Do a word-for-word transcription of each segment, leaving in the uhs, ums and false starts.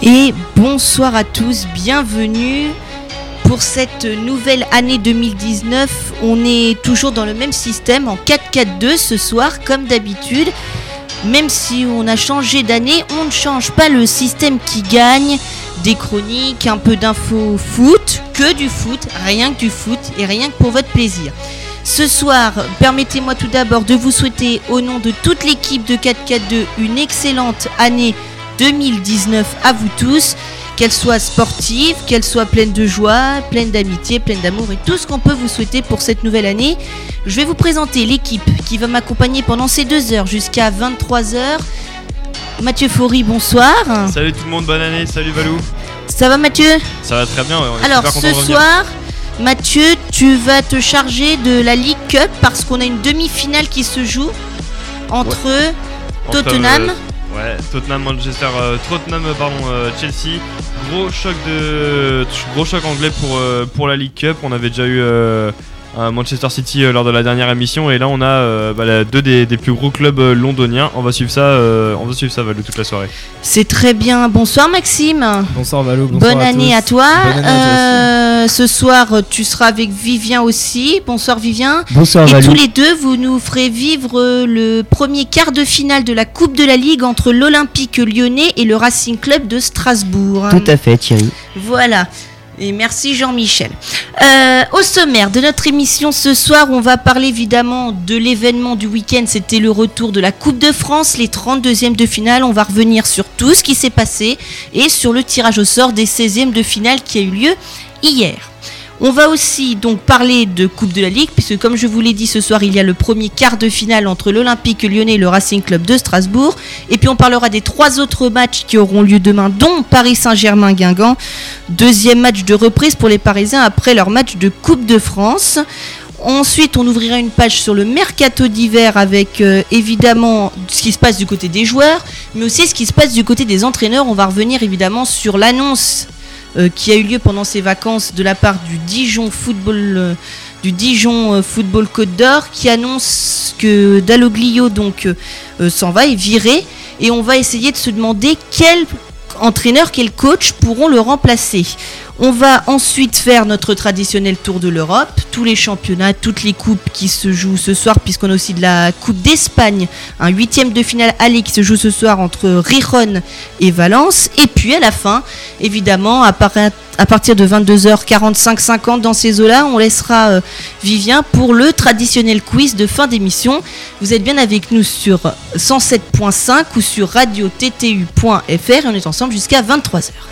Et bonsoir à tous, bienvenue pour cette nouvelle année deux mille dix-neuf. On est toujours dans le même système en quatre quatre deux ce soir comme d'habitude. Même si on a changé d'année, on ne change pas le système qui gagne. Des chroniques, un peu d'infos foot, que du foot, rien que du foot et rien que pour votre plaisir. Ce soir, permettez-moi tout d'abord de vous souhaiter au nom de toute l'équipe de quatre quatre deux une excellente année deux mille dix-neuf à vous tous, qu'elle soit sportive, qu'elle soit pleine de joie, pleine d'amitié, pleine d'amour et tout ce qu'on peut vous souhaiter pour cette nouvelle année. Je vais vous présenter l'équipe qui va m'accompagner pendant ces deux heures jusqu'à vingt-trois heures. Mathieu Faury, bonsoir. Salut tout le monde, bonne année, salut Valou. Ça va Mathieu ? Ça va très bien, ouais, on est Alors super content de ce revenir. soir, Mathieu, tu vas te charger de la League Cup parce qu'on a une demi-finale qui se joue entre ouais. Tottenham. Entre, euh, ouais, Tottenham, Manchester, euh, Tottenham, pardon, euh, Chelsea. Gros choc de, gros choc anglais pour euh, pour la League Cup. On avait déjà eu euh, un Manchester City euh, lors de la dernière émission et là on a euh, bah, la, deux des, des plus gros clubs euh, londoniens. On va suivre ça, euh, on va suivre ça Valou toute la soirée. C'est très bien. Bonsoir Maxime. Bonsoir Valou. Bonsoir Bonne à année tous. à toi. Bonne année à toi Euh, ce soir, tu seras avec Vivien aussi. Bonsoir Vivien. Bonsoir Et Valou. tous les deux, vous nous ferez vivre euh, le premier quart de finale de la Coupe de la Ligue entre l'Olympique Lyonnais et le Racing Club de Strasbourg. Tout à fait, Thierry. Voilà. Et merci Jean-Michel. Euh, au sommaire de notre émission ce soir, on va parler évidemment de l'événement du week-end. C'était le retour de la Coupe de France, les trente-deuxièmes de finale. On va revenir sur tout ce qui s'est passé et sur le tirage au sort des seizièmes de finale qui a eu lieu hier. On va aussi donc parler de Coupe de la Ligue, puisque comme je vous l'ai dit ce soir, il y a le premier quart de finale entre l'Olympique Lyonnais et le Racing Club de Strasbourg. Et puis on parlera des trois autres matchs qui auront lieu demain, dont Paris Saint-Germain-Guingamp. Deuxième match de reprise pour les Parisiens après leur match de Coupe de France. Ensuite, on ouvrira une page sur le mercato d'hiver avec euh, évidemment ce qui se passe du côté des joueurs, mais aussi ce qui se passe du côté des entraîneurs. On va revenir évidemment sur l'annonce Euh, qui a eu lieu pendant ces vacances de la part du Dijon Football, euh, du Dijon euh, Football Côte d'Or, qui annonce que Dalloglio donc euh, s'en va, est viré, et on va essayer de se demander quel entraîneur, quel coach pourront le remplacer. On va ensuite faire notre traditionnel tour de l'Europe, tous les championnats, toutes les coupes qui se jouent ce soir, puisqu'on a aussi de la Coupe d'Espagne, un huitième de finale aller qui se joue ce soir entre Gijón et Valence. Et puis à la fin, évidemment, à, par- à partir de vingt-deux heures quarante-cinq cinquante dans ces eaux-là, on laissera euh, Vivien pour le traditionnel quiz de fin d'émission. Vous êtes bien avec nous sur cent sept point cinq ou sur radio t t u point f r et on est ensemble jusqu'à vingt-trois heures.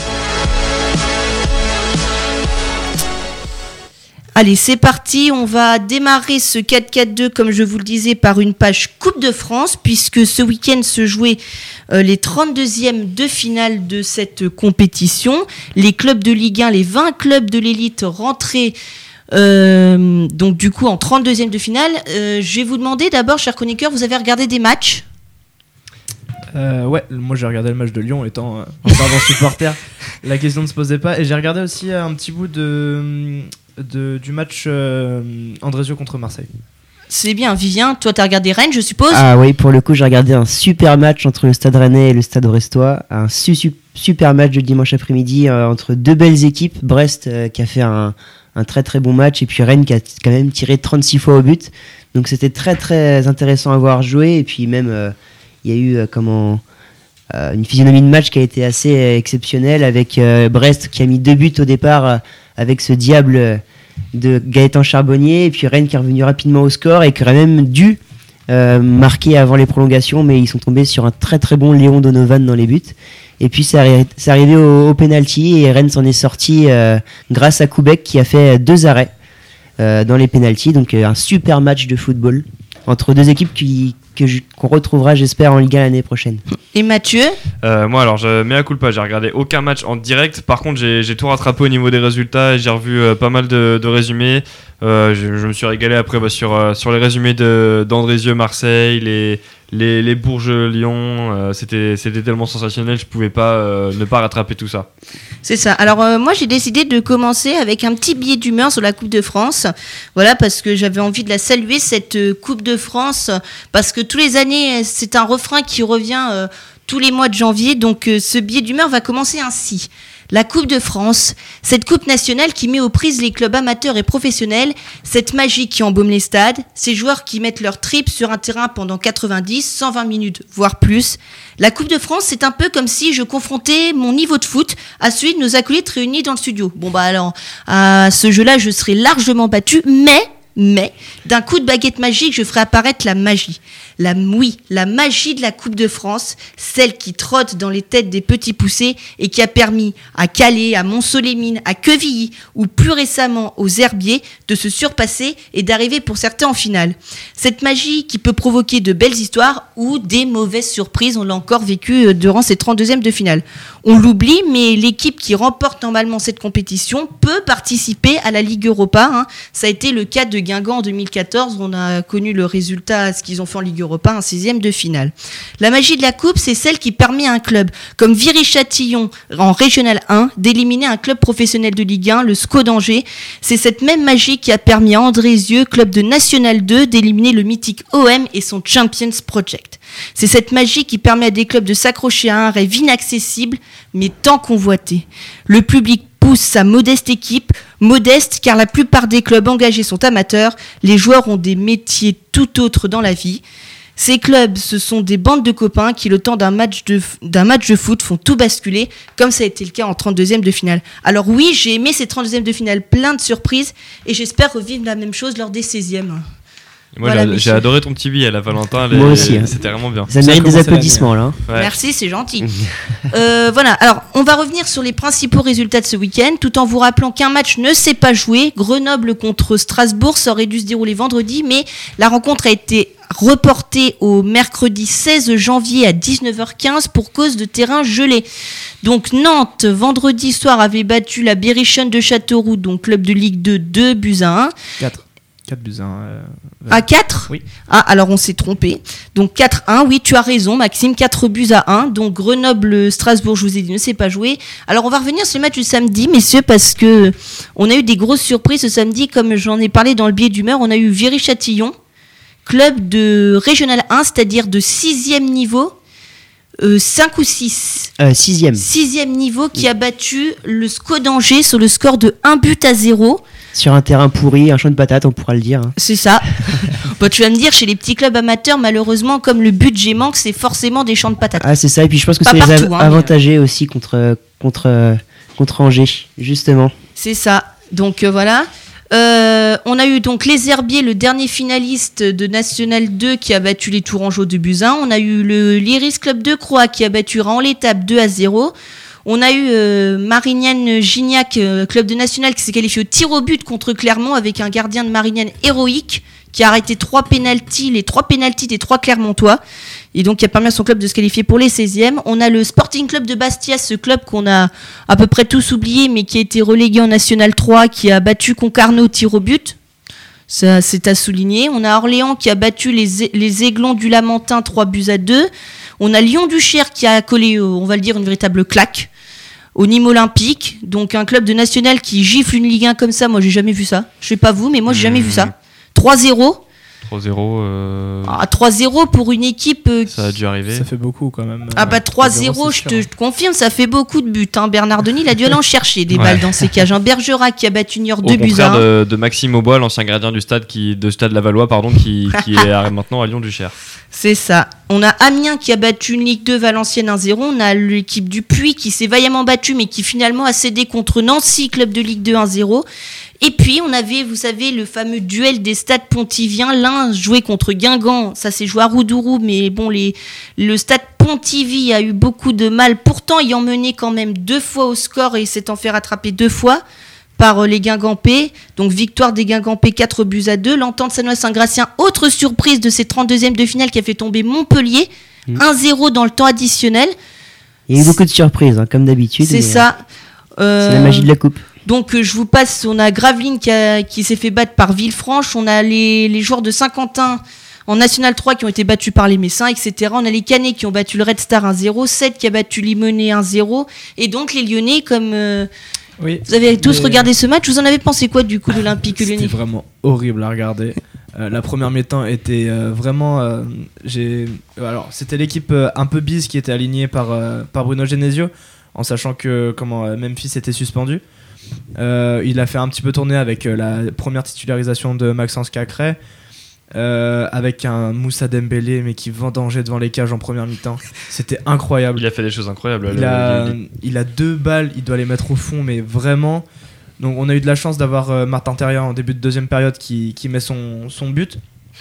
Allez, c'est parti, on va démarrer ce quatre quatre deux, comme je vous le disais, par une page Coupe de France, puisque ce week-end se jouaient euh, les trente-deuxièmes de finale de cette compétition. Les clubs de Ligue un, les vingt clubs de l'élite rentraient euh, donc du coup en trente-deuxième de finale. Euh, je vais vous demander d'abord, chers chroniqueurs, vous avez regardé des matchs ? Euh, ouais, moi j'ai regardé le match de Lyon étant euh, un fervent supporter. La question ne se posait pas. Et j'ai regardé aussi un petit bout de, de du match euh, Andrésio contre Marseille. C'est bien, Vivien, toi t'as regardé Rennes, je suppose ? Ah oui, pour le coup, j'ai regardé un super match entre le Stade Rennais et le Stade Brestois. Un su- su- super match de dimanche après-midi euh, entre deux belles équipes. Brest euh, qui a fait un, un très très bon match et puis Rennes qui a t- quand même tiré trente-six fois au but. Donc c'était très très intéressant à voir jouer. Et puis même, euh, il y a eu euh, comment, euh, une physionomie de match qui a été assez euh, exceptionnelle avec euh, Brest qui a mis deux buts au départ euh, avec ce diable euh, de Gaëtan Charbonnier, et puis Rennes qui est revenu rapidement au score et qui aurait même dû euh, marquer avant les prolongations, mais ils sont tombés sur un très très bon Léon Donovan dans les buts. Et puis c'est arri- c'est arrivé au, au penalty et Rennes s'en est sorti euh, grâce à Koubek qui a fait deux arrêts euh, dans les penalties. Donc euh, un super match de football entre deux équipes qui, que je- qu'on retrouvera, j'espère, en Ligue un l'année prochaine. Et Mathieu ? Euh, moi alors je mets à culpa, j'ai regardé aucun match en direct, par contre j'ai, j'ai tout rattrapé au niveau des résultats et j'ai revu euh, pas mal de, de résumés. Euh, je, je me suis régalé après bah, sur, euh, sur les résumés de, d'Andrézieux Marseille, les, les, les Bourges Lyon, euh, c'était, c'était tellement sensationnel, je pouvais pas euh, ne pas rattraper tout ça. C'est ça. Alors euh, moi j'ai décidé de commencer avec un petit billet d'humeur sur la Coupe de France. Voilà, parce que j'avais envie de la saluer, cette euh, Coupe de France, parce que tous les années c'est un refrain qui revient euh, tous les mois de janvier. Donc euh, ce billet d'humeur va commencer ainsi. La Coupe de France, cette coupe nationale qui met aux prises les clubs amateurs et professionnels, cette magie qui embaume les stades, ces joueurs qui mettent leur trip sur un terrain pendant quatre-vingt-dix, cent vingt minutes, voire plus. La Coupe de France, c'est un peu comme si je confrontais mon niveau de foot à celui de nos acolytes réunis dans le studio. Bon bah alors, à ce jeu-là, je serais largement battu, mais... Mais, d'un coup de baguette magique, je ferai apparaître la magie. La, oui, la magie de la Coupe de France, celle qui trotte dans les têtes des petits poussés et qui a permis à Calais, à Mont-Soleil-Mines, à Quevilly ou plus récemment aux Herbiers de se surpasser et d'arriver pour certains en finale. Cette magie qui peut provoquer de belles histoires ou des mauvaises surprises, on l'a encore vécu durant ces trente-deuxièmes de finale. On l'oublie, mais l'équipe qui remporte normalement cette compétition peut participer à la Ligue Europa. Hein. Ça a été le cas de Guingamp en deux mille quatorze. On a connu le résultat, ce qu'ils ont fait en Ligue Europa, un sixième de finale. La magie de la Coupe, c'est celle qui permet à un club comme Viry-Châtillon en Régional un d'éliminer un club professionnel de Ligue un, le S C O d'Angers. C'est cette même magie qui a permis à Andrézieux, club de National deux, d'éliminer le mythique O M et son Champions Project. C'est cette magie qui permet à des clubs de s'accrocher à un rêve inaccessible, mais tant convoité. Le public pousse sa modeste équipe, modeste car la plupart des clubs engagés sont amateurs, les joueurs ont des métiers tout autres dans la vie. Ces clubs, ce sont des bandes de copains qui, le temps d'un match de, d'un match de foot, font tout basculer, comme ça a été le cas en trente-deuxième de finale. Alors oui, j'ai aimé ces trente-deuxièmes de finale, plein de surprises, et j'espère revivre la même chose lors des seizièmes. Moi, Voilà, j'ai, Michel. j'ai adoré ton petit billet, la Valentin. Moi les- aussi, hein. C'était vraiment bien. Ça mérite des commence à applaudissements là. hein. Ouais. Merci, c'est gentil. euh, voilà, alors on va revenir sur les principaux résultats de ce week-end, tout en vous rappelant qu'un match ne s'est pas joué. Grenoble contre Strasbourg, ça aurait dû se dérouler vendredi, mais la rencontre a été reportée au mercredi seize janvier à dix-neuf heures quinze pour cause de terrain gelé. Donc Nantes, vendredi soir, avait battu la Berrichonne de Châteauroux, donc club de Ligue deux, deux buts à un. quatre. quatre buts à un. Euh, À quatre Oui. Ah, alors on s'est trompé. Donc quatre un, oui, tu as raison, Maxime, quatre buts à un. Donc Grenoble-Strasbourg, je vous ai dit, ne s'est pas joué. Alors on va revenir sur le match du samedi, messieurs, parce que on a eu des grosses surprises ce samedi, comme j'en ai parlé dans le billet d'humeur. On a eu Viry-Châtillon, club de Régional un, c'est-à-dire de sixième niveau, euh, cinq ou six. Euh, sixième. Sixième niveau qui a battu le S C O d'Angers sur le score de un but à zéro. Sur un terrain pourri, un champ de patates, on pourra le dire. hein. C'est ça. Bon, tu vas me dire, chez les petits clubs amateurs, malheureusement, comme le budget manque, c'est forcément des champs de patates. Ah, c'est ça. Et puis je pense que Pas ça les a partout, hein, mais- avantagés aussi contre, contre, contre Angers, justement. C'est ça. Donc euh, voilà. Euh, on a eu donc les Herbiers, le dernier finaliste de National deux qui a battu les Tourangeaux de buts à un. On a eu le l'Iris Club de Croix qui a battu Raon l'étape deux à zéro. On a eu euh, Marignane Gignac, euh, club de National, qui s'est qualifié au tir au but contre Clermont avec un gardien de Marignane héroïque qui a arrêté trois pénaltys, les trois pénaltys des trois Clermontois. Et donc, qui a permis à son club de se qualifier pour les seizièmes. On a le Sporting Club de Bastia, ce club qu'on a à peu près tous oublié, mais qui a été relégué en National trois, qui a battu Concarneau au tir au but. Ça, c'est à souligner. On a Orléans qui a battu les, les Aiglons du Lamentin trois buts à deux. On a Lyon-Duchère qui a collé, on va le dire, une véritable claque au Nîmes Olympique. Donc un club de National qui gifle une Ligue un comme ça, moi j'ai jamais vu ça. Je sais pas vous, mais moi j'ai jamais vu ça. trois zéro. trois zéro. Euh... Ah, trois zéro pour une équipe euh, qui... Ça a dû arriver. Ça fait beaucoup quand même. Ah bah trois zéro, je te, je te confirme, ça fait beaucoup de buts. Hein. Bernard Denis, il a dû aller en chercher des Ouais. balles dans ses cages. Un Bergerac qui a battu Niort Au deux buts à contraire un. de, de Maxime Aubois, l'ancien gardien du stade, qui, de Stade Lavallois, pardon, qui, qui est à- maintenant à Lyon-Duchère. C'est ça. On a Amiens qui a battu une Ligue deux, Valenciennes un zéro. On a l'équipe du Puy qui s'est vaillamment battue, mais qui finalement a cédé contre Nancy, club de Ligue deux un zéro. Et puis, on avait, vous savez, le fameux duel des stades pontiviens. L'un joué contre Guingamp, ça s'est joué à Roudourou, mais bon, les, le stade Pontivy a eu beaucoup de mal, pourtant ayant mené quand même deux fois au score et s'étant fait rattraper deux fois par euh, les Guingampais. Donc, victoire des Guingampais, quatre buts à deux. L'Entente Sannois-Saint-Gratien, autre surprise de ces trente-deuxièmes de finale qui a fait tomber Montpellier, Mmh. un zéro dans le temps additionnel. Il y a eu beaucoup de surprises, hein, comme d'habitude. C'est mais, ça. euh, C'est la magie de la coupe. Donc euh, je vous passe, on a Gravelines qui, a- qui s'est fait battre par Villefranche, on a les, les joueurs de Saint-Quentin en National trois qui ont été battus par les Messins, et cetera. On a les Canets qui ont battu le Red Star un zéro, sept qui a battu Limonest un zéro, et donc les Lyonnais, comme euh, Oui. vous avez tous Mais- regardé ce match, vous en avez pensé quoi du coup de l'Olympique C'était Lyonnais? vraiment horrible à regarder. Euh, la première mi-temps était euh, vraiment. Euh, j'ai... Alors, c'était l'équipe euh, un peu bise qui était alignée par, euh, par Bruno Genesio, en sachant que comment, euh, Memphis était suspendu. Euh, il a fait un petit peu tourner avec euh, la première titularisation de Maxence Cacré, euh, avec un Moussa Dembélé, mais qui vendangeait devant les cages en première mi-temps. C'était incroyable. Il a fait des choses incroyables. Il, le, a, le, le... il a deux balles, il doit les mettre au fond, mais vraiment. Donc on a eu de la chance d'avoir euh, Martin Terrien en début de deuxième période qui, qui met son, son but.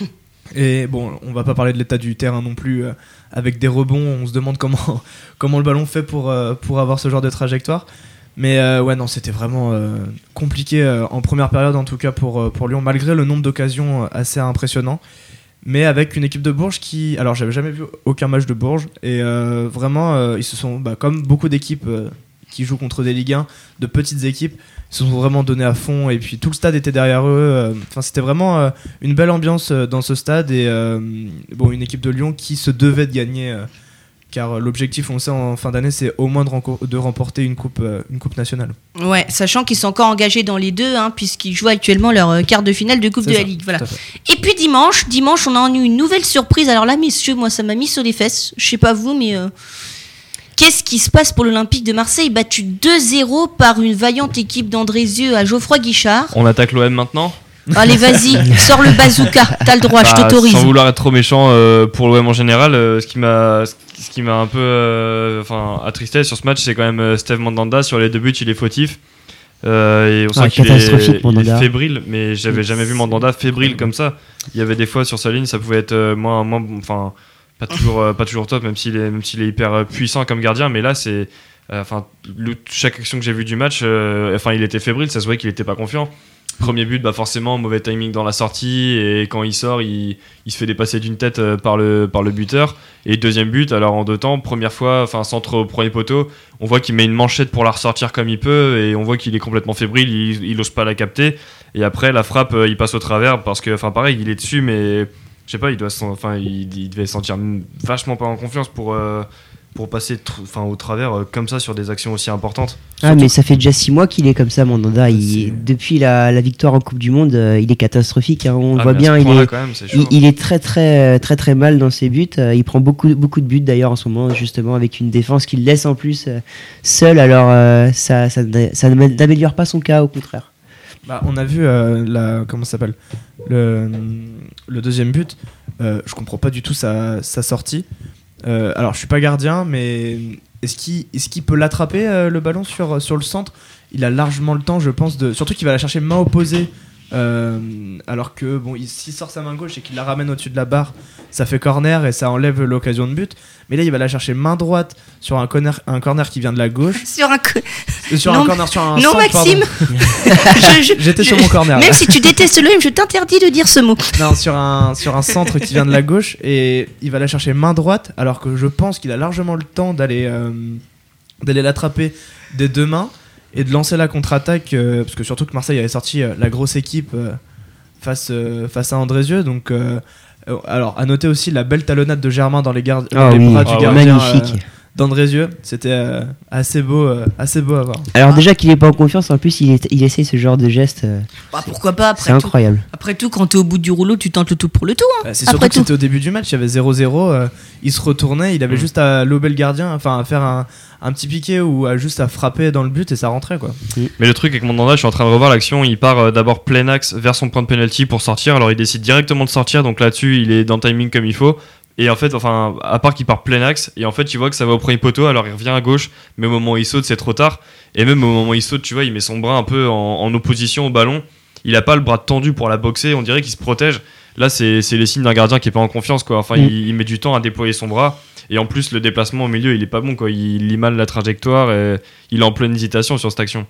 Et bon, on va pas parler de l'état du terrain non plus, euh, avec des rebonds, on se demande comment, comment le ballon fait pour, euh, pour avoir ce genre de trajectoire. Mais euh, ouais, non, c'était vraiment euh, compliqué euh, en première période, en tout cas pour, euh, pour Lyon, malgré le nombre d'occasions assez impressionnant. Mais avec une équipe de Bourges qui... Alors, j'avais jamais vu aucun match de Bourges, et euh, vraiment, euh, ils se sont, bah, comme beaucoup d'équipes euh, qui jouent contre des Ligue un, de petites équipes, ils se sont vraiment donnés à fond, et puis tout le stade était derrière eux. Enfin, euh, c'était vraiment euh, une belle ambiance euh, dans ce stade, et euh, bon, une équipe de Lyon qui se devait de gagner... Euh, car l'objectif, on le sait, en fin d'année, c'est au moins de, renco- de remporter une coupe, euh, une coupe nationale. Ouais, sachant qu'ils sont encore engagés dans les deux, hein, puisqu'ils jouent actuellement leur euh, quart de finale de Coupe C'est de ça, la Ligue. Voilà. tout à fait. Et puis dimanche, dimanche, on a eu une nouvelle surprise. Alors là, messieurs, moi, ça m'a mis sur les fesses. Je sais pas vous, mais euh, qu'est-ce qui se passe pour l'Olympique de Marseille, battu deux zéro par une vaillante équipe d'Andrézieux à Geoffroy Guichard. On attaque l'O M maintenant. Allez, vas-y, sors le bazooka, t'as le droit, Bah, je t'autorise. Sans vouloir être trop méchant euh, pour l'O M en général, euh, ce qui m'a, ce qui m'a un peu, euh, enfin, attristé sur ce match, c'est quand même euh, Steve Mandanda sur les deux buts, il est fautif. Euh, et on sent Ah, qu'il est, catastrophique, il est Mandanda. fébrile, mais j'avais jamais vu Mandanda fébrile comme ça. Il y avait des fois sur sa ligne, ça pouvait être euh, moins, moins, enfin, pas toujours, euh, pas toujours top, même s'il est, même s'il est hyper euh, puissant comme gardien, mais là c'est, enfin, euh, chaque action que j'ai vue du match, euh, enfin, il était fébrile, ça se voyait qu'il était pas confiant. Premier but, bah forcément, mauvais timing dans la sortie, et quand il sort, il, il se fait dépasser d'une tête euh, par, le, par le buteur. Et deuxième but, alors en deux temps, première fois, enfin centre au premier poteau, on voit qu'il met une manchette pour la ressortir comme il peut, et on voit qu'il est complètement fébrile, il, il ose pas la capter. Et après, la frappe, euh, il passe au travers, parce que, enfin pareil, il est dessus, mais je sais pas, il, doit, enfin, il, il devait se sentir vachement pas en confiance pour... Euh, pour passer tr- enfin, au travers euh, comme ça sur des actions aussi importantes. Ah, Surtout- mais ça fait déjà six mois qu'il est comme ça, Mandanda. Il, C'est- depuis la, la victoire en Coupe du Monde, euh, il est catastrophique, hein. On Ah, voit mais à bien, ce il point-là, est, quand même, c'est il, chaud. il est très très très très mal dans ses buts. Euh, il prend beaucoup beaucoup de buts d'ailleurs en ce moment, justement avec une défense qu'il laisse en plus euh, seul. Alors euh, ça, ça ça n'améliore pas son cas, au contraire. Bah, on a vu euh, la, comment ça s'appelle le, le deuxième but. Euh, je comprends pas du tout sa, sa sortie. Euh, alors je suis pas gardien, mais est-ce qu'il, est-ce qu'il peut l'attraper euh, le ballon sur, sur le centre? Il a largement le temps, je pense, de surtout qu'il va la chercher main opposée. Euh, alors que bon, il, s'il sort sa main gauche et qu'il la ramène au-dessus de la barre, ça fait corner et ça enlève l'occasion de but. Mais là, il va la chercher main droite sur un corner, un corner qui vient de la gauche. Sur un co- Euh, sur Non, un corner, sur un non, centre, Maxime. pardon. Je- je- J'étais je- sur mon corner. Même là. si tu détestes l'O M, je t'interdis de dire ce mot. Non, sur un, sur un centre qui vient de la gauche, et il va la chercher main droite, alors que je pense qu'il a largement le temps d'aller euh, d'aller l'attraper des deux mains et de lancer la contre-attaque, euh, parce que surtout que Marseille avait sorti euh, la grosse équipe euh, face, euh, face à Andrézieux. Donc, euh, euh, alors, à noter aussi la belle talonnade de Germain dans les, gar- dans Ah les oui, bras ah du ouais. gardien magnifique. euh, d'Andrézieux. C'était euh, assez, beau, euh, assez beau à voir. Alors déjà qu'il est pas en confiance, en plus il, est, il essaye ce genre de geste. euh, Bah, pourquoi pas, c'est après tout. incroyable. Après tout, quand t'es au bout du rouleau, tu tentes le tout pour le tout. Hein. Euh, C'est Après surtout que tout. c'était au début du match, il y avait zéro zéro, euh, il se retournait, il avait Mm. juste à lober le gardien, enfin à faire un, un petit piqué ou à juste à frapper dans le but et ça rentrait quoi. Mais le truc avec Mandanda, je suis en train de revoir l'action, il part euh, d'abord plein axe vers son point de penalty pour sortir, alors il décide directement de sortir, donc là-dessus il est dans le timing comme il faut. Et en fait, enfin, à part qu'il part plein axe, et en fait, tu vois que ça va au premier poteau, alors il revient à gauche, mais au moment où il saute, c'est trop tard. Et même au moment où il saute, tu vois, il met son bras un peu en, en opposition au ballon. Il a pas le bras tendu pour la boxer, on dirait qu'il se protège. Là, c'est, c'est les signes d'un gardien qui est pas en confiance, quoi. Enfin, Mm. il, il met du temps à déployer son bras. Et en plus, le déplacement au milieu, il est pas bon, quoi. Il lit mal la trajectoire et il est en pleine hésitation sur cette action.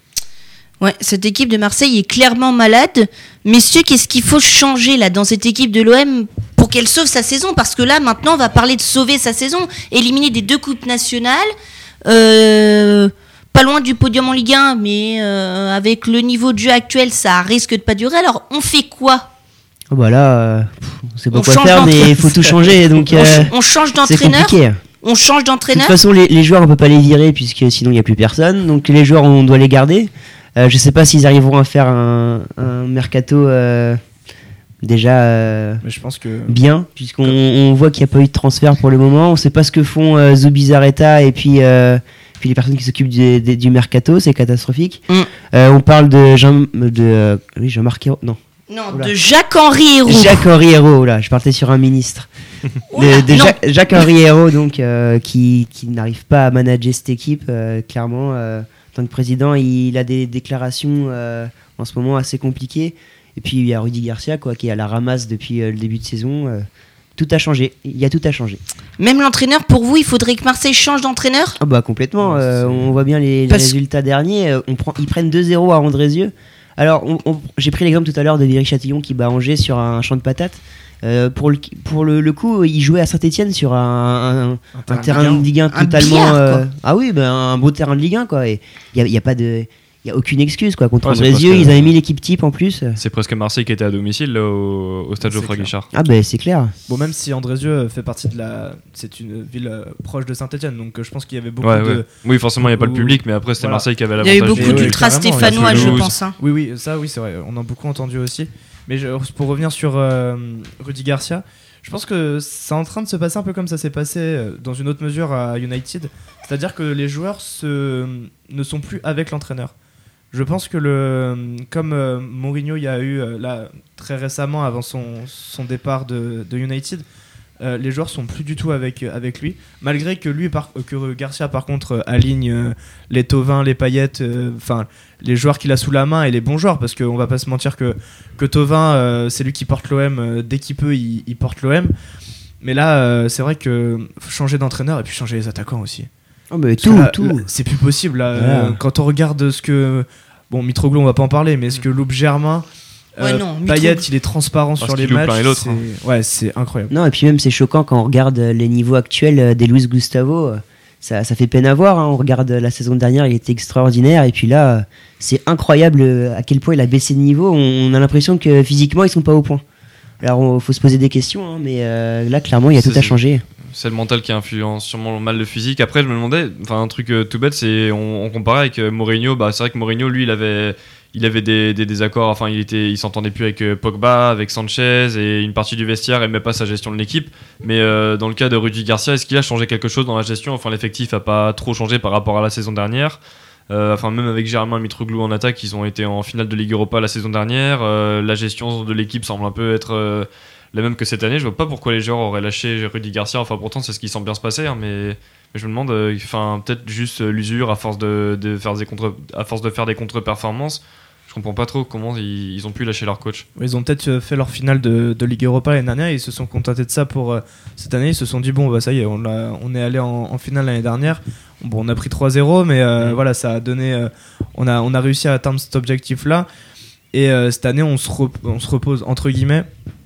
Ouais, cette équipe de Marseille est clairement malade. Messieurs, qu'est-ce qu'il faut changer là dans cette équipe de l'O M pour qu'elle sauve sa saison? Parce que là, maintenant, on va parler de sauver sa saison, éliminer des deux coupes nationales, euh, pas loin du podium en Ligue un, mais euh, avec le niveau de jeu actuel, ça risque de pas durer. Alors, on fait quoi? Oh bah là, euh, pff, on sait pas On quoi change faire, mais d'entraîneur. il faut tout changer. Donc on, euh, ch- on change c'est d'entraîneur. compliqué. On change De toute d'entraîneur. façon, les, les joueurs, on peut pas les virer puisque sinon il n'y a plus personne. Donc les joueurs, on doit les garder. Euh, je sais pas s'ils arriveront à faire un, un mercato euh, déjà euh, Mais je pense que bien, puisqu'on on voit qu'il n'y a pas eu de transfert pour le moment. On ne sait pas ce que font euh, Zubizarreta et puis, euh, puis les personnes qui s'occupent du, du, du mercato, c'est catastrophique. Mm. Euh, on parle de, Jean, de euh, oui, Jean-Marc Ayrault, non. Non, Oula. de Jacques-Henri Ayrault. Jacques-Henri Ayrault, là, je partais sur un ministre. Oula, de de non. Jacques- Jacques-Henri Ayrault, donc, euh, qui, qui n'arrive pas à manager cette équipe, euh, clairement. Euh, en tant que président, il, il a des déclarations euh, en ce moment assez compliquées. Et puis, il y a Rudy Garcia, quoi, qui est à la ramasse depuis euh, le début de saison. Euh, tout a changé. Il y a tout à changer. Même l'entraîneur, pour vous, il faudrait que Marseille change d'entraîneur? Ah bah complètement. Ouais, euh, c'est- on voit bien les, les Parce- résultats derniers. Euh, on prend, ils prennent deux zéro à Andrézieux. Alors, on- on- j'ai pris l'exemple tout à l'heure de Viry-Châtillon qui bat Angers sur un champ de patates. Euh, pour le, pour le, le coup, il jouait à Saint-Etienne sur un, un, un terrain de Ligue un Un totalement. billard, euh, quoi. ah oui, ben, un beau terrain de Ligue un, quoi. Et il n'y a, y a pas de. Il n'y a aucune excuse, quoi. Contre Ouais, c'est Andrézieux, parce que- ils avaient mis l'équipe type en plus. C'est presque Marseille qui était à domicile là, au, au stade C'est Geoffroy clair. Guichard. Ah ben c'est clair. bon, même si Andrézieux fait partie de la, c'est une ville euh, proche de Saint-Etienne, donc euh, je pense qu'il y avait beaucoup Ouais, de. ouais. Oui, forcément, il n'y a pas le Ou- public, mais après, c'était Voilà. Marseille qui avait Il y a eu l'avantage. beaucoup Et ouais, d'ultra carrément, il y a stéphanois, je Toulouse. pense. hein. Oui, oui, ça, oui, c'est vrai. On a beaucoup entendu aussi. Mais je- pour revenir sur euh, Rudy Garcia, je pense que c'est en train de se passer un peu comme ça s'est passé euh, dans une autre mesure à United. C'est-à-dire que les joueurs se, ne sont plus avec l'entraîneur. Je pense que le, comme euh, Mourinho il y a eu euh, là très récemment avant son, son départ de, de United, euh, les joueurs sont plus du tout avec, avec lui, malgré que lui par, que Garcia par contre euh, aligne euh, les Thauvin, les Payet, enfin euh, les joueurs qu'il a sous la main et les bons joueurs, parce qu'on va pas se mentir que, que Thauvin euh, c'est lui qui porte l'O M, euh, dès qu'il peut il, il porte l'O M, mais là euh, c'est vrai que faut changer d'entraîneur et puis changer les attaquants aussi. Oh, mais Parce tout, que là, tout. là, c'est plus possible là. Voilà. Euh, quand on regarde ce que bon Mitroglou on va pas en parler, mais ce que loupe Germain, Ouais, non, Payet Mitroglou. il est transparent Parce sur les qu'il loupe matchs, l'un et l'autre, c'est- hein. ouais c'est incroyable. Non, et puis même c'est choquant quand on regarde euh, les niveaux actuels euh, des Luis Gustavo. euh, Ça, ça fait peine à voir. hein. On regarde euh, la saison dernière, il était extraordinaire. Et puis là, euh, c'est incroyable euh, à quel point il a baissé de niveau. On, on a l'impression que physiquement, ils sont pas au point. Alors, il faut se poser des questions. hein, mais euh, là, clairement, il y a C'est- tout à changer. C'est le mental qui influence sûrement mal le physique. Après, je me demandais, enfin un truc euh, tout bête, c'est on, on comparait avec euh, Mourinho. Bah, c'est vrai que Mourinho, lui, il avait, il avait des, des désaccords. Enfin, il était, il s'entendait plus avec euh, Pogba, avec Sanchez et une partie du vestiaire. Aimait pas sa gestion de l'équipe. Mais euh, dans le cas de Rudy Garcia, est-ce qu'il a changé quelque chose dans la gestion? Enfin, l'effectif a pas trop changé par rapport à la saison dernière. Euh, enfin, même avec Germain Mitroglou en attaque, ils ont été en finale de Ligue Europa la saison dernière. Euh, la gestion de l'équipe semble un peu être euh, la même que cette année. Je vois pas pourquoi les joueurs auraient lâché Rudy Garcia. Enfin, pourtant, c'est ce qui semble bien se passer. hein, mais, mais je me demande, euh, enfin, peut-être juste euh, l'usure à force de, de faire des contre, à force de faire des contre-performances. Je comprends pas trop comment ils, ils ont pu lâcher leur coach. Ils ont peut-être euh, fait leur finale de, de Ligue Europa l'année dernière et ils se sont contentés de ça pour euh, cette année. Ils se sont dit, bon, bah ça y est, on, l'a- on est allé en, en finale l'année dernière. Bon, on a pris trois zéro, mais euh, Mm. voilà, ça a donné. euh, on, a, on a réussi à atteindre cet objectif-là. Et euh, cette année, on se, rep- on se repose, entre guillemets.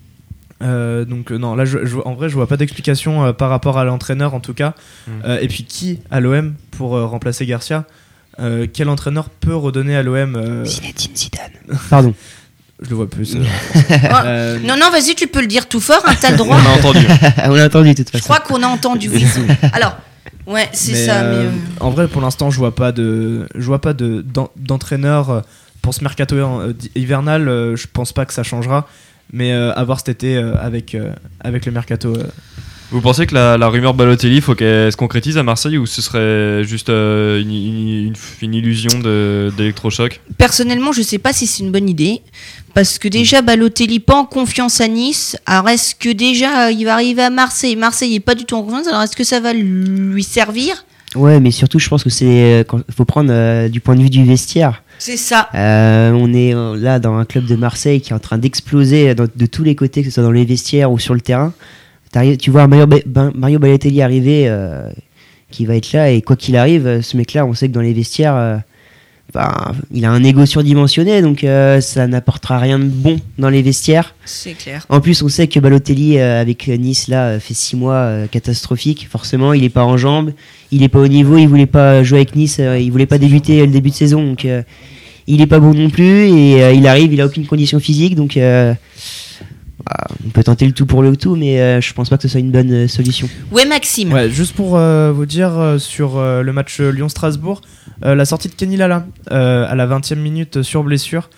Euh, donc, euh, non, là, je, je- en vrai, je vois pas d'explication euh, par rapport à l'entraîneur, en tout cas. Mm. Euh, et puis, qui à l'O M pour euh, remplacer Garcia? Euh, quel entraîneur peut redonner à l'O M euh, Zinedine Zidane. Pardon. Je le vois plus. euh, Oh, euh, Non, non, vas-y, tu peux le dire tout fort, hein, t'as le droit. On a entendu. On l'a entendu de toute Je façon. crois qu'on a entendu, oui. Alors, ouais, c'est mais, ça. euh, mais, euh, En vrai, pour l'instant, je vois pas de, je vois pas de d'en- d'entraîneur euh, pour ce mercato euh, d- hivernal. euh, Je pense pas que ça changera, mais euh, à voir cet été euh, avec euh, avec le mercato. euh. Vous pensez que la, la rumeur Balotelli, faut qu'elle se concrétise à Marseille ou ce serait juste euh, une, une- une- une illusion de- d'électrochoc? Personnellement, je sais pas si c'est une bonne idée. Parce que déjà, Balotelli pas en confiance à Nice. Alors, est-ce que déjà, euh, il va arriver à Marseille? Marseille est pas du tout en confiance. Alors, est-ce que ça va lui servir? Ouais, mais surtout, je pense que c'est. euh, quand- faut prendre euh, du point de vue du vestiaire. C'est ça. Euh, on est euh, là dans un club de Marseille qui est en train d'exploser dans- de tous les côtés, que ce soit dans les vestiaires ou sur le terrain. T'arrives- Tu vois Mario, Ba- Ba- Mario Balotelli arriver, euh, qui va être là, et quoi qu'il arrive, euh, ce mec-là, on sait que dans les vestiaires, euh, bah, il a un ego surdimensionné, donc euh, ça n'apportera rien de bon dans les vestiaires. C'est clair. En plus, on sait que Balotelli, euh, avec Nice, là, euh, fait six mois euh, catastrophiques. Forcément, il est pas en jambes, il est pas au niveau, il voulait pas jouer avec Nice, euh, il voulait pas débuter euh, le début de saison, donc euh, il est pas bon non plus, et euh, il arrive, il a aucune condition physique, donc euh, bah, on peut tenter le tout pour le tout, mais euh, je pense pas que ce soit une bonne euh, solution. Ouais, Maxime. Ouais, juste pour euh, vous dire euh, sur euh, le match euh, Lyon-Strasbourg, euh, la sortie de Kenny Lala euh, à la vingtième minute sur blessure.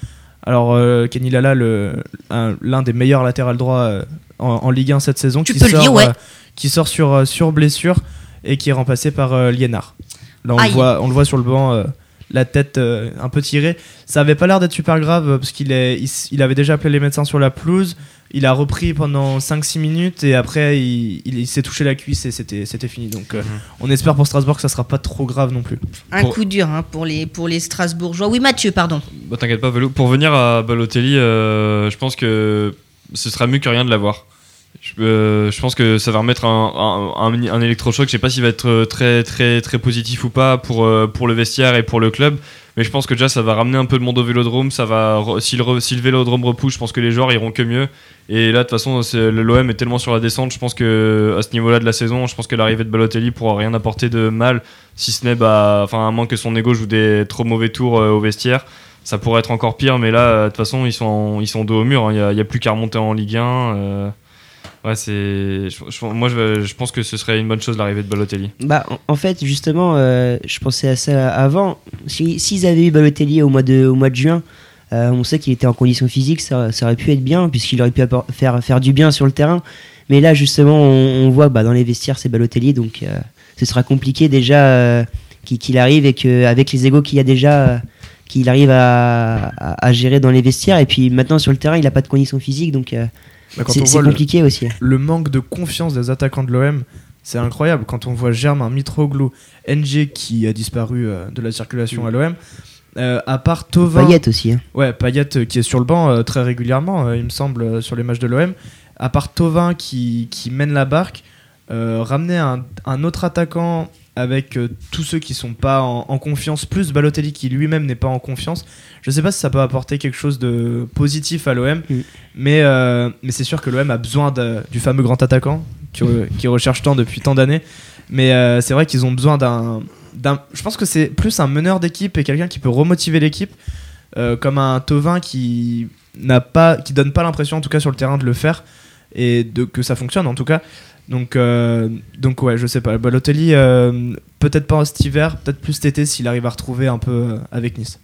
Alors euh, Kenny Lala, le, un, l'un des meilleurs latérales droits euh, en, en Ligue un cette saison, tu qui peux sort, le dire, ouais. euh, qui sort sur, euh, sur blessure et qui est remplacé par euh, Liénard. Là on le, voit, on le voit sur le banc, euh, la tête euh, un peu tirée. Ça avait pas l'air d'être super grave euh, parce qu'il est, il, il avait déjà appelé les médecins sur la pelouse. Il a repris pendant cinq six minutes et après il, il, il s'est touché la cuisse et c'était, c'était fini. Donc euh, mm-hmm. on espère pour Strasbourg que ça sera pas trop grave non plus. Un pour... coup dur hein, pour, les, pour les Strasbourgeois. Oui Mathieu, pardon. Bah, t'inquiète pas Valou. Pour venir à Balotelli, euh, je pense que ce sera mieux que rien de l'avoir. Je, euh, je pense que ça va remettre un, un, un, un électrochoc. Je sais pas s'il va être très, très, très positif ou pas pour, euh, pour le vestiaire et pour le club. Mais je pense que déjà ça va ramener un peu de monde au Vélodrome. Ça va, si, le, si le Vélodrome repousse, je pense que les joueurs iront que mieux. Et là de toute façon c'est, l'O M est tellement sur la descente. Je pense que à ce niveau-là de la saison, je pense que l'arrivée de Balotelli pourra rien apporter de mal, si ce n'est bah, enfin, à moins que son ego joue des trop mauvais tours euh, au vestiaire. Ça pourrait être encore pire, mais là de toute façon ils sont, ils sont dos au mur. Il hein. n'y a, a plus qu'à remonter en Ligue un. Euh... Ouais, c'est. Je, je, moi, je, je pense que ce serait une bonne chose l'arrivée de Balotelli. Bah, en, en fait, justement, euh, je pensais à ça avant. Si, s'ils avaient eu Balotelli au mois de, au mois de juin, euh, on sait qu'il était en condition physique, ça, ça aurait pu être bien, puisqu'il aurait pu apport- faire, faire du bien sur le terrain. Mais là, justement, on, on voit bah, dans les vestiaires, c'est Balotelli, donc euh, ce sera compliqué déjà euh, qu'il, qu'il arrive et qu'avec les égos qu'il y a déjà. Euh, qu'il arrive à, à, à gérer dans les vestiaires. Et puis maintenant, sur le terrain, il n'a pas de condition physique, donc. Euh, Bah, c'est, c'est compliqué le, aussi. Le manque de confiance des attaquants de l'O M, c'est incroyable. Quand on voit Germain, Mitroglou, N G qui a disparu euh, de la circulation mmh. à l'O M, euh, à part Thauvin. Payet aussi. Hein. Ouais, Payet euh, qui est sur le banc euh, très régulièrement, euh, il me semble, euh, sur les matchs de l'O M. À part Thauvin qui, qui mène la barque, euh, ramener un, un autre attaquant avec euh, tous ceux qui sont pas en, en confiance, plus Balotelli qui lui-même n'est pas en confiance. Je sais pas si ça peut apporter quelque chose de positif à l'O M, mm. mais, euh, mais c'est sûr que l'O M a besoin de, du fameux grand attaquant qui, qui recherche tant depuis tant d'années. Mais euh, c'est vrai qu'ils ont besoin d'un, d'un... Je pense que c'est plus un meneur d'équipe et quelqu'un qui peut remotiver l'équipe, euh, comme un Thauvin qui n'a pas, qui donne pas l'impression, en tout cas sur le terrain, de le faire et de, que ça fonctionne en tout cas. Donc, euh, donc ouais, je sais pas. Balotelli, euh, peut-être pas cet hiver, peut-être plus cet été s'il arrive à retrouver un peu euh, avec Nice.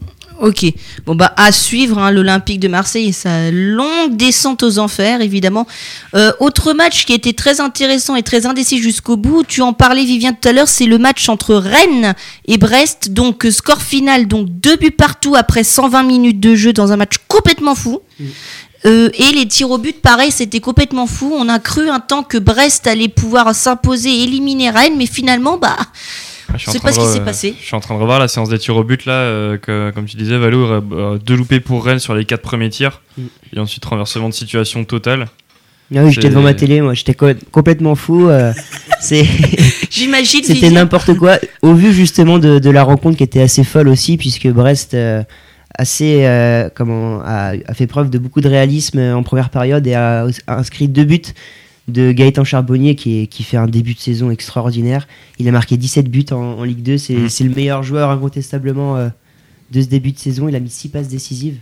Ok, bon bah à suivre hein, l'Olympique de Marseille et sa longue descente aux enfers évidemment. Euh, autre match qui était très intéressant et très indécis jusqu'au bout, tu en parlais Vivien tout à l'heure, c'est le match entre Rennes et Brest, donc score final, donc deux buts partout après cent vingt minutes de jeu dans un match complètement fou. Mmh. Euh, et les tirs au but, pareil, c'était complètement fou. On a cru un temps que Brest allait pouvoir s'imposer et éliminer Rennes, mais finalement, bah, ah, je sais pas ce qui re... s'est passé. Je suis en train de revoir la séance des tirs au but là, euh, que, comme tu disais, Valou, euh, deux loupés pour Rennes sur les quatre premiers tirs, mm. et ensuite renversement de situation totale. Ah oui, j'étais devant ma télé, moi, j'étais co- complètement fou. Euh, c'est... J'imagine. C'était Vivian. N'importe quoi. Au vu justement de, de la rencontre qui était assez folle aussi, puisque Brest. Euh, assez euh, comment a, a fait preuve de beaucoup de réalisme en première période et a, a inscrit deux buts de Gaëtan Charbonnier qui, est, qui fait un début de saison extraordinaire. Il a marqué dix-sept buts en, en Ligue deux, c'est, mmh. c'est le meilleur joueur incontestablement euh, de ce début de saison. Il a mis six passes décisives.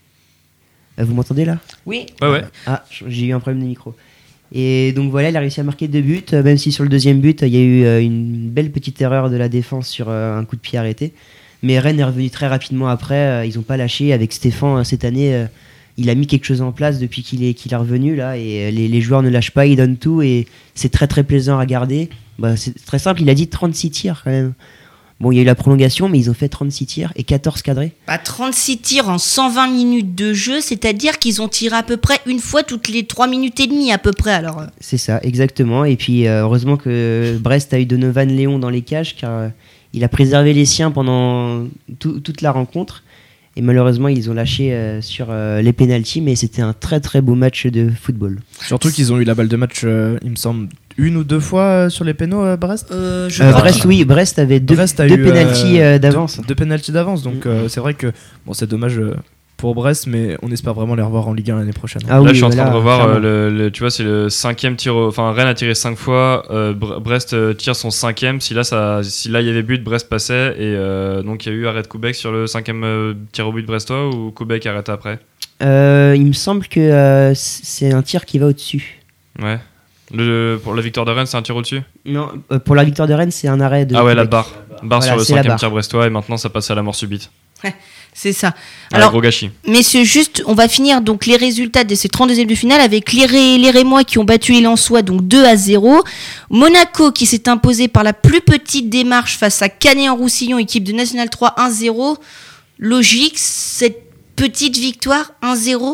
Euh, vous m'entendez là ? Oui. Ouais, ouais. Ah, j'ai eu un problème de micro. Et donc voilà, il a réussi à marquer deux buts, même si sur le deuxième but il y a eu euh, une belle petite erreur de la défense sur euh, un coup de pied arrêté. Mais Rennes est revenu très rapidement après, euh, ils n'ont pas lâché. Avec Stéphane, euh, cette année, euh, il a mis quelque chose en place depuis qu'il est, qu'il est revenu là, et euh, les, les joueurs ne lâchent pas, ils donnent tout, et c'est très très plaisant à regarder. Bah, c'est très simple, il a dit trente-six tirs quand même. Bon, il y a eu la prolongation, mais ils ont fait trente-six tirs et quatorze cadrés. Bah, trente-six tirs en cent vingt minutes de jeu, c'est-à-dire qu'ils ont tiré à peu près une fois toutes les trois minutes et demie à peu près. Alors. C'est ça, exactement. Et puis euh, heureusement que Brest a eu Donovan Léon dans les cages, car... Euh, il a préservé les siens pendant tout, toute la rencontre et malheureusement ils ont lâché euh, sur euh, les pénaltys, mais c'était un très très beau match de football. Surtout qu'ils ont eu la balle de match, euh, il me semble, une ou deux fois euh, sur les pénaux euh, Brest. Euh, je euh, Brest oui, Brest avait deux, Brest deux pénaltys euh, d'avance. Deux, deux pénaltys d'avance, donc euh, c'est vrai que bon, c'est dommage euh, pour Brest, mais on espère vraiment les revoir en Ligue un l'année prochaine. Ah, là, oui, je suis en train là, de revoir euh, le, le, tu vois, c'est le cinquième tir. Au, enfin, Rennes a tiré cinq fois, euh, Brest euh, tire son cinquième. Si là, ça, si là il y avait but, Brest passait, et euh, donc il y a eu arrêt de Koubek sur le cinquième euh, tir au but brestois, ou Koubek arrête après. Euh, il me semble que euh, c'est un tir qui va au-dessus. Ouais. Le, pour la victoire de Rennes, c'est un tir au-dessus ? Non, euh, pour la victoire de Rennes, c'est un arrêt de. Ah ouais, Koubek. la barre, barre voilà, sur le cinquième tir brestois, et maintenant ça passe à la mort subite. C'est ça. Ouais, Alors, gros gâchis. messieurs, juste, on va finir donc les résultats de ces trente-deuxièmes de finale avec les, Ré- les Rémois qui ont battu les Lensois donc deux à zéro. Monaco qui s'est imposé par la plus petite démarche face à Canet-en-Roussillon, équipe de National trois, un zéro. Logique, cette petite victoire, un zéro.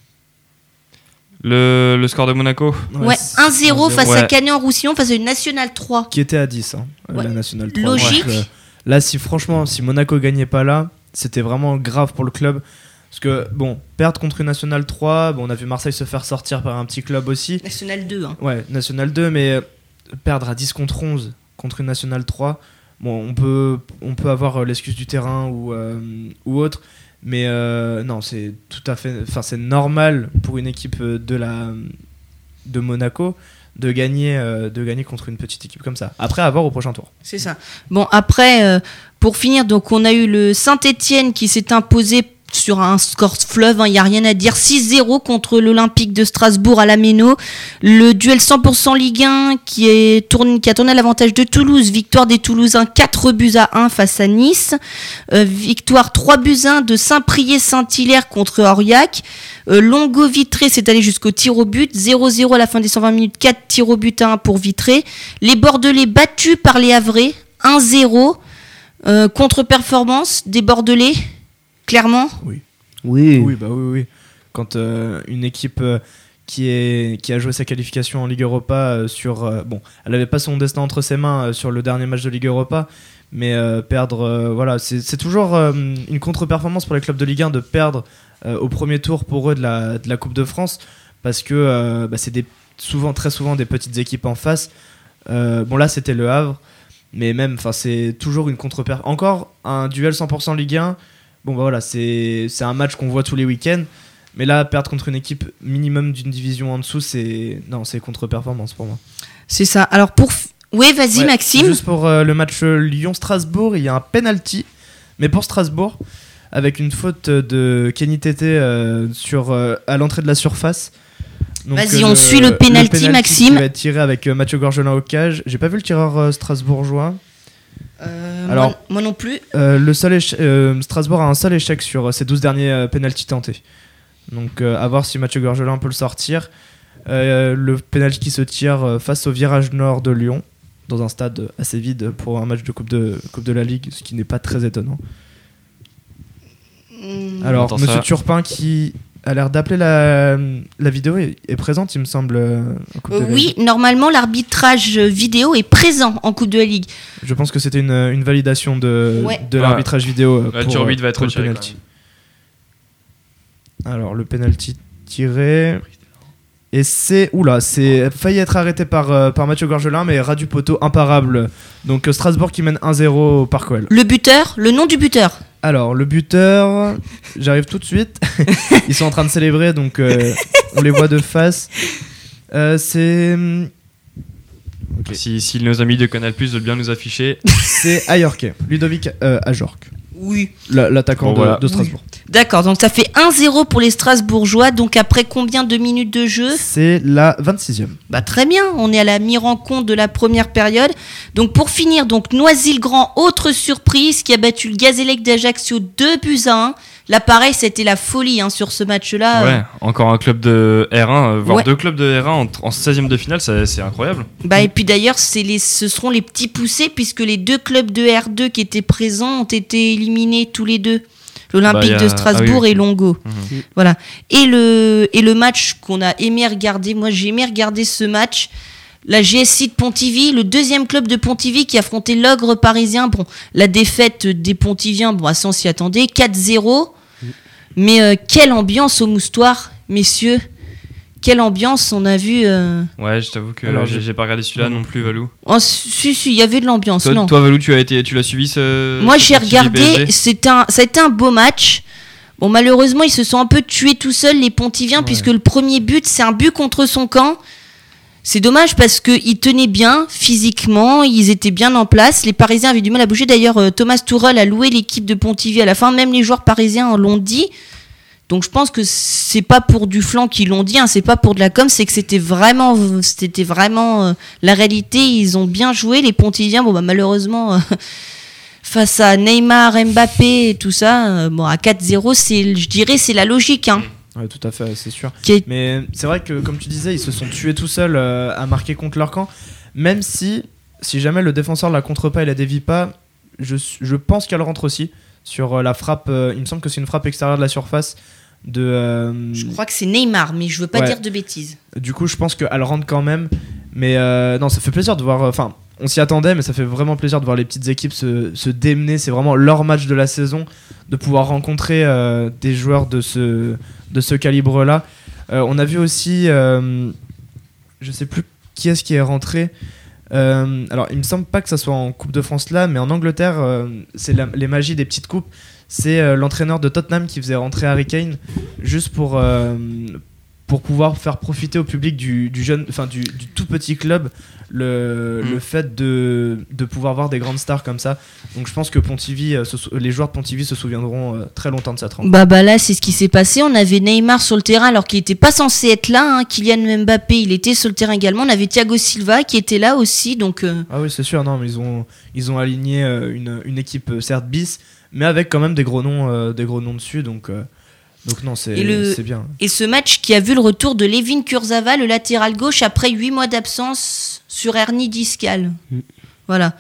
Le, le score de Monaco. Ouais, c'est un zéro face à Ouais. Canet-en-Roussillon, face à une National trois. Qui était à dix, hein, Ouais. la Nationale trois. Logique. Donc, euh, là, si franchement, si Monaco gagnait pas là, c'était vraiment grave pour le club. Parce que, bon, perdre contre une Nationale trois, bon, on a vu Marseille se faire sortir par un petit club aussi. National deux. Hein. Ouais, National deux, mais euh, perdre à dix contre onze contre une Nationale trois, bon, on peut, on peut avoir euh, l'excuse du terrain ou, euh, ou autre, mais euh, non, c'est tout à fait, enfin, c'est normal pour une équipe euh, de, la, de Monaco de gagner, euh, de gagner contre une petite équipe comme ça. Après, à voir au prochain tour. C'est ça. Bon, après, euh, pour finir, donc on a eu le Saint-Étienne qui s'est imposé sur un score fleuve, il hein, n'y a rien à dire, six zéro contre l'Olympique de Strasbourg à la Méno. Le duel cent pour cent Ligue un qui, est tourné, qui a tourné à l'avantage de Toulouse, victoire des Toulousains quatre buts à un face à Nice. Euh, victoire trois buts à un de Saint-Priest-Saint-Hilaire contre Aurillac. Euh, Longo-Vitré s'est allé jusqu'au tir au but, zéro zéro à la fin des cent vingt minutes, quatre tirs au but à un pour Vitré. Les Bordelais battus par les Havrais, un zéro. Euh, contre-performance des Bordelais, clairement. Oui. Oui. Oui, bah oui, oui. Quand euh, une équipe euh, qui, est, qui a joué sa qualification en Ligue Europa euh, sur... euh, bon, elle n'avait pas son destin entre ses mains euh, sur le dernier match de Ligue Europa, mais euh, perdre... euh, voilà, c'est, c'est toujours euh, une contre-performance pour les clubs de Ligue un de perdre euh, au premier tour pour eux de la, de la Coupe de France, parce que euh, bah, c'est des, souvent, très souvent des petites équipes en face. Euh, bon, là, c'était Le Havre, mais même, c'est toujours une contre-performance. Encore un duel cent pour cent Ligue un. Bon bah voilà, c'est, c'est un match qu'on voit tous les week-ends, mais là, perdre contre une équipe minimum d'une division en dessous, c'est non, c'est contre-performance pour moi. C'est ça. Alors pour... f- Oui, vas-y Ouais, Maxime. Juste pour euh, le match euh, Lyon-Strasbourg, il y a un penalty, mais pour Strasbourg, avec une faute de Kenny Tété euh, sur, euh, à l'entrée de la surface. Donc, Vas-y, euh, on suit le penalty, penalty Maxime. qui va être tiré avec euh, Mathieu Gorgelin au cage. J'ai pas vu le tireur euh, strasbourgeois. Euh, Alors- moi, moi non plus. Euh, le seul éche- euh, Strasbourg a un seul échec sur euh, ses douze derniers euh, penalty tentés. Donc euh, à voir si Mathieu Gorgelin peut le sortir. Euh, le penalty qui se tire euh, face au virage nord de Lyon, dans un stade assez vide pour un match de Coupe de, coupe de la Ligue, ce qui n'est pas très étonnant. Hmm. Alors, Attends, Monsieur ça- Turpin qui a l'air d'appeler la, la vidéo est, est présente, il me semble. euh, en Coupe Euh, de la oui, Ligue. normalement, l'arbitrage vidéo est présent en Coupe de la Ligue. Je pense que c'était une, une validation de, Ouais. de l'arbitrage vidéo. euh, La pour, turbide euh, va être pour le retirée, penalty. Alors, le penalty tiré. Et c'est. Oula, c'est failli être arrêté par, euh, par Mathieu Gorgelin, mais ras du poteau, imparable. Donc euh, Strasbourg qui mène un zéro au Parc O L. Le buteur, le nom du buteur. Alors, le buteur, j'arrive tout de suite. Ils sont en train de célébrer, donc euh, on les voit de face. Euh, c'est. Ok. Si, si nos amis de Canal Plus veulent bien nous afficher. C'est Ajorque, Ludovic euh, Ajorque, Oui. la- l'attaquant Bon, de, voilà. de Strasbourg. D'accord, donc ça fait un zéro pour les Strasbourgeois. Donc après combien de minutes de jeu? C'est la vingt-sixième. Bah très bien, on est à la mi-rencontre de la première période. Donc pour finir, donc Noisy-le-Grand, autre surprise, qui a battu le Gazélec d'Ajaccio deux buts à un. Là pareil, c'était la folie hein, sur ce match-là. Ouais, encore un club de R un, euh, voire Ouais. deux clubs de R un en, en seizième de finale, ça- c'est incroyable. Bah, et puis d'ailleurs, c'est les, ce seront les petits poussés, puisque les deux clubs de R deux qui étaient présents ont été éliminés tous les deux. L'Olympique Bah, y a- de Strasbourg ah oui, oui. et Longo. Mhm. Voilà. Et le, et le match qu'on a aimé regarder, moi j'ai aimé regarder ce match, la G S I de Pontivy, le deuxième club de Pontivy qui affrontait l'Ogre parisien. Bon, la défaite des Pontiviens, bon, ça on s'y attendait, quatre zéro. Mais euh, quelle ambiance au Moustoir, messieurs. Quelle ambiance on a vu. euh, Ouais, je t'avoue que Alors, j'ai je- j'ai pas regardé celui-là non plus, Valou. Oh, si, si, il y avait de l'ambiance, Toi, non. toi, Valou, tu as été, tu l'as suivi ce. Moi, ce j'ai Pontivy P S regardé, G c'était un, ça a été un beau match. Bon, malheureusement, ils se sont un peu tués tout seuls, les Pontiviens, Ouais. puisque le premier but, c'est un but contre son camp. C'est dommage parce qu'ils tenaient bien physiquement, ils étaient bien en place. Les Parisiens avaient du mal à bouger. D'ailleurs, euh, Thomas Tuchel a loué l'équipe de Pontivy à la fin. Même les joueurs parisiens l'ont dit. Donc, je pense que c'est pas pour du flanc qu'ils l'ont dit, hein, c'est pas pour de la com, c'est que c'était vraiment, c'était vraiment euh, la réalité. Ils ont bien joué, les Pontiviens. Bon, bah, malheureusement. euh, face à Neymar, Mbappé et tout ça, euh, bon, à quatre zéro, c'est, je dirais c'est la logique. Hein. Ouais, tout à fait, c'est sûr. Est... Mais c'est vrai que, comme tu disais, ils se sont tués tout seuls euh, à marquer contre leur camp. Même si, si jamais le défenseur la contre pas et la dévie pas, je, je pense qu'elle rentre aussi sur euh, la frappe. Euh, il me semble que c'est une frappe extérieure de la surface. De, euh, je crois que c'est Neymar, mais je veux pas ouais. dire de bêtises. Du coup, je pense qu'elle rentre quand même. Mais euh, non, ça fait plaisir de voir. Enfin, on s'y attendait, mais ça fait vraiment plaisir de voir les petites équipes se, se démener. C'est vraiment leur match de la saison, de pouvoir rencontrer euh, des joueurs de ce, de ce calibre-là. Euh, on a vu aussi, euh, je sais plus qui est-ce qui est rentré. Euh, alors, il me semble pas que ça soit en Coupe de France là, mais en Angleterre, euh, c'est la, les magies des petites coupes. C'est euh, l'entraîneur de Tottenham qui faisait rentrer Harry Kane juste pour, euh, pour pouvoir faire profiter au public du, du, jeune, enfin, du, du tout petit club le, mmh. le fait de, de pouvoir voir des grandes stars comme ça. Donc je pense que Pontivy, euh, se, les joueurs de Pontivy se souviendront euh, très longtemps de cette rencontre. Bah, bah là, c'est ce qui s'est passé. On avait Neymar sur le terrain alors qu'il n'était pas censé être là. Hein. Kylian Mbappé, il était sur le terrain également. On avait Thiago Silva qui était là aussi. Donc, euh... Ah oui, c'est sûr. Non, mais ils ont, ils ont aligné euh, une, une équipe euh, certes bis, mais avec quand même des gros noms, euh, des gros noms dessus. Donc, euh, donc non, c'est, le... c'est bien. Et ce match qui a vu le retour de Levin Kurzawa, le latéral gauche, après huit mois d'absence sur hernie discale. Mm. Voilà.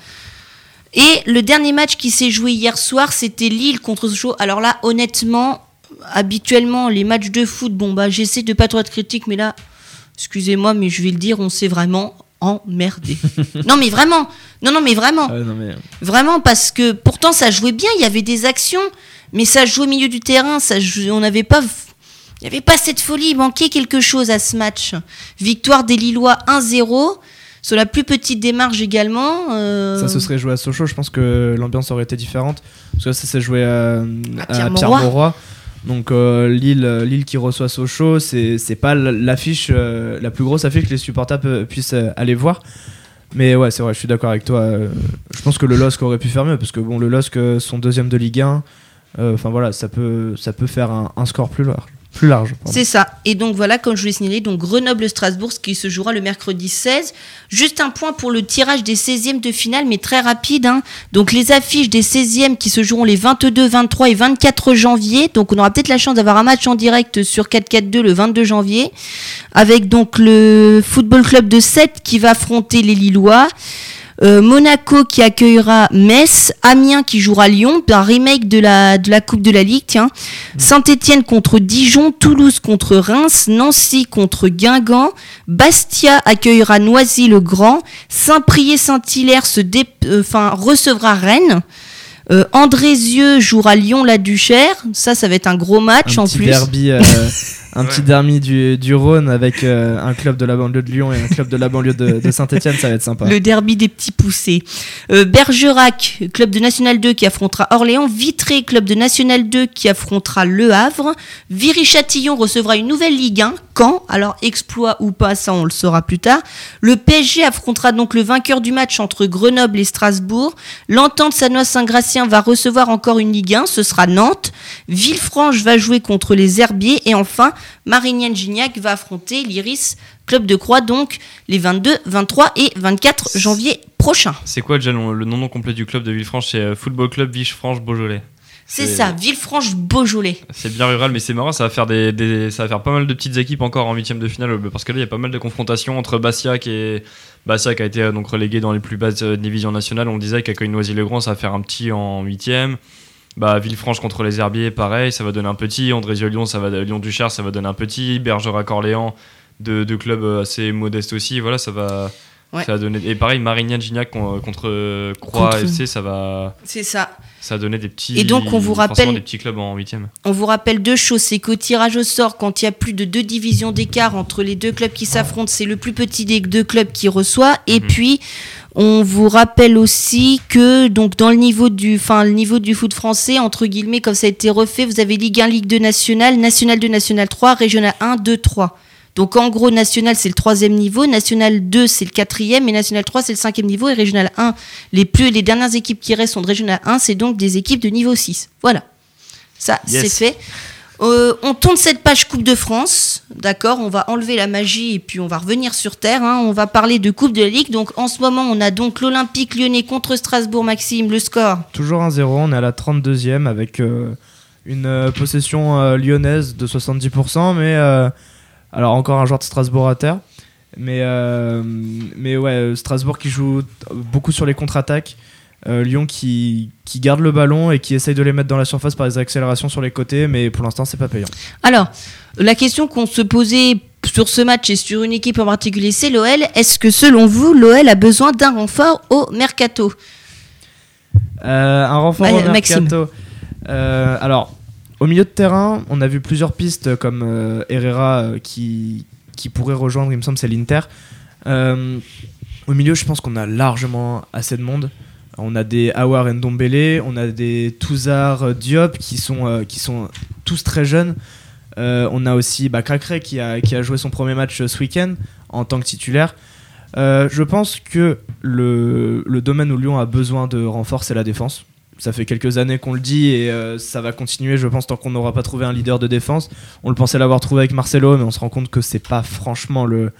Et le dernier match qui s'est joué hier soir, c'était Lille contre Sochaux. Alors là, honnêtement, habituellement, les matchs de foot, bon, bah, j'essaie de pas trop être critique, mais là, excusez-moi, mais je vais le dire, on s'est vraiment emmerdé. non, mais vraiment. Non, non, mais vraiment. Ah ouais, non, mais... Vraiment, parce que pourtant, ça jouait bien, il y avait des actions, mais ça jouait au milieu du terrain, ça jouait, on n'avait pas... Il n'y avait pas cette folie, il manquait quelque chose à ce match. Victoire des Lillois un zéro, sur la plus petite démarche également. Euh... Ça se serait joué à Sochaux, je pense que l'ambiance aurait été différente. Parce que ça s'est joué à, à, à Pierre-Mauroy. Donc euh, Lille, Lille qui reçoit Sochaux, c'est, c'est pas l'affiche, euh, la plus grosse affiche que les supporters pe- puissent euh, aller voir. Mais ouais, c'est vrai, je suis d'accord avec toi. Euh, je pense que le L O S C aurait pu faire mieux, parce que bon, le L O S C, son deuxième de Ligue un, enfin euh, voilà, ça peut, ça peut faire un, un score plus large. Plus large. Pardon. C'est ça. Et donc voilà, comme je vous l'ai signalé, donc Grenoble-Strasbourg, qui se jouera le mercredi seize. Juste un point pour le tirage des seizièmes de finale, mais très rapide. Hein. Donc les affiches des seizièmes qui se joueront les vingt-deux, vingt-trois et vingt-quatre janvier. Donc on aura peut-être la chance d'avoir un match en direct sur quatre quatre deux le vingt-deux janvier. Avec donc le Football Club de Sète qui va affronter les Lillois. Euh, Monaco qui accueillera Metz, Amiens qui jouera Lyon, un remake de la, de la Coupe de la Ligue, tiens. Mmh. Saint-Étienne contre Dijon, Toulouse contre Reims, Nancy contre Guingamp, Bastia accueillera Noisy-le-Grand, Saint-Priest-Saint-Hilaire se dé... euh, enfin, recevra Rennes. Euh, Andrézieux jouera Lyon-la-Duchère, ça, ça va être un gros match un en petit plus. Derby, euh, un ouais. petit derby du, du Rhône avec euh, un club de la banlieue de Lyon et un club de la banlieue de, de Saint-Etienne, ça va être sympa. Le derby des petits poussés. Euh, Bergerac, club de National deux qui affrontera Orléans. Vitré, club de National deux qui affrontera Le Havre. Viry-Châtillon recevra une nouvelle Ligue un. Caen, alors exploit ou pas, ça on le saura plus tard. Le P S G affrontera donc le vainqueur du match entre Grenoble et Strasbourg. L'Entente Sannois-Saint-Gratien va recevoir encore une Ligue un, ce sera Nantes. Villefranche va jouer contre les Herbiers. Et enfin, Marignane-Gignac va affronter l'Iris Club de Croix, donc les vingt-deux, vingt-trois et vingt-quatre janvier prochains. C'est quoi déjà le, le nom complet du club de Villefranche? C'est Football Club Villefranche-Beaujolais. C'est, c'est ça, Villefranche-Beaujolais. C'est bien rural, mais c'est marrant, ça va faire des, des, ça va faire pas mal de petites équipes encore en huitième de finale, parce que là il y a pas mal de confrontations entre Bastia qui est Bastia qui a été donc relégué dans les plus basses divisions nationales. On disait qu'accueille Noisy-le-Grand, ça va faire un petit en huitième. Bah Villefranche contre les Herbiers, pareil, ça va donner un petit. Andrézieux-Lyon, ça va Lyon-Duchère, ça va donner un petit. Bergerac-Orléans, deux, deux clubs assez modestes aussi. Voilà, ça va. Ouais. Ça va donner... Et pareil, Marignane-Gignac contre Croix contre... F C, ça va. C'est ça. Ça a donné des petits. Et donc on vous rappelle des petits clubs en huitième. On vous rappelle deux choses, c'est qu'au tirage au sort, quand il y a plus de deux divisions d'écart entre les deux clubs qui s'affrontent, c'est le plus petit des deux clubs qui reçoit. Et mmh. puis on vous rappelle aussi que donc dans le niveau du, enfin le niveau du foot français entre guillemets, comme ça a été refait, vous avez Ligue un, Ligue deux nationale, National deux, National trois, Régional un, deux, trois. Donc en gros, National c'est le troisième niveau, National deux c'est le quatrième et National trois c'est le cinquième niveau et Régional un, les plus les dernières équipes qui restent sont de Régional un, c'est donc des équipes de niveau six. Voilà, ça yes. c'est fait. Euh, on tourne cette page Coupe de France, d'accord, on va enlever la magie et puis on va revenir sur terre, hein. On va parler de Coupe de Ligue. Donc en ce moment on a donc l'Olympique Lyonnais contre Strasbourg. Maxime, le score? Toujours un zéro, on est à la trente-deuxième avec euh, une euh, possession euh, lyonnaise de soixante-dix pour cent, mais euh, alors encore un joueur de Strasbourg à terre, mais, euh, mais ouais, Strasbourg qui joue beaucoup sur les contre-attaques. Euh, Lyon qui, qui garde le ballon et qui essaye de les mettre dans la surface par des accélérations sur les côtés, mais pour l'instant c'est pas payant. Alors, la question qu'on se posait sur ce match et sur une équipe en particulier, c'est l'O L. Est-ce que selon vous, l'O L a besoin d'un renfort au mercato? euh, Un renfort bah, au Maxime. mercato. Euh, alors, au milieu de terrain, on a vu plusieurs pistes comme euh, Herrera euh, qui, qui pourrait rejoindre, il me semble, c'est l'Inter. Euh, au milieu, je pense qu'on a largement assez de monde. On a des Aouar et Ndombele, on a des Touzard, Diop qui sont, euh, qui sont tous très jeunes. Euh, on a aussi bah, Cacré qui a, qui a joué son premier match ce week-end en tant que titulaire. Euh, je pense que le, le domaine où Lyon a besoin de renfort, c'est la défense. Ça fait quelques années qu'on le dit et euh, ça va continuer, je pense, tant qu'on n'aura pas trouvé un leader de défense. On le pensait l'avoir trouvé avec Marcelo, mais on se rend compte que c'est pas franchement le,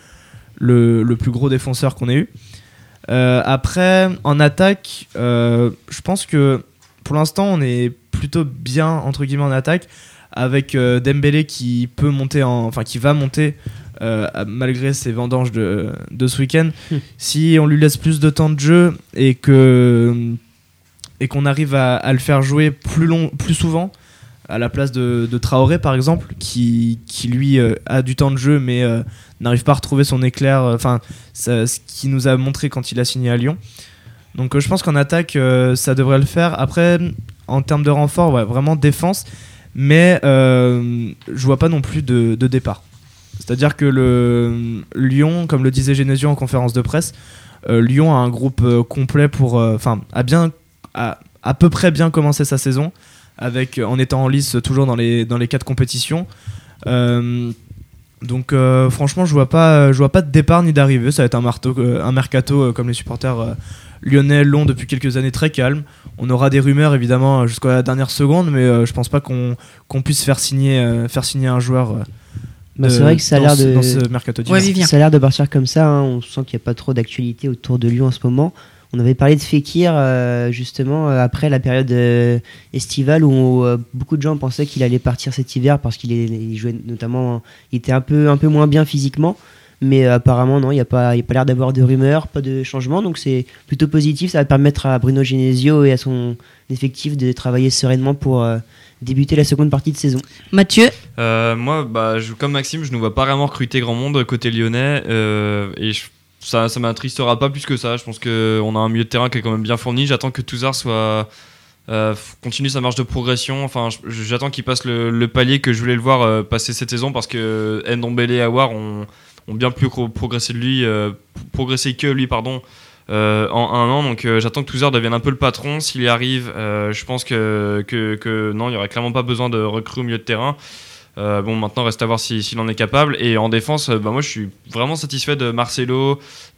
le, le plus gros défenseur qu'on ait eu. Euh, après, en attaque, euh, je pense que pour l'instant, on est plutôt bien entre guillemets en attaque, avec euh, Dembélé qui peut monter, en, enfin qui va monter euh, malgré ses vendanges de, de ce week-end. Mmh. Si on lui laisse plus de temps de jeu et que et qu'on arrive à, à le faire jouer plus long, plus souvent, à la place de, de Traoré par exemple, qui, qui lui euh, a du temps de jeu mais euh, n'arrive pas à retrouver son éclair, enfin euh, ce qu'il nous a montré quand il a signé à Lyon. Donc euh, je pense qu'en attaque euh, ça devrait le faire. Après en termes de renfort, ouais, vraiment défense, mais euh, je vois pas non plus de, de départ. C'est-à-dire que le Lyon, comme le disait Genesio en conférence de presse, euh, Lyon a un groupe euh, complet pour, enfin euh, a bien a à peu près bien commencé sa saison, avec, en étant en lice toujours dans les, dans les quatre compétitions. Euh, donc euh, franchement je vois pas, je vois pas de départ ni d'arrivée. Ça va être un, marteau, euh, un mercato euh, comme les supporters euh, lyonnais l'ont depuis quelques années, très calme. On aura des rumeurs évidemment jusqu'à la dernière seconde, mais euh, je pense pas qu'on, qu'on puisse faire signer, euh, faire signer un joueur euh, bah, de, c'est vrai que ça a l'air ce, de... dans ce mercato ouais, ça a l'air de partir comme ça, hein. On sent qu'il n'y a pas trop d'actualité autour de Lyon en ce moment. On avait parlé de Fekir euh, justement euh, après la période euh, estivale où euh, beaucoup de gens pensaient qu'il allait partir cet hiver parce qu'il est, il jouait notamment, il était un peu, un peu moins bien physiquement, mais euh, apparemment non, il n'y a pas, il y a pas l'air d'avoir de rumeurs, pas de changement, donc c'est plutôt positif. Ça va permettre à Bruno Genesio et à son effectif de travailler sereinement pour euh, débuter la seconde partie de saison. Mathieu? euh, Moi, bah, je, comme Maxime, je ne vois pas vraiment recruter grand monde côté lyonnais euh, et je Ça, ça m'attristera pas plus que ça. Je pense qu'on a un milieu de terrain qui est quand même bien fourni. J'attends que Touzard soit, euh, continue sa marche de progression. Enfin, j'attends qu'il passe le, le palier que je voulais le voir euh, passer cette saison, parce que Ndombele et Aouar ont, ont bien plus progressé, de lui, euh, progressé que lui pardon, euh, en un an. Donc euh, j'attends que Touzard devienne un peu le patron. S'il y arrive, euh, je pense que, que, que non, il n'y aurait clairement pas besoin de recrues au milieu de terrain. Euh, bon, maintenant reste à voir si, s'il en est capable. Et en défense, bah, moi je suis vraiment satisfait de Marcelo,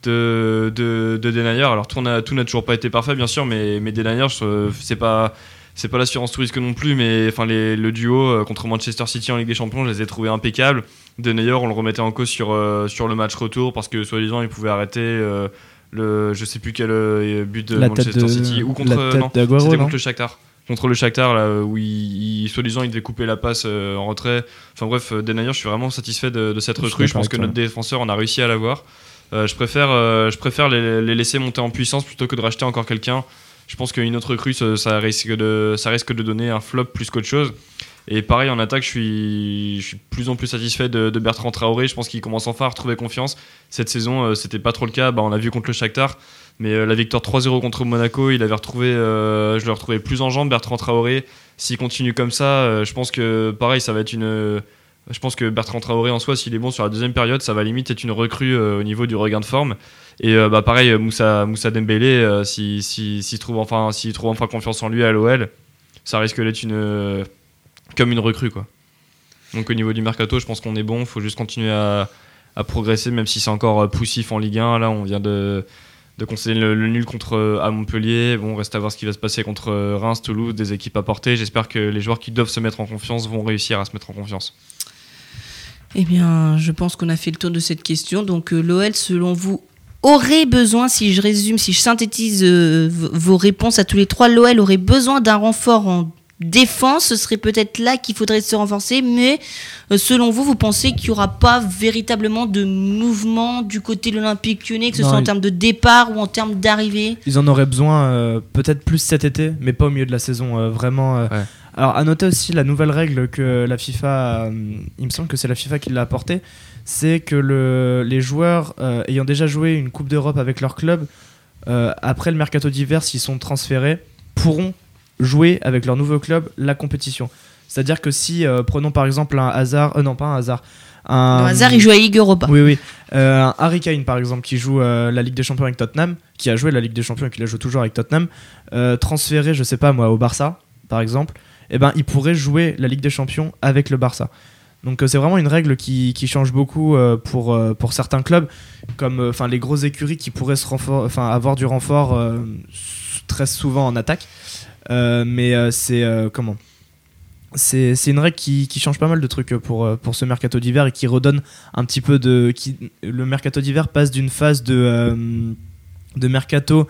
de, de, de Denayer. Alors tout n'a, tout n'a toujours pas été parfait bien sûr, mais, mais Denayer c'est pas, c'est pas l'assurance tout risque non plus, mais enfin, les, le duo contre Manchester City en Ligue des Champions, je les ai trouvés impeccables. Denayer, on le remettait en cause sur, euh, sur le match retour parce que soi-disant il pouvait arrêter euh, le, je sais plus quel euh, but de la Manchester de, City ou contre, la tête non, d'Aguero, c'était non contre le Shakhtar. Contre le Shakhtar, là, où il, il, soi-disant il devait couper la passe euh, en retrait. Enfin bref, Denayer, je suis vraiment satisfait de, de cette recrue. Je pense que notre défenseur, on a réussi à l'avoir. Euh, je préfère, euh, je préfère les, les laisser monter en puissance plutôt que de racheter encore quelqu'un. Je pense qu'une autre recrue, ça, ça, risque de, ça risque de donner un flop plus qu'autre chose. Et pareil, en attaque, je suis, je suis de plus en plus satisfait de, de Bertrand Traoré. Je pense qu'il commence enfin à retrouver confiance. Cette saison, euh, c'était pas trop le cas. Bah, on l'a vu contre le Shakhtar. Mais euh, la victoire trois zéro contre Monaco, il avait retrouvé, euh, je l'ai retrouvé plus en jambes, Bertrand Traoré. S'il continue comme ça, euh, je pense que pareil, ça va être une. Euh, je pense que Bertrand Traoré en soi, s'il est bon sur la deuxième période, ça va limite être une recrue euh, au niveau du regain de forme. Et euh, bah pareil, Moussa, Moussa Dembélé, euh, s'il si, si, si trouve enfin, s'il trouve enfin confiance en lui à l'O L, ça risque d'être une euh, comme une recrue quoi. Donc au niveau du mercato, je pense qu'on est bon. Il faut juste continuer à, à progresser, même si c'est encore poussif en Ligue un. Là, on vient de de concéder le, le nul contre à Montpellier. Bon, reste à voir ce qui va se passer contre Reims, Toulouse, des équipes à portée. J'espère que les joueurs qui doivent se mettre en confiance vont réussir à se mettre en confiance. Eh bien, je pense qu'on a fait le tour de cette question. Donc, euh, l'O L, selon vous, aurait besoin, si je résume, si je synthétise euh, v- vos réponses à tous les trois, l'O L aurait besoin d'un renfort en défense. Ce serait peut-être là qu'il faudrait se renforcer. Mais euh, selon vous, vous pensez qu'il n'y aura pas véritablement de mouvement du côté de l'Olympique Lyonnais, que ce Non, soit en il- termes de départ ou en termes d'arrivée? Ils en auraient besoin euh, peut-être plus cet été, mais pas au milieu de la saison. euh, vraiment. euh. Ouais. Alors, à noter aussi la nouvelle règle que la FIFA, euh, il me semble que c'est la FIFA qui l'a apportée, c'est que le, les joueurs euh, ayant déjà joué une Coupe d'Europe avec leur club, euh, après le mercato d'hiver, s'ils sont transférés, pourront jouer avec leur nouveau club la compétition. C'est-à-dire que si, euh, prenons par exemple un Hazard, euh, non pas un Hazard, un Le hasard, il joue à Ligue Europa. Oui, oui. Euh, un Harry Kane, par exemple, qui joue euh, la Ligue des Champions avec Tottenham, qui a joué la Ligue des Champions et qui la joue toujours avec Tottenham, euh, transféré, je sais pas moi, au Barça, par exemple, eh ben, il pourrait jouer la Ligue des Champions avec le Barça. Donc euh, c'est vraiment une règle qui, qui change beaucoup euh, pour, euh, pour certains clubs, comme euh, les grosses écuries qui pourraient se renfor- avoir du renfort euh, très souvent en attaque. Euh, mais euh, c'est euh, comment c'est, c'est une règle qui, qui change pas mal de trucs pour, euh, pour ce mercato d'hiver et qui redonne un petit peu de... Qui, le mercato d'hiver passe d'une phase de, euh, de mercato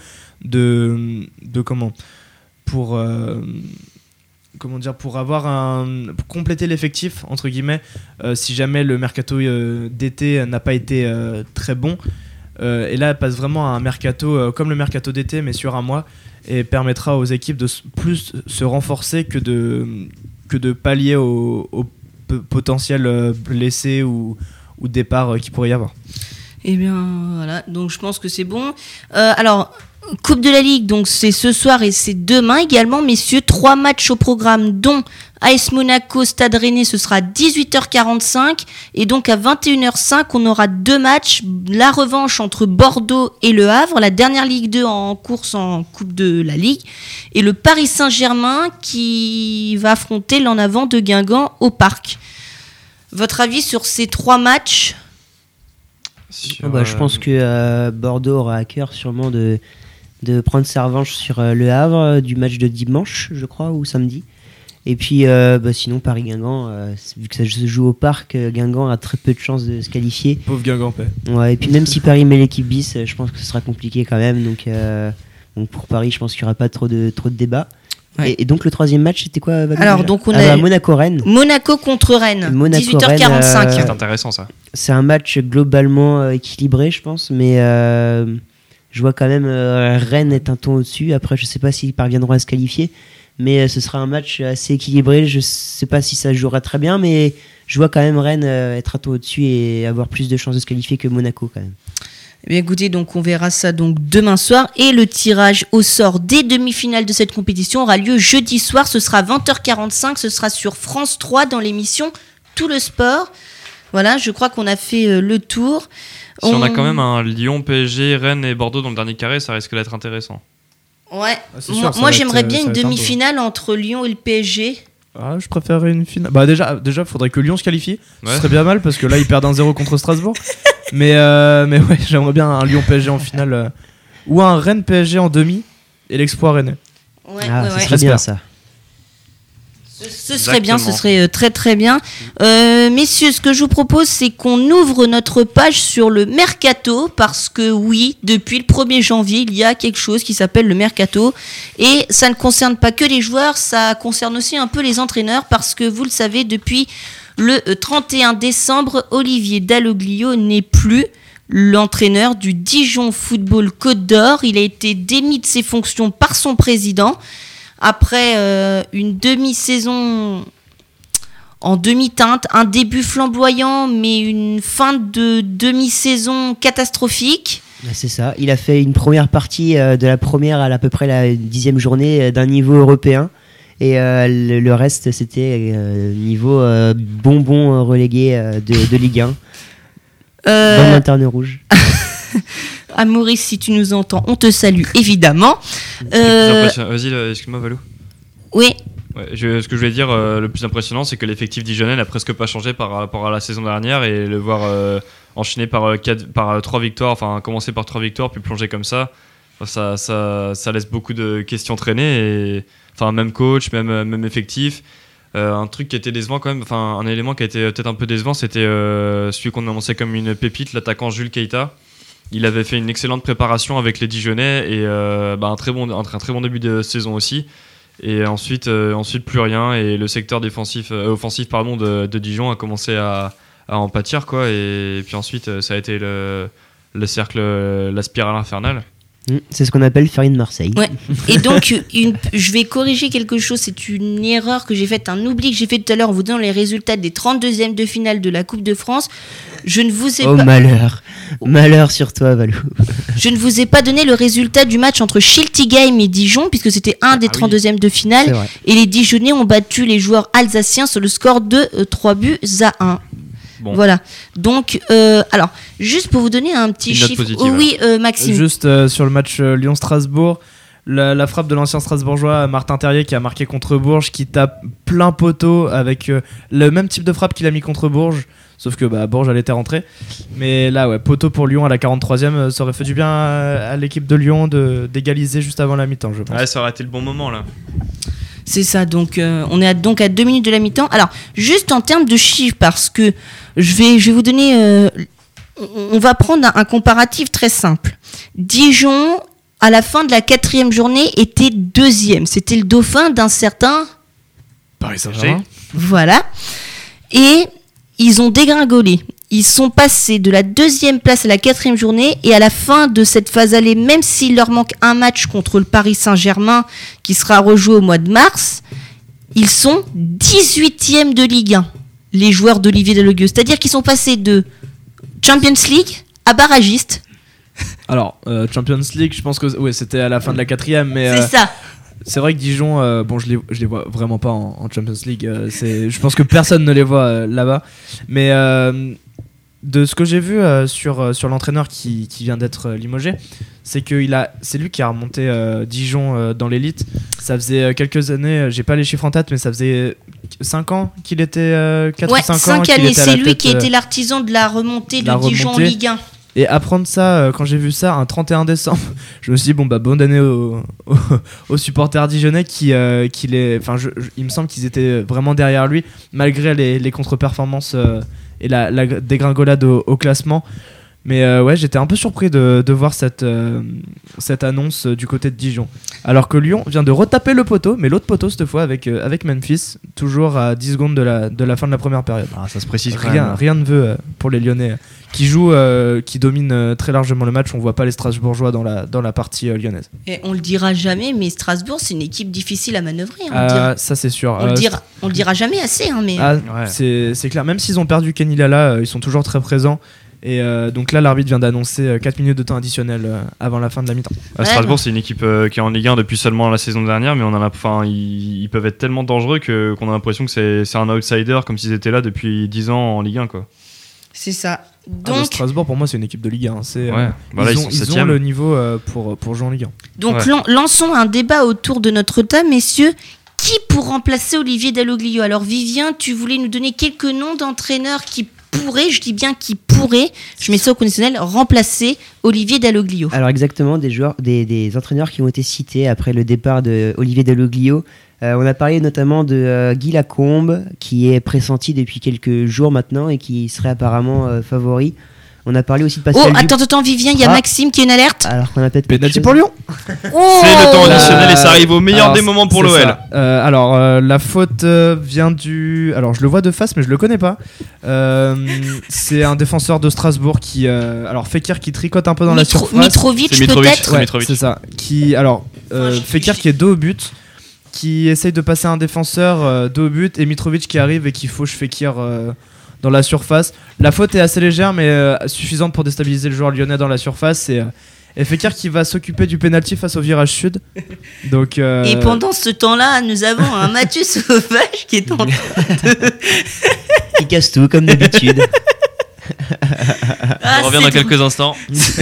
de, de comment pour... Euh, comment dire, pour avoir un pour compléter l'effectif entre guillemets euh, si jamais le mercato euh, d'été n'a pas été euh, très bon euh, et là elle passe vraiment à un mercato euh, comme le mercato d'été mais sur un mois et permettra aux équipes de s- plus se renforcer que de que de pallier aux, aux p- potentiels euh, blessés ou ou départs euh, qu'il pourrait y avoir. Eh bien, voilà. Donc, je pense que c'est bon. Euh, alors, Coupe de la Ligue, donc c'est ce soir et c'est demain également, messieurs. Trois matchs au programme, dont A S Monaco, Stade Rennais, ce sera dix-huit heures quarante-cinq. Et donc, à vingt et une heures cinq, on aura deux matchs. La revanche entre Bordeaux et Le Havre, la dernière Ligue deux en course en Coupe de la Ligue. Et le Paris Saint-Germain qui va affronter l'en avant de Guingamp au Parc. Votre avis sur ces trois matchs ? Sur, Ah bah, je euh, pense que euh, Bordeaux aura à cœur sûrement de, de prendre sa revanche sur euh, Le Havre euh, du match de dimanche, je crois, ou samedi. Et puis euh, bah, sinon Paris-Guingamp, euh, vu que ça se joue au Parc, euh, Guingamp a très peu de chances de se qualifier. Pauvre Guingampais. Ouais, et puis même si Paris met l'équipe bis, euh, je pense que ce sera compliqué quand même. Donc, euh, donc pour Paris, je pense qu'il n'y aura pas trop de, trop de débats. Ouais. Et, et donc le troisième match, c'était quoi, Valou, Alors, déjà donc, on Ah a- bah, Monaco-Rennes. Monaco contre Rennes, Monaco, dix-huit heures quarante-cinq. Rennes, C'est euh, intéressant ça. C'est un match globalement euh, équilibré, je pense, mais euh, je vois quand même euh, Rennes est un ton au-dessus. Après, je sais pas s'ils parviendront à se qualifier, mais euh, ce sera un match assez équilibré. Je sais pas si ça jouera très bien, mais je vois quand même Rennes euh, être un ton au-dessus et avoir plus de chances de se qualifier que Monaco quand même. Eh bien, écoutez, donc on verra ça donc demain soir et le tirage au sort des demi-finales de cette compétition aura lieu jeudi soir. Ce sera vingt heures quarante-cinq. Ce sera sur France trois dans l'émission Tout le sport. Voilà, je crois qu'on a fait euh, le tour. Si on... on a quand même un Lyon, P S G, Rennes et Bordeaux dans le dernier carré, ça risque d'être intéressant. Ouais. Ah, c'est moi, sûr, ça moi va j'aimerais être, bien ça une va être un demi-finale entre Lyon et le P S G. Ah, je préférerais une finale. Bah déjà, déjà, faudrait que Lyon se qualifie. Ouais. Ce serait bien mal parce que là, ils perdent un zéro contre Strasbourg. mais, euh, mais ouais, j'aimerais bien un Lyon-P S G en finale euh, ou un Rennes-P S G en demi et l'exploit rennais. Ouais, ah, ouais, ça ouais. serait bien ça. Ce, ce serait bien, ce Exactement. serait euh, très très bien. Euh, messieurs, ce que je vous propose, c'est qu'on ouvre notre page sur le mercato, parce que oui, depuis le premier janvier, il y a quelque chose qui s'appelle le mercato, et ça ne concerne pas que les joueurs, ça concerne aussi un peu les entraîneurs, parce que vous le savez, depuis le euh, trente et un décembre, Olivier Dalloglio n'est plus l'entraîneur du Dijon Football Côte d'Or. Il a été démis de ses fonctions par son président. Après euh, une demi-saison en demi-teinte, un début flamboyant, mais une fin de demi-saison catastrophique. C'est ça. Il a fait une première partie euh, de la première à, à peu près la dixième journée euh, d'un niveau européen. Et euh, le, le reste, c'était euh, niveau euh, bonbon euh, relégué euh, de, de Ligue un. Euh, Dans l'interne rouge. à Maurice, si tu nous entends, on te salue évidemment. C'est Euh, impressionnant. Vas-y, là, excuse-moi, Valou. oui, Ouais, je, ce que je voulais dire, euh, le plus impressionnant, c'est que l'effectif dijonnais n'a presque pas changé par rapport à la saison dernière et le voir euh, enchaîner par, euh, quatre, par euh, trois victoires, enfin commencer par trois victoires puis plonger comme ça, ça, ça, ça laisse beaucoup de questions traîner. Et, enfin, même coach, même, même effectif. Euh, un truc qui était décevant quand même, enfin un élément qui a été peut-être un peu décevant, c'était euh, celui qu'on annonçait comme une pépite, l'attaquant Jules Keita. Il avait fait une excellente préparation avec les Dijonnais et euh, bah, un, très bon, un, un très bon début de saison aussi. Et ensuite, euh, ensuite plus rien et le secteur défensif, euh, offensif pardon, de, de Dijon a commencé à, à en pâtir quoi. Et, et puis ensuite ça a été le, le cercle, la spirale infernale. Mmh, c'est ce qu'on appelle faire une Marseille. Ouais. Et donc, une, je vais corriger quelque chose. C'est une erreur que j'ai faite, un oubli que j'ai fait tout à l'heure en vous donnant les résultats des trente-deuxièmes de finale de la Coupe de France. Je ne vous ai oh pas. malheur, malheur sur toi, Valou. Je ne vous ai pas donné le résultat du match entre Schiltigheim et Dijon, puisque c'était un des ah trente-deuxièmes oui. de finale. Et les Dijonnais ont battu les joueurs alsaciens sur le score de euh, trois buts à un. Bon. Voilà. Donc, euh, alors, juste pour vous donner un petit Une note chiffre. positive, Oh, oui, euh, Maxime. Juste euh, sur le match euh, Lyon-Strasbourg, la, la frappe de l'ancien Strasbourgeois Martin Terrier qui a marqué contre Bourges, qui tape plein poteau avec euh, le même type de frappe qu'il a mis contre Bourges, sauf que bah, Bourges elle était rentrée. Mais là, ouais, poteau pour Lyon à la quarante-troisième, euh, ça aurait fait du bien à, à l'équipe de Lyon de, d'égaliser juste avant la mi-temps, je pense. Ouais, ça aurait été le bon moment là. C'est ça, donc euh, on est à, donc à deux minutes de la mi-temps. Alors, juste en termes de chiffres, parce que je vais, je vais vous donner... Euh, on va prendre un, un comparatif très simple. Dijon, à la fin de la quatrième journée, était deuxième. C'était le dauphin d'un certain... Paris Saint-Germain. Voilà. Et ils ont dégringolé. Ils sont passés de la deuxième place à la quatrième journée et à la fin de cette phase allée, même s'il leur manque un match contre le Paris Saint-Germain qui sera rejoué au mois de mars, ils sont dix-huitième de Ligue un, les joueurs d'Olivier Delogueux. C'est-à-dire qu'ils sont passés de Champions League à barragiste. Alors, euh, Champions League, je pense que ouais, c'était à la fin de la quatrième, mais... C'est euh, ça. C'est vrai que Dijon, euh, bon, je les, je les vois vraiment pas en, en Champions League. Euh, c'est, je pense que personne ne les voit euh, là-bas. Mais euh, de ce que j'ai vu euh, sur, euh, sur l'entraîneur qui, qui vient d'être euh, limogé, c'est que il a, c'est lui qui a remonté euh, Dijon euh, dans l'élite. Ça faisait euh, quelques années, euh, j'ai pas les chiffres en tête, mais ça faisait cinq ans qu'il était, euh, quatre Ouais, ou cinq ans. cinq qu'il années, était à c'est la lui tête, qui euh, était l'artisan de la remontée de la Dijon en remontée. Ligue un. Et apprendre ça, euh, quand j'ai vu ça un trente et un décembre, je me suis dit bon bah bonne année aux, aux, aux supporters dijonnais qui, euh, qui les, enfin je, je, il me semble qu'ils étaient vraiment derrière lui malgré les, les contre-performances euh, et la, la dégringolade au, au classement. Mais euh, ouais, j'étais un peu surpris de, de voir cette, euh, cette annonce euh, du côté de Dijon. Alors que Lyon vient de retaper le poteau, mais l'autre poteau cette fois avec, euh, avec Memphis, toujours à dix secondes de la, de la fin de la première période. Ah, ça se précise quand Rien, même. rien ne veut euh, pour les Lyonnais qui jouent, euh, qui dominent euh, très largement le match. On voit pas les Strasbourgeois dans la, dans la partie euh, lyonnaise. Et on le dira jamais, mais Strasbourg, c'est une équipe difficile à manœuvrer. On, Euh, le, dira, ça c'est sûr. on, le, Euh, dira, on le dira jamais assez, hein, mais... ah, Ouais. c'est, c'est clair. Même s'ils ont perdu Kenny Lala, euh, ils sont toujours très présents. Et euh, donc là, l'arbitre vient d'annoncer euh, quatre minutes de temps additionnel euh, avant la fin de la mi-temps. À Ouais, Strasbourg, non. c'est une équipe euh, qui est en Ligue un depuis seulement la saison dernière, mais on en a, enfin, ils, ils peuvent être tellement dangereux que, qu'on a l'impression que c'est, c'est un outsider, comme s'ils étaient là depuis dix ans en Ligue un, quoi. C'est ça. Ah, bah, Donc, Strasbourg, pour moi, c'est une équipe de Ligue un. C'est, euh, Ouais. Bah là, ils, ils ont, sont ils ont septième. le niveau euh, pour, pour jouer en Ligue un. donc Ouais. lan- lançons un débat autour de notre table, messieurs. Qui pour remplacer Olivier Dalloglio ? Alors Vivien, tu voulais nous donner quelques noms d'entraîneurs qui pourraient, je dis bien qui pourraient, je mets ça au conditionnel, remplacer Olivier Dalloglio. Alors exactement, des joueurs, des, des entraîneurs qui ont été cités après le départ de Olivier Dalloglio. Euh, on a parlé notamment de euh, Guy Lacombe, qui est pressenti depuis quelques jours maintenant et qui serait apparemment euh, favori. On a parlé aussi de Oh, Pascal Dup- attends, attends, Vivien, il y a Ah. Maxime qui a une alerte. Alors qu'on a peut-être quelque Penalty chose- pour Lyon. Oh C'est le temps là- additionnel et ça arrive au meilleur Alors, des moments pour c'est l'O L. ça. Euh, alors, euh, la faute euh, vient du. Alors, je le vois de face, mais je le connais pas. Euh, c'est un défenseur de Strasbourg qui. euh, Alors, Fekir qui tricote un peu dans la Mitro- surface. Mitrovic C'est Mitrovic. peut-être. C'est Ouais, Mitrovic. c'est ça. Qui. Alors, euh, Enfin, je- Fekir qui est dos au but, qui essaye de passer un défenseur euh, dos au but, et Mitrovic qui arrive et qui fauche Fekir euh, dans la surface. La faute est assez légère, mais euh, suffisante pour déstabiliser le joueur lyonnais dans la surface. Et, euh, et Fekir qui va s'occuper du pénalty face au virage sud. Donc, euh, Et pendant ce temps-là, nous avons un Mathieu Sauvage qui est en train de... Qui casse tout, comme d'habitude. Ah, On revient c'est dans drôle. quelques instants.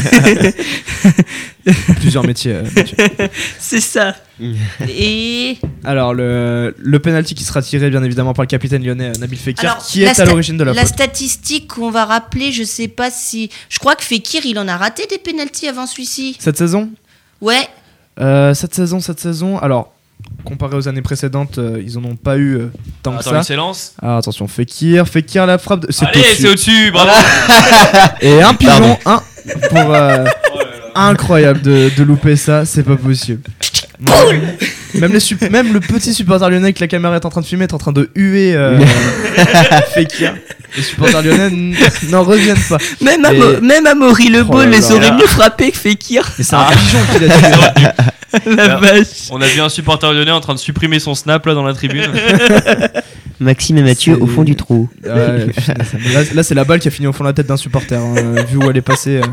Plusieurs métiers. euh, Mathieu. C'est ça. Et Alors, le, le penalty qui sera tiré, bien évidemment, par le capitaine lyonnais euh, Nabil Fekir, Alors, qui la est à sta- l'origine de la, la faute. statistique qu'on va rappeler, je sais pas si. Je crois que Fekir, il en a raté des pénaltys avant celui-ci. Cette saison Ouais. euh, Cette saison, cette saison. Alors, comparé aux années précédentes, euh, ils en ont pas eu euh, tant que Attends, ça. l'excellence. Ah, attention, Fekir, Fekir la frappe. De... C'est Allez, au-dessus. c'est au-dessus, bravo. Et un pigeon, Pardon. un pour euh, Oh là là. incroyable de, de louper ça, c'est pas possible. Même, les sup- même le petit supporter lyonnais que la caméra est en train de filmer est en train de huer euh, Fekir. Les supporters lyonnais n- n'en reviennent pas. Même, Et- Amo- même Amaury Le Oh Beau là les là. aurait mieux frappés que Fekir. Et c'est un pigeon qui l'a tué. La Là. vache. On a vu un supporter lyonnais en train de supprimer son snap là dans la tribune. Maxime et Mathieu C'est- au fond du trou. Ouais, putain, ça- là, là, c'est la balle qui a fini au fond de la tête d'un supporter, hein, vu où elle est passée. euh.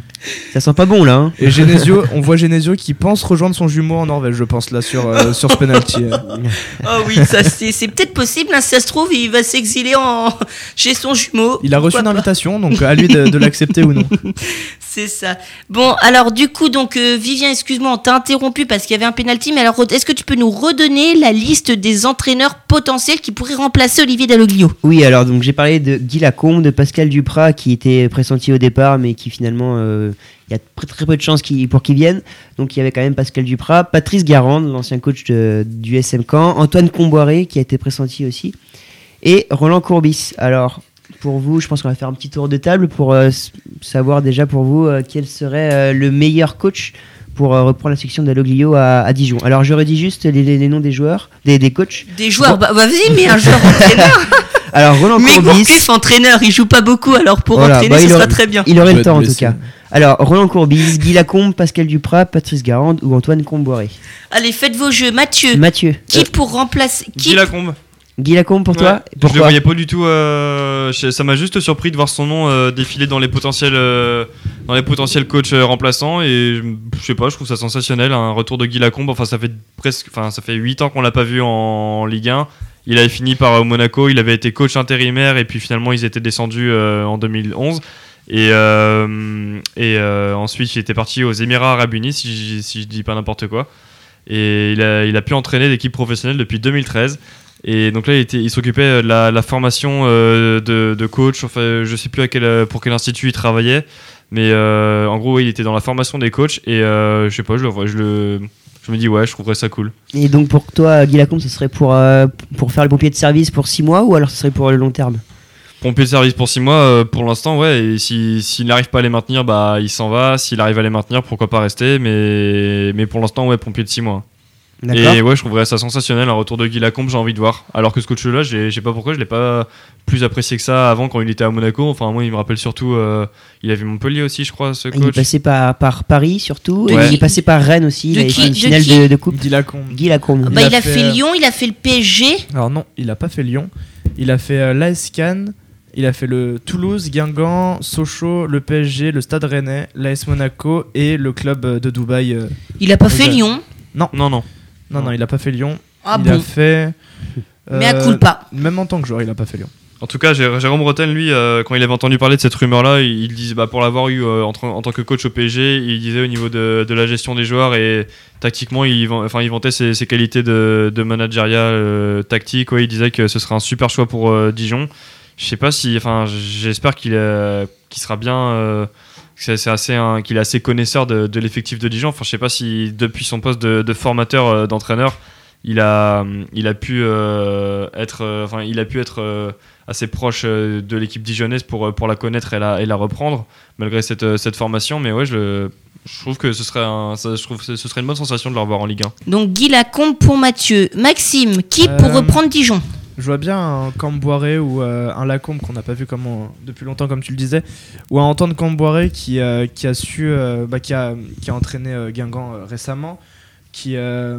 Ça sent pas bon là. Hein. Et Genesio, on voit Genesio qui pense rejoindre son jumeau en Norvège, je pense, là, sur, euh, sur ce penalty. euh. Oh oui, ça c'est c'est peut-être possible. Hein, si ça se trouve, il va s'exiler en... chez son jumeau. Il a reçu Pourquoi une pas. invitation, donc à lui de, de l'accepter ou non. C'est ça. Bon, alors du coup, donc euh, Vivien, excuse-moi, on t'a interrompu parce qu'il y avait un penalty, mais alors est-ce que tu peux nous redonner la liste des entraîneurs potentiels qui pourraient remplacer Olivier Dalloglio? Oui, alors donc j'ai parlé de Guy Lacombe, de Pascal Duprat qui était pressenti au départ, mais qui finalement euh, il y a très, très peu de chances qu'il- pour qu'il vienne. Donc il y avait quand même Pascal Duprat, Patrice Garande, l'ancien coach de- du S M Caen, Antoine Comboiré qui a été pressenti aussi, et Roland Courbis. Alors pour vous, je pense qu'on va faire un petit tour de table pour euh, s- savoir déjà pour vous euh, quel serait euh, le meilleur coach pour euh, reprendre la section d'Alloglio à, à Dijon. Alors je redis juste les, les- les noms des joueurs, des, des coachs. Des joueurs, bah, bah, vas-y, mais un joueur entraîneur. Alors Roland Mais Courbis. Gourcuff, entraîneur, il joue pas beaucoup, alors pour Voilà, entraîner, bah, ce il sera aurait- très bien. Il aurait Il le doit temps en être tout blessé. cas. Alors, Roland Courbis, Guy Lacombe, Pascal Duprat, Patrice Garande ou Antoine Comboiré. Allez, faites vos jeux. Mathieu, Mathieu. qui Euh, pour remplacer Guy qui... Lacombe. Guy Lacombe pour toi Ouais. Je le Pourquoi voyais pas du tout. euh, je- Ça m'a juste surpris de voir son nom euh, défiler dans les potentiels, euh, dans les potentiels coachs euh, remplaçants et je je sais pas, je trouve ça sensationnel un retour de Guy Lacombe. Enfin, ça fait presque, enfin, ça fait huit ans qu'on l'a pas vu en, en Ligue un. Il avait fini par euh, Monaco. Il avait été coach intérimaire et puis finalement ils étaient descendus euh, en deux mille onze. Et, euh, et euh, ensuite il était parti aux Émirats Arabes Unis si, je- si je dis pas n'importe quoi. Et il a, il a pu entraîner l'équipe professionnelle depuis deux mille treize. Et donc là, il, était, il s'occupait de la, la formation euh, de, de coach. Enfin, je sais plus à quel, pour quel institut il travaillait, mais euh, en gros, ouais, il était dans la formation des coachs. Et euh, je sais pas, je le vois, je le, je me dis ouais, je trouverais ça cool. Et donc pour toi, Guy Lacombe, ce serait pour, euh, pour faire le pompier de service pour six mois ou alors ce serait pour le long terme? Pompier de service pour six mois, euh, pour l'instant, ouais. Et si, s'il n'arrive pas à les maintenir, bah il s'en va. S'il arrive à les maintenir, pourquoi pas rester. Mais, mais pour l'instant, ouais, pompier de six mois. D'accord. Et ouais, je trouverais ça sensationnel, un retour de Guy Lacombe, j'ai envie de voir. Alors que ce coach-là, j'ai- je sais pas pourquoi, je l'ai pas plus apprécié que ça avant quand il était à Monaco. Enfin, moi, il me rappelle surtout. euh, il avait Montpellier aussi, je crois, ce Il est coach. passé par, par Paris surtout, et Ouais. il est passé par Rennes aussi, il De avait qui- fait une de finale qui de, de coupe. Guy Lacombe. Guy Lacombe. Bah, Il il a a fait fait, euh, Lyon, il a fait le P S G. Alors non, il a pas fait Lyon. Il a fait euh, l'A S Cannes, il a fait le Toulouse, Guingamp, Sochaux, le P S G, le Stade Rennais, l'A S Monaco et le club euh, de Dubaï. euh. Il a pas fait Ok. Lyon. Non, non. Non, non, il a pas fait Lyon. Ah il a bon. fait. Mais à euh, culpa. Même en tant que joueur, il a pas fait Lyon. En tout cas, Jé- Jérôme Rotten, lui, euh, quand il avait entendu parler de cette rumeur-là, il, il disait, bah, pour l'avoir eu euh, en, tra- en tant que coach au P S G, il disait au niveau de, de la gestion des joueurs et tactiquement, il, van- enfin, il vantait ses, ses qualités de, de managériat euh, tactique. Ouais, il disait que ce serait un super choix pour euh, Dijon. Je sais pas si, enfin, j'espère qu'il euh, qu'il sera bien, euh, que c'est c'est assez, hein, qu'il est assez connaisseur de, de l'effectif de Dijon. Enfin, je sais pas si depuis son poste de, de formateur euh, d'entraîneur, il a, il a pu euh, être, euh, enfin, il a pu être euh, assez proche euh, de l'équipe dijonnaise pour, euh, pour la connaître et la, et la reprendre malgré cette, euh, cette formation. Mais ouais, je, je trouve que ce serait, un, ça, je trouve que ce serait une bonne sensation de le revoir en Ligue un. Donc Guy Lacombe pour Mathieu. Maxime, qui Euh, pour reprendre Dijon? Je vois bien un Camboiré ou euh, un Lacombe qu'on n'a pas vu comme on- depuis longtemps, comme tu le disais, ou un Antoine Camboiré qui, euh, qui a su, euh, bah, qui, a, qui a entraîné euh, Guingamp euh, récemment, qui, euh,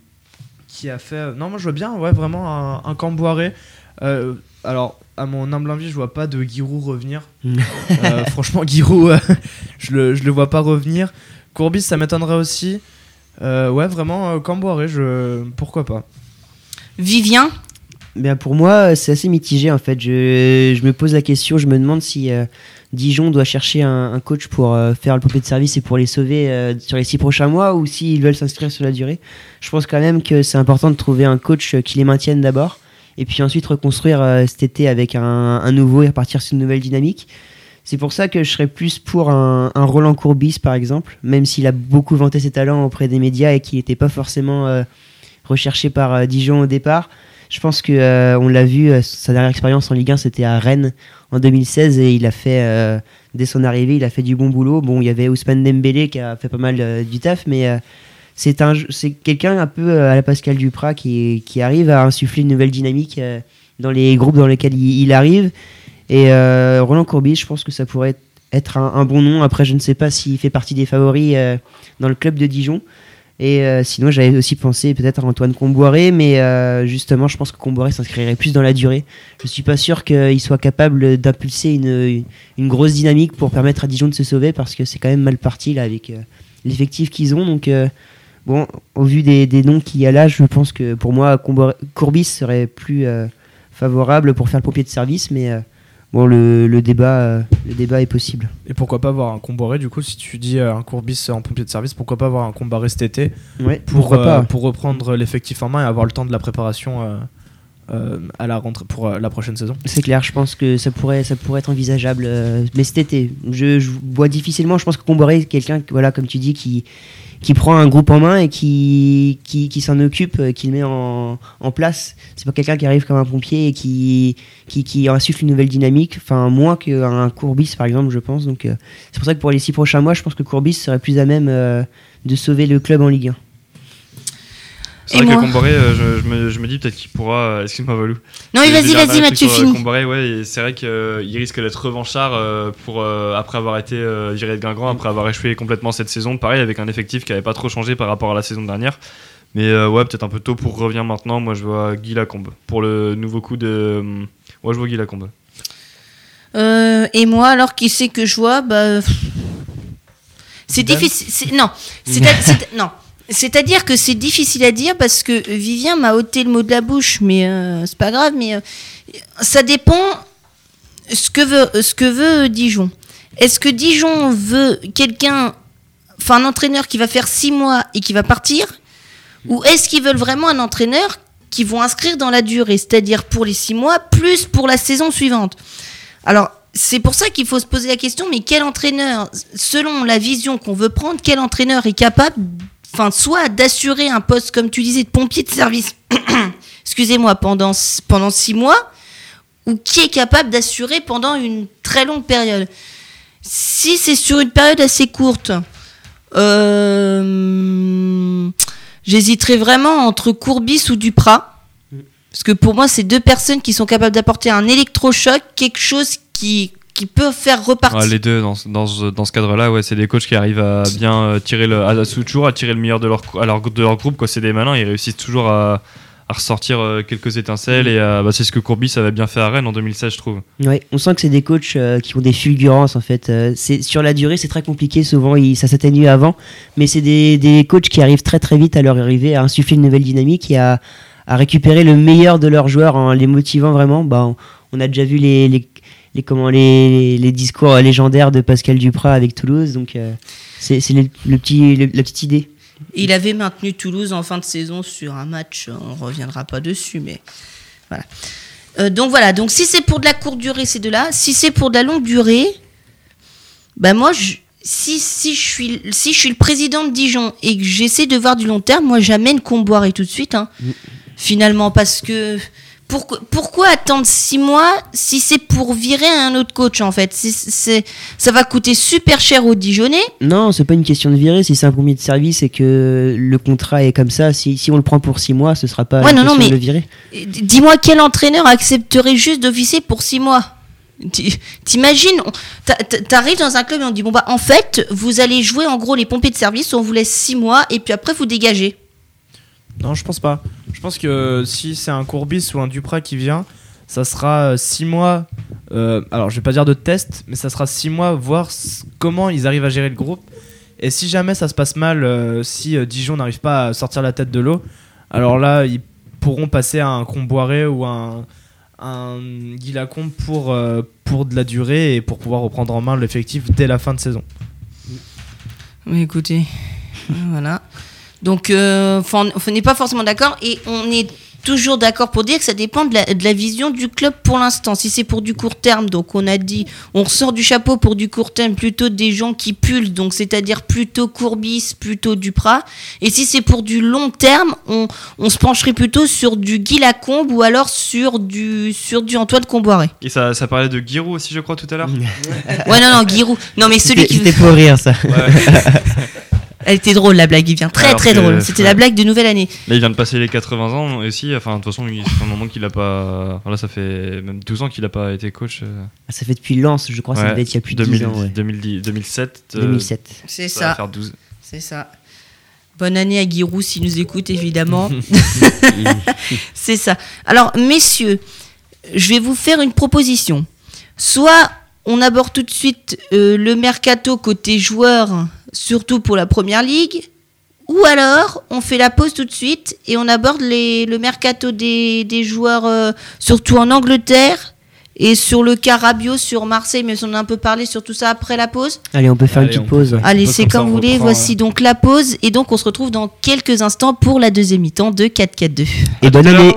qui a fait. Non, moi je vois bien, ouais, vraiment un, un Camboiré. Euh, alors, à mon humble avis, je vois pas de Giroud revenir. Euh, franchement, Giroud, euh, je, le, je le vois pas revenir. Courbis, ça m'étonnerait aussi. Euh, ouais, vraiment, euh, Camboiré, je... pourquoi pas. Vivien? Bien, pour moi, c'est assez mitigé en fait. Je, je me pose la question, je me demande si euh, Dijon doit chercher un, un coach pour euh, faire le pompier de service et pour les sauver euh, sur les six prochains mois, ou s'ils veulent s'inscrire sur la durée. Je pense quand même que c'est important de trouver un coach qui les maintienne d'abord, et puis ensuite reconstruire euh, cet été avec un, un nouveau et repartir sur une nouvelle dynamique. C'est pour ça que je serais plus pour un, un Roland Courbis par exemple, même s'il a beaucoup vanté ses talents auprès des médias et qu'il n'était pas forcément euh, recherché par euh, Dijon au départ. Je pense qu'on euh, l'a vu, euh, sa dernière expérience en Ligue un, c'était à Rennes en deux mille seize, et il a fait, euh, dès son arrivée, il a fait du bon boulot. Bon, il y avait Ousmane Dembélé qui a fait pas mal euh, du taf, mais euh, c'est, un, c'est quelqu'un un peu euh, à la Pascal Duprat qui, qui arrive à insuffler une nouvelle dynamique euh, dans les groupes dans lesquels il, il arrive. Et euh, Roland Courbis, je pense que ça pourrait être un, un bon nom. Après, je ne sais pas s'il fait partie des favoris euh, dans le club de Dijon. Et euh, sinon, j'avais aussi pensé peut-être à Antoine Comboiré, mais euh, justement, je pense que Comboiré s'inscrirait plus dans la durée. Je suis pas sûr qu'il soit capable d'impulser une, une grosse dynamique pour permettre à Dijon de se sauver, parce que c'est quand même mal parti là avec euh, l'effectif qu'ils ont. Donc, euh, bon, au vu des, des noms qu'il y a là, je pense que pour moi, Comboiré, Courbis serait plus euh, favorable pour faire le pompier de service, mais euh, bon, le, le, débat, euh, le débat est possible. Et pourquoi pas avoir un Comboiré, du coup, si tu dis euh, un Courbis en pompier de service, pourquoi pas avoir un Comboiré cet été ouais, pour, euh, pas. pour reprendre l'effectif en main et avoir le temps de la préparation euh, euh, à la rentrée pour euh, la prochaine saison. C'est clair, je pense que ça pourrait, ça pourrait être envisageable, euh, mais cet été. Je, je vois difficilement, je pense que Comboiré est quelqu'un, voilà, comme tu dis, qui, qui prend un groupe en main et qui, qui, qui s'en occupe, euh, qui le met en, en place. C'est pas quelqu'un qui arrive comme un pompier et qui, qui, qui insuffle une nouvelle dynamique, enfin moins qu'un Courbis par exemple, je pense. Donc euh, c'est pour ça que pour les six prochains mois, je pense que Courbis serait plus à même euh, de sauver le club en Ligue un. C'est Et vrai moi que Comboiré, euh, je, je, me, je me dis peut-être qu'il pourra. Euh, excuse-moi, Valou. Non, mais J'ai vas-y, déjà un vas-y, dernier Mathieu, truc sur, euh, finis. Comboiré, ouais, et c'est vrai qu'il euh, risque d'être revanchard euh, pour, euh, après avoir été euh, viré de Guingamp, après avoir échoué complètement cette saison. Pareil, avec un effectif qui n'avait pas trop changé par rapport à la saison dernière. Mais euh, ouais, peut-être un peu tôt pour revenir maintenant. Moi, je vois Guy Lacombe. Pour le nouveau coup de. Ouais, je vois Guy Lacombe. Euh, et moi, alors, qui c'est que je vois bah... C'est difficile. C'est... Non. C'est à... c'est... non. C'est-à-dire que c'est difficile à dire parce que Vivien m'a ôté le mot de la bouche, mais euh, c'est pas grave. Mais euh, ça dépend ce que veut ce que veut Dijon. Est-ce que Dijon veut quelqu'un, enfin un entraîneur qui va faire six mois et qui va partir, ou est-ce qu'ils veulent vraiment un entraîneur qui vont inscrire dans la durée, c'est-à-dire pour les six mois plus pour la saison suivante. Alors c'est pour ça qu'il faut se poser la question, mais quel entraîneur, selon la vision qu'on veut prendre, quel entraîneur est capable, enfin, soit d'assurer un poste, comme tu disais, de pompier de service, excusez-moi, pendant, pendant six mois, ou qui est capable d'assurer pendant une très longue période. Si c'est sur une période assez courte, euh, j'hésiterais vraiment entre Courbis ou Duprat, parce que pour moi, c'est deux personnes qui sont capables d'apporter un électrochoc, quelque chose qui... qui peut faire repartir. Ouais, les deux, dans, dans, dans ce cadre-là, ouais, c'est des coachs qui arrivent à bien euh, tirer le, à, toujours à tirer le meilleur de leur, à leur, de leur groupe. Quoi. C'est des malins, ils réussissent toujours à, à ressortir euh, quelques étincelles. Et à, bah, c'est ce que Courbis avait bien fait à Rennes en deux mille seize, je trouve. Ouais, on sent que c'est des coachs euh, qui ont des fulgurances en fait. Euh, c'est, sur la durée, c'est très compliqué. Souvent, il, ça s'atténue avant. Mais c'est des, des coachs qui arrivent très très vite à leur arriver à insuffler une nouvelle dynamique et à, à récupérer le meilleur de leurs joueurs en les motivant vraiment. Bah, on, on a déjà vu les, les Les, comment, les, les discours légendaires de Pascal Duprat avec Toulouse, donc euh, c'est, c'est le, le petit, le, la petite idée. Il avait maintenu Toulouse en fin de saison sur un match, on ne reviendra pas dessus, mais voilà. Euh, donc voilà, donc si c'est pour de la courte durée, c'est de là. Si c'est pour de la longue durée, ben moi, je, si, si, je suis, si je suis le président de Dijon et que j'essaie de voir du long terme, moi j'amène Comboiré tout de suite, hein, mmh. finalement, parce que... Pourquoi, pourquoi attendre six mois si c'est pour virer un autre coach en fait c'est, c'est, ça va coûter super cher aux Dijonnais. Non, c'est pas une question de virer. Si c'est un pompier de service et que le contrat est comme ça, si, si on le prend pour six mois, ce sera pas ouais, une non, question non, mais de le virer. Dis-moi quel entraîneur accepterait juste d'officier pour six mois. T'imagines, t'arrives dans un club et on dit bon bah en fait vous allez jouer en gros les pompiers de service, on vous laisse six mois et puis après vous dégagez. Non, je pense pas. Je pense que si c'est un Courbis ou un Duprat qui vient, ça sera six mois. Euh, alors, je vais pas dire de test, mais ça sera six mois, voir c- comment ils arrivent à gérer le groupe. Et si jamais ça se passe mal, euh, si euh, Dijon n'arrive pas à sortir la tête de l'eau, alors là, ils pourront passer à un Comboiré ou un, un Guy Lacombe pour, euh, pour de la durée et pour pouvoir reprendre en main l'effectif dès la fin de saison. Oui, écoutez, voilà. Donc, euh, on n'est pas forcément d'accord et on est toujours d'accord pour dire que ça dépend de la, de la vision du club pour l'instant. Si c'est pour du court terme, donc on a dit, on ressort du chapeau pour du court terme plutôt des gens qui pulsent, donc c'est-à-dire plutôt Courbis, plutôt Duprat. Et si c'est pour du long terme, on, on se pencherait plutôt sur du Guy Lacombe ou alors sur du, sur du Antoine Comboiré. Et ça, ça parlait de Giroud aussi, je crois, tout à l'heure. Ouais, non, non, Giroud. Non, mais celui C'était, qui. c'était pour rire, ça. Ouais. Elle était drôle, la blague, il vient très Alors très que, drôle. C'était ouais. la blague de nouvelle année. Là, il vient de passer les quatre-vingts ans aussi. Enfin, de toute façon, il- ça fait un moment qu'il a pas. Voilà, ça fait même douze ans qu'il a pas été coach. euh. Ah, ça fait depuis Lens, je crois, ça Ouais, devait être il y a plus de deux mille dix ans. Ouais. deux mille dix deux mille sept. euh, deux mille sept. C'est Ça va ça. faire douze. C'est ça. Bonne année à Giroud s'il nous écoute, évidemment. C'est ça. Alors, messieurs, je vais vous faire une proposition. Soit on aborde tout de suite euh, le mercato côté joueur, surtout pour la première ligue, ou alors on fait la pause tout de suite et on aborde les, le mercato des, des joueurs, euh, surtout en Angleterre, et sur le cas Rabiot sur Marseille, mais on a un peu parlé sur tout ça après la pause. Allez, on peut faire Allez, une on petite peut pause. faire- Allez, pause, c'est comme ça, comme on vous voulez. reprend, Voici donc la pause. Et donc, on se retrouve dans quelques instants pour la deuxième mi-temps de quatre quatre deux. Et bonne année.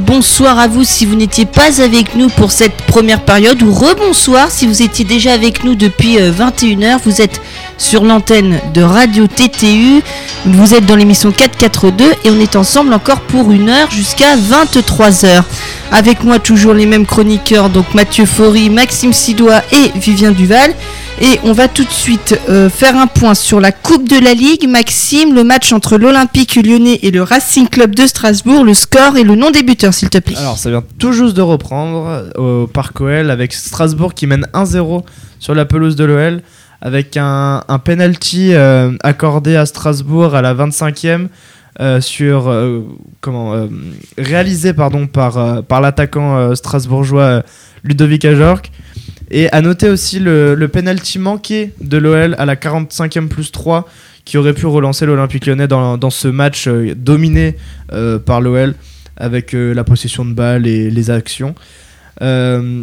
bonsoir à vous si vous n'étiez pas avec nous pour cette première période, ou rebonsoir si vous étiez déjà avec nous depuis euh, vingt et une heures. Vous êtes sur l'antenne de Radio T T U, vous êtes dans l'émission quatre cent quarante-deux et on est ensemble encore pour une heure jusqu'à vingt-trois heures. Avec moi toujours les mêmes chroniqueurs, donc Mathieu Faury, Maxime Sidois et Vivien Duval. Et on va tout de suite euh, faire un point sur la Coupe de la Ligue. Maxime, le match entre l'Olympique Lyonnais et le Racing Club de Strasbourg, le score et le nom des buteurs, s'il te plaît. Alors, ça vient tout juste de reprendre au Parc O L avec Strasbourg qui mène un zéro sur la pelouse de l'O L, avec un, un penalty euh, accordé à Strasbourg à la vingt-cinquième euh, sur euh, comment euh, réalisé pardon par euh, par l'attaquant euh, strasbourgeois euh, Ludovic Ajorc. Et à noter aussi le, le penalty manqué de l'O L à la quarante-cinquième plus trois qui aurait pu relancer l'Olympique Lyonnais dans, dans ce match euh, dominé euh, par l'O L avec euh, la possession de balle et les actions. Euh,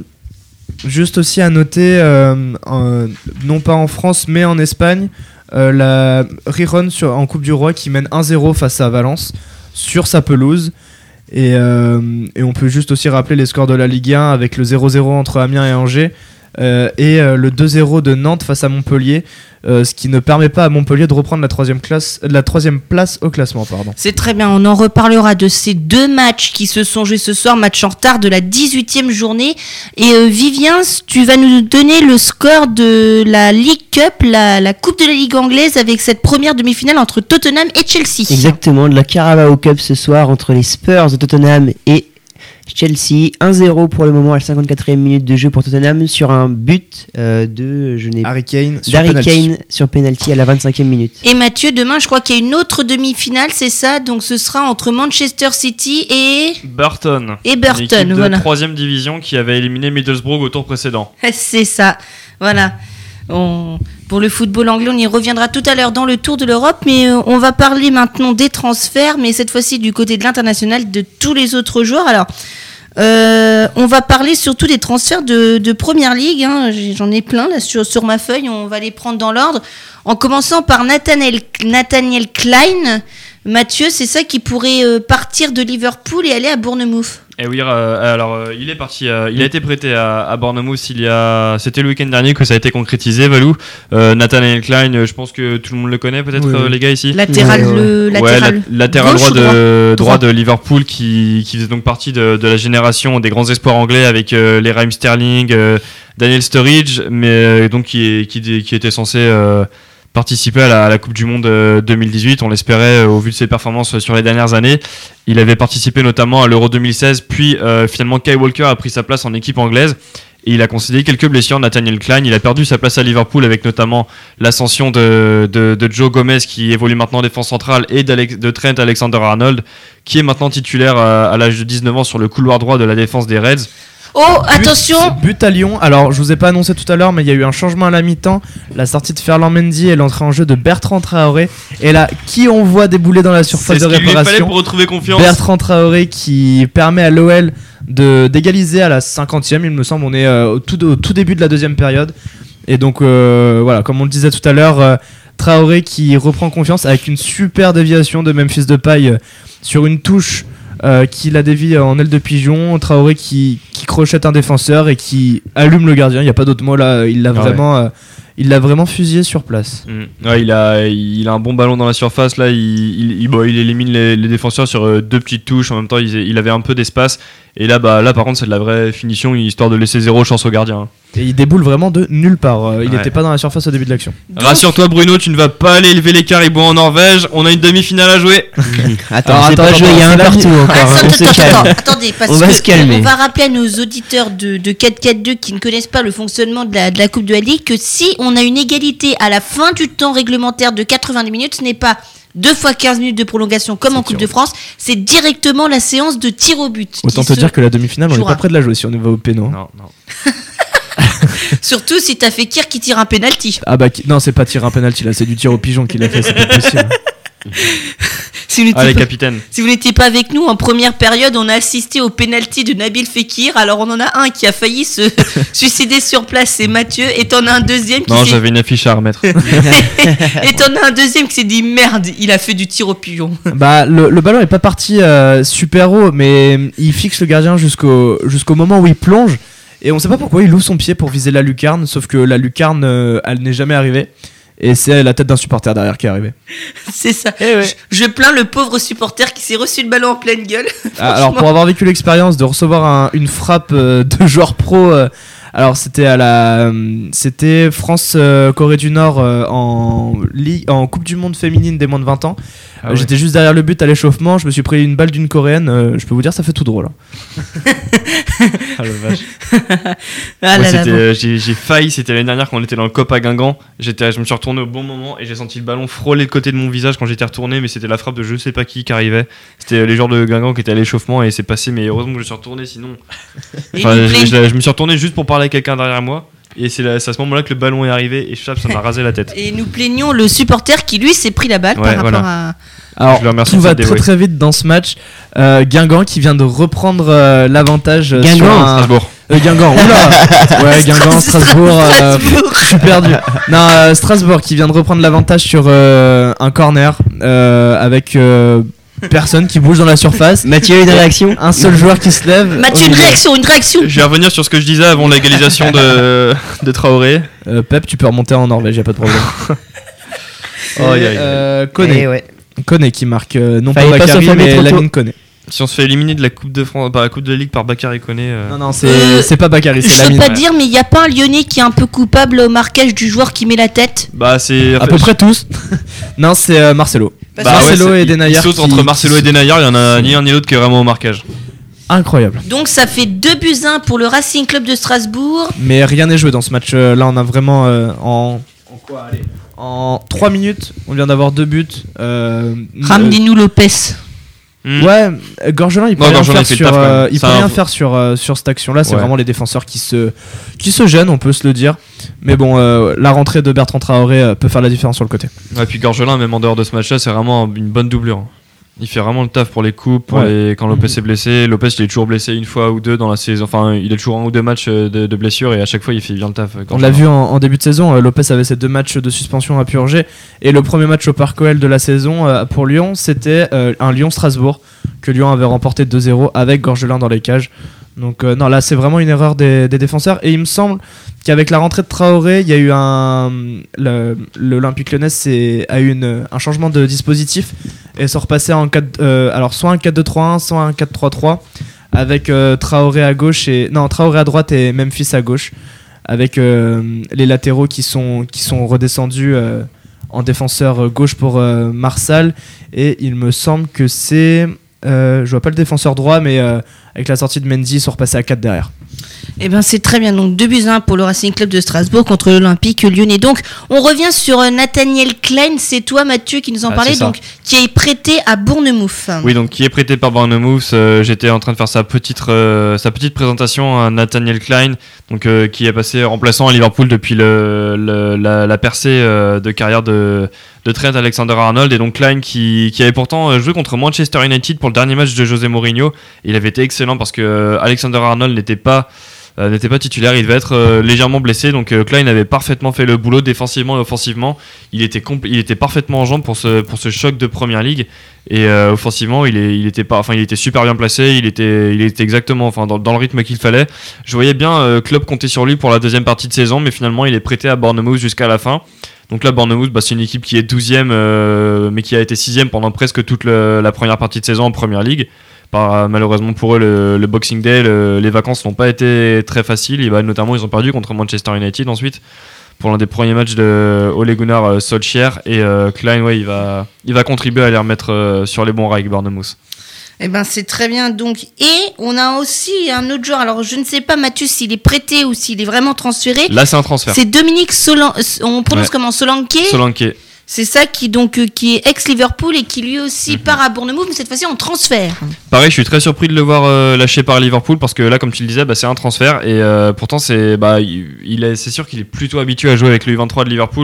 juste aussi à noter, euh, en, non pas en France mais en Espagne, euh, la Riron sur, en Coupe du Roi qui mène un zéro face à Valence sur sa pelouse. Et, euh, et on peut juste aussi rappeler les scores de la Ligue un avec le zéro zéro entre Amiens et Angers euh, et euh, le deux zéro de Nantes face à Montpellier, euh, ce qui ne permet pas à Montpellier de reprendre la troisième, classe, la troisième place au classement. Pardon. C'est très bien, on en reparlera de ces deux matchs qui se sont joués ce soir, match en retard de la dix-huitième journée. Et euh, Vivien, tu vas nous donner le score de la League Cup, la, la Coupe de la Ligue anglaise, avec cette première demi-finale entre Tottenham et Chelsea. Exactement, de la Carabao Cup ce soir entre les Spurs de Tottenham et Chelsea. un zéro pour le moment à la cinquante-quatrième minute de jeu pour Tottenham sur un but euh, de je n'ai Harry Kane sur d'Harry penalty. Kane sur penalty à la vingt-cinquième minute. Et Mathieu, demain, je crois qu'il y a une autre demi-finale, c'est ça? Donc ce sera entre Manchester City et... Burton. Et Burton, l'équipe de voilà. troisième division qui avait éliminé Middlesbrough au tour précédent. C'est ça, voilà. On... Pour le football anglais, on y reviendra tout à l'heure dans le Tour de l'Europe, mais euh, on va parler maintenant des transferts, mais cette fois-ci du côté de l'international, de tous les autres joueurs. Alors, euh, on va parler surtout des transferts de, de Première Ligue, hein. J'en ai plein là sur, sur ma feuille, on va les prendre dans l'ordre, en commençant par Nathaniel, Nathaniel Klein. Mathieu, c'est ça qui pourrait euh, partir de Liverpool et aller à Bournemouth. Et oui, euh, alors euh, il est parti, euh, il a été prêté à, à Bournemouth il y a, c'était le week-end dernier que ça a été concrétisé, Valou. Euh, Nathaniel Klein, euh, je pense que tout le monde le connaît peut-être, Oui, oui. euh, les gars ici. Latéral, Ouais, ouais. le Ouais, latéral, la- latéral gauche droit ou droit de, droit Droit. de Liverpool qui, qui faisait donc partie de, de la génération des grands espoirs anglais avec euh, les Raheem Sterling, euh, Daniel Sturridge, mais euh, donc qui, est, qui, qui était censé euh, participer à la, à la Coupe du Monde euh, deux mille dix-huit. On l'espérait euh, au vu de ses performances euh, sur les dernières années. Il avait participé notamment à l'Euro deux mille seize, puis euh, finalement Kyle Walker a pris sa place en équipe anglaise. Et il a concédé quelques blessures, Nathaniel Klein. Il a perdu sa place à Liverpool avec notamment l'ascension de, de, de Joe Gomez qui évolue maintenant en défense centrale et d'Alex, de Trent Alexander-Arnold qui est maintenant titulaire à, à l'âge de dix-neuf ans sur le couloir droit de la défense des Reds. Oh, attention! But, but à Lyon. Alors, je vous ai pas annoncé tout à l'heure, mais il y a eu un changement à la mi-temps. La sortie de Ferland Mendy et l'entrée en jeu de Bertrand Traoré. Et là, qui on voit débouler dans la surface C'est de ce qu'il lui fallait réparation? pour retrouver confiance. Bertrand Traoré qui permet à l'O L de d'égaliser à la cinquantième, il me semble. On est euh, au, tout, au tout début de la deuxième période. Et donc, euh, voilà, comme on le disait tout à l'heure, euh, Traoré qui reprend confiance avec une super déviation de Memphis Depay euh, sur une touche. Euh, qui la dévie en aile de pigeon, Traoré qui, qui crochette un défenseur et qui allume le gardien, il n'y a pas d'autre mot là, il l'a Ah ouais. vraiment, euh, il l'a vraiment fusillé sur place. Mm. Ouais, il a, il a un bon ballon dans la surface là. Il, il, il, bon, il élimine les, les défenseurs sur euh, deux petites touches. En même temps, il, il avait un peu d'espace. Et là, bah, là, par contre, c'est de la vraie finition, histoire de laisser zéro chance au gardien. Et il déboule vraiment de nulle part, euh, il Ouais. n'était pas dans la surface au début de l'action. Donc- Rassure-toi, Bruno, tu ne vas pas aller élever les caribous en Norvège. On a une demi-finale à jouer. Attends, Alors, c'est attends, pas joué, il y a un attends, partout c'est encore. Ah, hein, attends, on se attends, calme. attends, attendez, parce On va que se calmer. on va rappeler à nos auditeurs de, de quatre cent quarante-deux qui ne connaissent pas le fonctionnement de la, de la Coupe de la Ligue que si on a une égalité à la fin du temps réglementaire de quatre-vingt-dix minutes, ce n'est pas deux fois quinze minutes de prolongation comme C'est en Coupe tir de au- France, c'est directement la séance de tir au but. Autant qui te se dire que la demi-finale, on n'est jouera. pas près de la jouer si on va au péno. Non, non. Surtout si t'as fait Kir qui tire un penalty. Ah bah qui- non, c'est pas tirer un penalty là, c'est du tir au pigeon qu'il a fait, c'est pas possible. Si vous, Ah, n'étiez les pas, capitaines. si vous n'étiez pas avec nous, en première période, on a assisté au penalty de Nabil Fekir. Alors, on en a un qui a failli se suicider sur place, c'est Mathieu. Et t'en as un deuxième qui Non, s'est... j'avais une affiche à remettre. Et t'en as un deuxième qui s'est dit merde, il a fait du tir au pigeon. Bah, le, le ballon est pas parti euh, super haut, mais il fixe le gardien jusqu'au, jusqu'au moment où il plonge. Et on sait pas pourquoi il ouvre son pied pour viser la lucarne, sauf que la lucarne, euh, elle n'est jamais arrivée. Et c'est la tête d'un supporter derrière qui est arrivée. C'est ça. Eh ouais. je, je plains le pauvre supporter qui s'est reçu le ballon en pleine gueule. Ah, alors pour avoir vécu l'expérience de recevoir un- une frappe euh, de joueur pro, euh, alors c'était à la, euh, c'était France euh, Corée du Nord euh, en ligue, en Coupe du Monde féminine des moins de vingt ans. Ah Euh, ouais. J'étais juste derrière le but à l'échauffement, je me suis pris une balle d'une coréenne. euh, je peux vous dire, ça fait tout drôle. hein. Ah, le vache. Ah Moi, là là, c'était, bon. euh, j'ai, j'ai failli, c'était l'année dernière quand on était dans le C O P à Guingamp. J'étais, je me suis retourné au bon moment et j'ai senti le ballon frôler le côté de mon visage quand j'étais retourné, mais c'était la frappe de je sais pas qui qui arrivait. C'était euh, les joueurs de Guingamp qui étaient à l'échauffement et c'est passé, mais heureusement que je suis retourné, sinon. Et Enfin, nous je, plaignons- je- je me suis retourné juste pour parler à quelqu'un derrière moi et c'est, là- c'est à ce moment-là que le ballon est arrivé et chap, ça m'a rasé la tête. Et nous plaignons le supporter qui lui s'est pris la balle Ouais, par rapport à. Alors Je le remercie tout de va cette très dévouée. très vite dans ce match. Euh, Guingamp qui vient de reprendre euh, l'avantage euh, Guingamp, sur un... Strasbourg. Euh, Guingamp, oula Ouais, Guingamp, Strasbourg, euh, Strasbourg. je suis perdu. Non, euh, Strasbourg qui vient de reprendre l'avantage sur euh, un corner euh, avec euh, personne qui bouge dans la surface. Mathieu, une réaction? Un seul joueur qui se lève. Mathieu, au une milieu. réaction, une réaction. Je vais revenir sur ce que je disais avant l'égalisation de, de Traoré. Euh, Pep, tu peux remonter en Norvège, y a pas de problème. Oh, aïe, aïe, aïe. Euh, Eh Koné, ouais. Koné qui marque euh, non Fallait pas pas Bakary s'enflammer mais trop tôt. Lamine Koné. Si on se fait éliminer de la Coupe de France, par la Coupe de Ligue par Bakary Koné. euh, Non non, c'est Euh, c'est pas Bakary, Je c'est sais Lamine. pas ouais. dire, mais il y a pas un Lyonnais qui est un peu coupable au marquage du joueur qui met la tête. Bah, c'est. À peu près tous. Non, c'est euh, Marcelo. Parce Bah, que- ouais, Marcelo c'est- et il- Denayer il saute qui- entre Marcelo qui- et Denayer, il y en a ni un ni l'autre qui est vraiment au marquage. Incroyable. Donc ça fait deux buts un pour le Racing Club de Strasbourg. Mais rien n'est joué dans ce match. euh, Là, on a vraiment euh, en en quoi allez En trois minutes, on vient d'avoir deux buts. Euh, Ramenez-nous Lopez. Hmm. euh, ouais, euh, Gorgelin, il peut Non, rien Gorgelin, faire il fait le sur, taf, quand même. euh, il C'est peut un- rien faire sur euh, sur cette action-là. C'est Ouais. vraiment les défenseurs qui se qui se gênent, on peut se le dire. Mais bon, euh, la rentrée de Bertrand Traoré euh, peut faire la différence sur le côté. Ouais, puis Gorgelin, même en dehors de ce match-là, c'est vraiment une bonne doublure. Il fait vraiment le taf pour les coupes, pour Ouais. les... quand Lopez est blessé. Lopez, il est toujours blessé une fois ou deux dans la saison. Enfin, il a toujours un ou deux matchs euh, de, de blessure et à chaque fois, il fait bien le taf. On l'a vu en, en début de saison, euh, Lopez avait ses deux matchs de suspension à purger. Et le premier match au Parc O L de la saison euh, pour Lyon, c'était euh, un Lyon-Strasbourg que Lyon avait remporté deux zéro avec Gorgelin dans les cages. Donc euh, non, là c'est vraiment une erreur des, des défenseurs. Et il me semble qu'avec la rentrée de Traoré, il y a eu un... le- L'Olympique Lyonnais c'est- a eu une, un changement de dispositif et sont repassés en quatre, euh, alors soit un quatre deux trois un, soit un quatre trois trois avec euh, Traoré à gauche et... Non, Traoré à droite et Memphis à gauche. Avec euh, les latéraux qui sont, qui sont redescendus euh, en défenseur gauche pour euh, Marsal. Et il me semble que c'est... euh, je vois pas le défenseur droit, mais euh, avec la sortie de Mendy, ils sont repassés à quatre derrière. Eh ben c'est très bien. Donc deux buts à un pour le Racing Club de Strasbourg contre l'Olympique Lyonnais. Donc on revient sur euh, Nathaniel Klein. C'est toi Mathieu qui nous en Ah, parlait. c'est ça. Donc qui est prêté à Bournemouth. Oui, donc qui est prêté par Bournemouth. euh, J'étais en train de faire sa petite, euh, sa petite présentation à Nathaniel Klein, donc, euh, qui est passé remplaçant à Liverpool depuis le, le- la, la percée euh, de carrière de, de Trent Alexander-Arnold. Et donc Klein qui, qui avait pourtant euh, joué contre Manchester United pour le dernier match de José Mourinho. Il avait été excellent parce que euh, Alexander-Arnold n'était pas... Euh, n'était pas titulaire, il devait être euh, légèrement blessé, donc euh, Klein avait parfaitement fait le boulot défensivement et offensivement. Il était, compl- il était parfaitement en jambes pour ce, pour ce choc de première ligue et euh, offensivement il, est, il, était pas, enfin, il était super bien placé, il était, il était exactement enfin, dans, dans le rythme qu'il fallait. Je voyais bien euh, Klopp compter sur lui pour la deuxième partie de saison, mais finalement il est prêté à Bournemouth jusqu'à la fin. Donc là, Bournemouth, bah, c'est une équipe qui est douzième, euh, mais qui a été sixième pendant presque toute le- la première partie de saison en première ligue. Par, malheureusement pour eux, le, le Boxing Day, le- les vacances n'ont pas été très faciles. Et bah, notamment, ils ont perdu contre Manchester United ensuite pour l'un des premiers matchs de Ole Gunnar euh, Solskjaer. Et euh, Klein, ouais, il va, il va contribuer à les remettre euh, sur les bons rails, Bournemouth. Eh ben c'est très bien. Donc et on a aussi un autre joueur. Alors je ne sais pas Mathieu s'il est prêté ou s'il est vraiment transféré. Là, c'est un transfert. C'est Dominique Solan. On prononce Ouais. comment Solanke. Solanke. C'est ça qui donc euh, qui est ex Liverpool et qui lui aussi Mhm. part à Bournemouth, mais cette fois-ci en transfert. Pareil, je suis très surpris de le voir euh, lâché par Liverpool parce que là, comme tu le disais, bah, c'est un transfert et euh, pourtant, c'est, bah, il, il est, c'est sûr qu'il est plutôt habitué à jouer avec le U vingt-trois de Liverpool.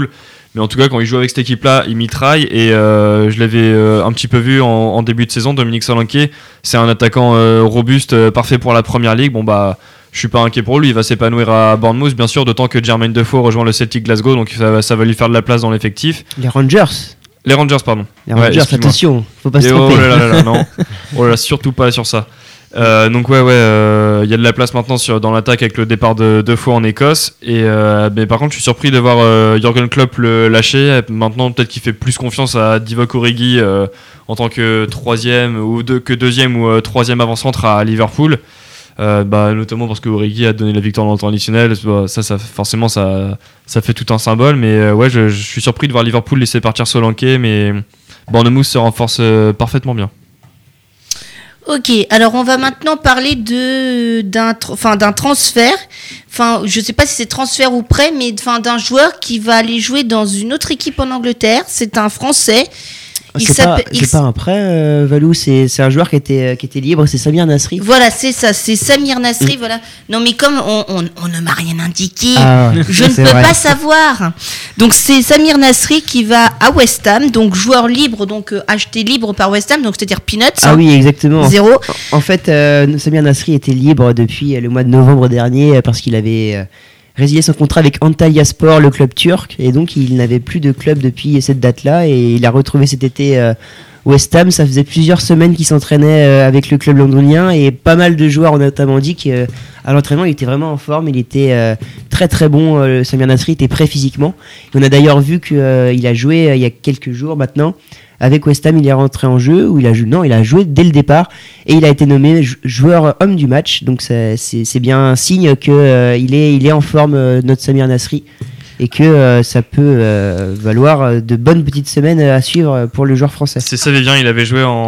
Mais en tout cas, quand il joue avec cette équipe-là, il mitraille. Et euh, je l'avais euh, un petit peu vu en, en début de saison. Dominique Solanke, c'est un attaquant euh, robuste, euh, parfait pour la première ligue. Bon, bah, je suis pas inquiet pour lui. Il va s'épanouir à Bournemouth, bien sûr, d'autant que Jermaine Defoe rejoint le Celtic Glasgow. Donc ça, ça va lui faire de la place dans l'effectif. Les Rangers. Les Rangers, pardon. Les Rangers, Ouais, attention, faut pas se Et tromper. oh là là là, non. Oh là là, surtout pas sur ça. Euh, donc ouais ouais, il euh, y a de la place maintenant sur, dans l'attaque avec le départ de Defoe en Écosse. Et euh, mais par contre, je suis surpris de voir euh, Jürgen Klopp le lâcher. Maintenant, peut-être qu'il fait plus confiance à Divock Origi euh, en tant que troisième ou deux, que deuxième ou euh, troisième avant-centre à Liverpool. Euh, bah, notamment parce que Origi a donné la victoire dans le temps additionnel. Ça, ça forcément, ça, ça fait tout un symbole. Mais euh, ouais, je, je suis surpris de voir Liverpool laisser partir Solanke, mais Bournemouth se renforce euh, parfaitement bien. Ok, alors on va maintenant parler de d'un enfin d'un transfert. Enfin, je sais pas si c'est transfert ou prêt, mais enfin d'un joueur qui va aller jouer dans une autre équipe en Angleterre. C'est un Français. Il C'est pas, s'appelle- il c'est pas un prêt, euh, Valou, c'est c'est un joueur qui était, qui était libre, c'est Samir Nasri. Voilà, c'est ça, c'est Samir Nasri, voilà. Non, mais comme on, on, on ne m'a rien indiqué, Ah, je ne c'est peux vrai. pas savoir. Donc c'est Samir Nasri qui va à West Ham, donc joueur libre, donc euh, acheté libre par West Ham, donc c'est-à-dire Peanuts. Ah hein, oui, exactement. Zéro. En fait, euh, Samir Nasri était libre depuis euh, le mois de novembre dernier euh, parce qu'il avait euh, résilié son contrat avec Antalyaspor, le club turc, et donc il n'avait plus de club depuis cette date-là, et il a retrouvé cet été euh, West Ham. Ça faisait plusieurs semaines qu'il s'entraînait euh, avec le club londonien, et pas mal de joueurs ont notamment dit qu'à l'entraînement il était vraiment en forme, il était euh, très très bon. euh, Samir Nasri était prêt physiquement. Et on a d'ailleurs vu qu'il a joué euh, il y a quelques jours maintenant. Avec West Ham, il est rentré en jeu, où il a joué, non, il a joué dès le départ, et il a été nommé jou- joueur homme du match. Donc c'est, c'est, c'est bien un signe que euh, il est, il est en forme, euh, notre Samir Nasri, et que euh, ça peut euh, valoir euh, de bonnes petites semaines à suivre pour le joueur français. C'est ça, Vivien, il avait joué en,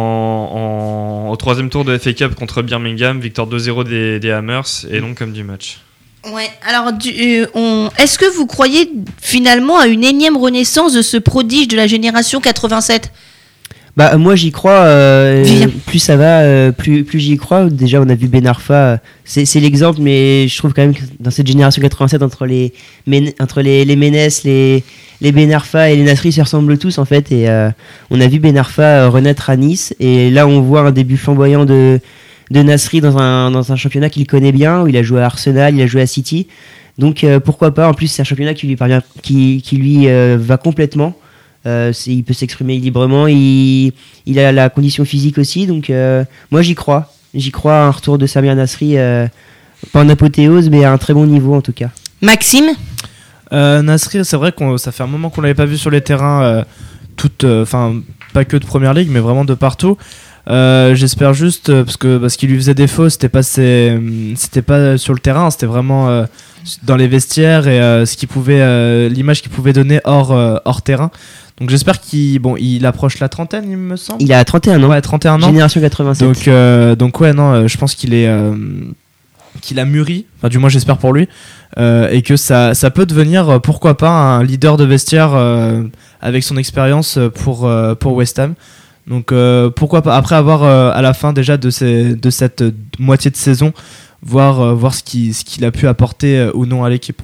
en- au troisième tour de F A Cup contre Birmingham, victoire deux zéro des, des Hammers, et donc comme du match. Ouais. Alors, du, euh, on, est-ce que vous croyez finalement à une énième renaissance de ce prodige de la génération quatre-vingt-sept ? Bah moi j'y crois, euh, Viens. plus ça va, euh, plus, plus j'y crois. Déjà on a vu Ben Arfa, euh, c'est, c'est l'exemple, mais je trouve quand même que dans cette génération quatre-vingt-sept, entre les, Men- entre les, les Ménès, les, les Ben Arfa et les Nasri, ils se ressemblent tous en fait. Et euh, on a vu Ben Arfa euh, renaître à Nice, et là on voit un début flamboyant de, de Nasri dans un, dans un championnat qu'il connaît bien, où il a joué à Arsenal, il a joué à City. Donc euh, pourquoi pas, en plus c'est un championnat qui lui, parvient, qui, qui lui euh, va complètement. Euh, c'est, il peut s'exprimer librement, il, il a la condition physique aussi, donc euh, moi j'y crois. J'y crois à un retour de Samir Nasri, euh, pas en apothéose, mais à un très bon niveau en tout cas. Maxime ? Euh, Nasri, c'est vrai que ça fait un moment qu'on l'avait pas vu sur les terrains, euh, toutes, enfin pas que de première ligue, mais vraiment de partout. Euh, j'espère juste euh, parce que parce qu'il lui faisait défaut, c'était pas ses, c'était pas sur le terrain, c'était vraiment euh, dans les vestiaires, et euh, ce qu'il pouvait, euh, l'image qu'il pouvait donner hors euh, hors terrain. Donc j'espère qu'il, bon, il approche la trentaine, il me semble. Il a trente et un ans, Ouais, trente et un ans. génération quatre-vingt-sept. Donc, euh, donc ouais, non, euh, je pense qu'il est, euh, qu'il a mûri. Enfin, du moins, j'espère pour lui, euh, et que ça, ça peut devenir, euh, pourquoi pas, un leader de vestiaire euh, avec son expérience pour euh, pour West Ham. Donc, euh, pourquoi pas. Après avoir euh, à la fin déjà de ces, de cette euh, moitié de saison, voir euh, voir ce qui ce qu'il a pu apporter euh, ou non à l'équipe.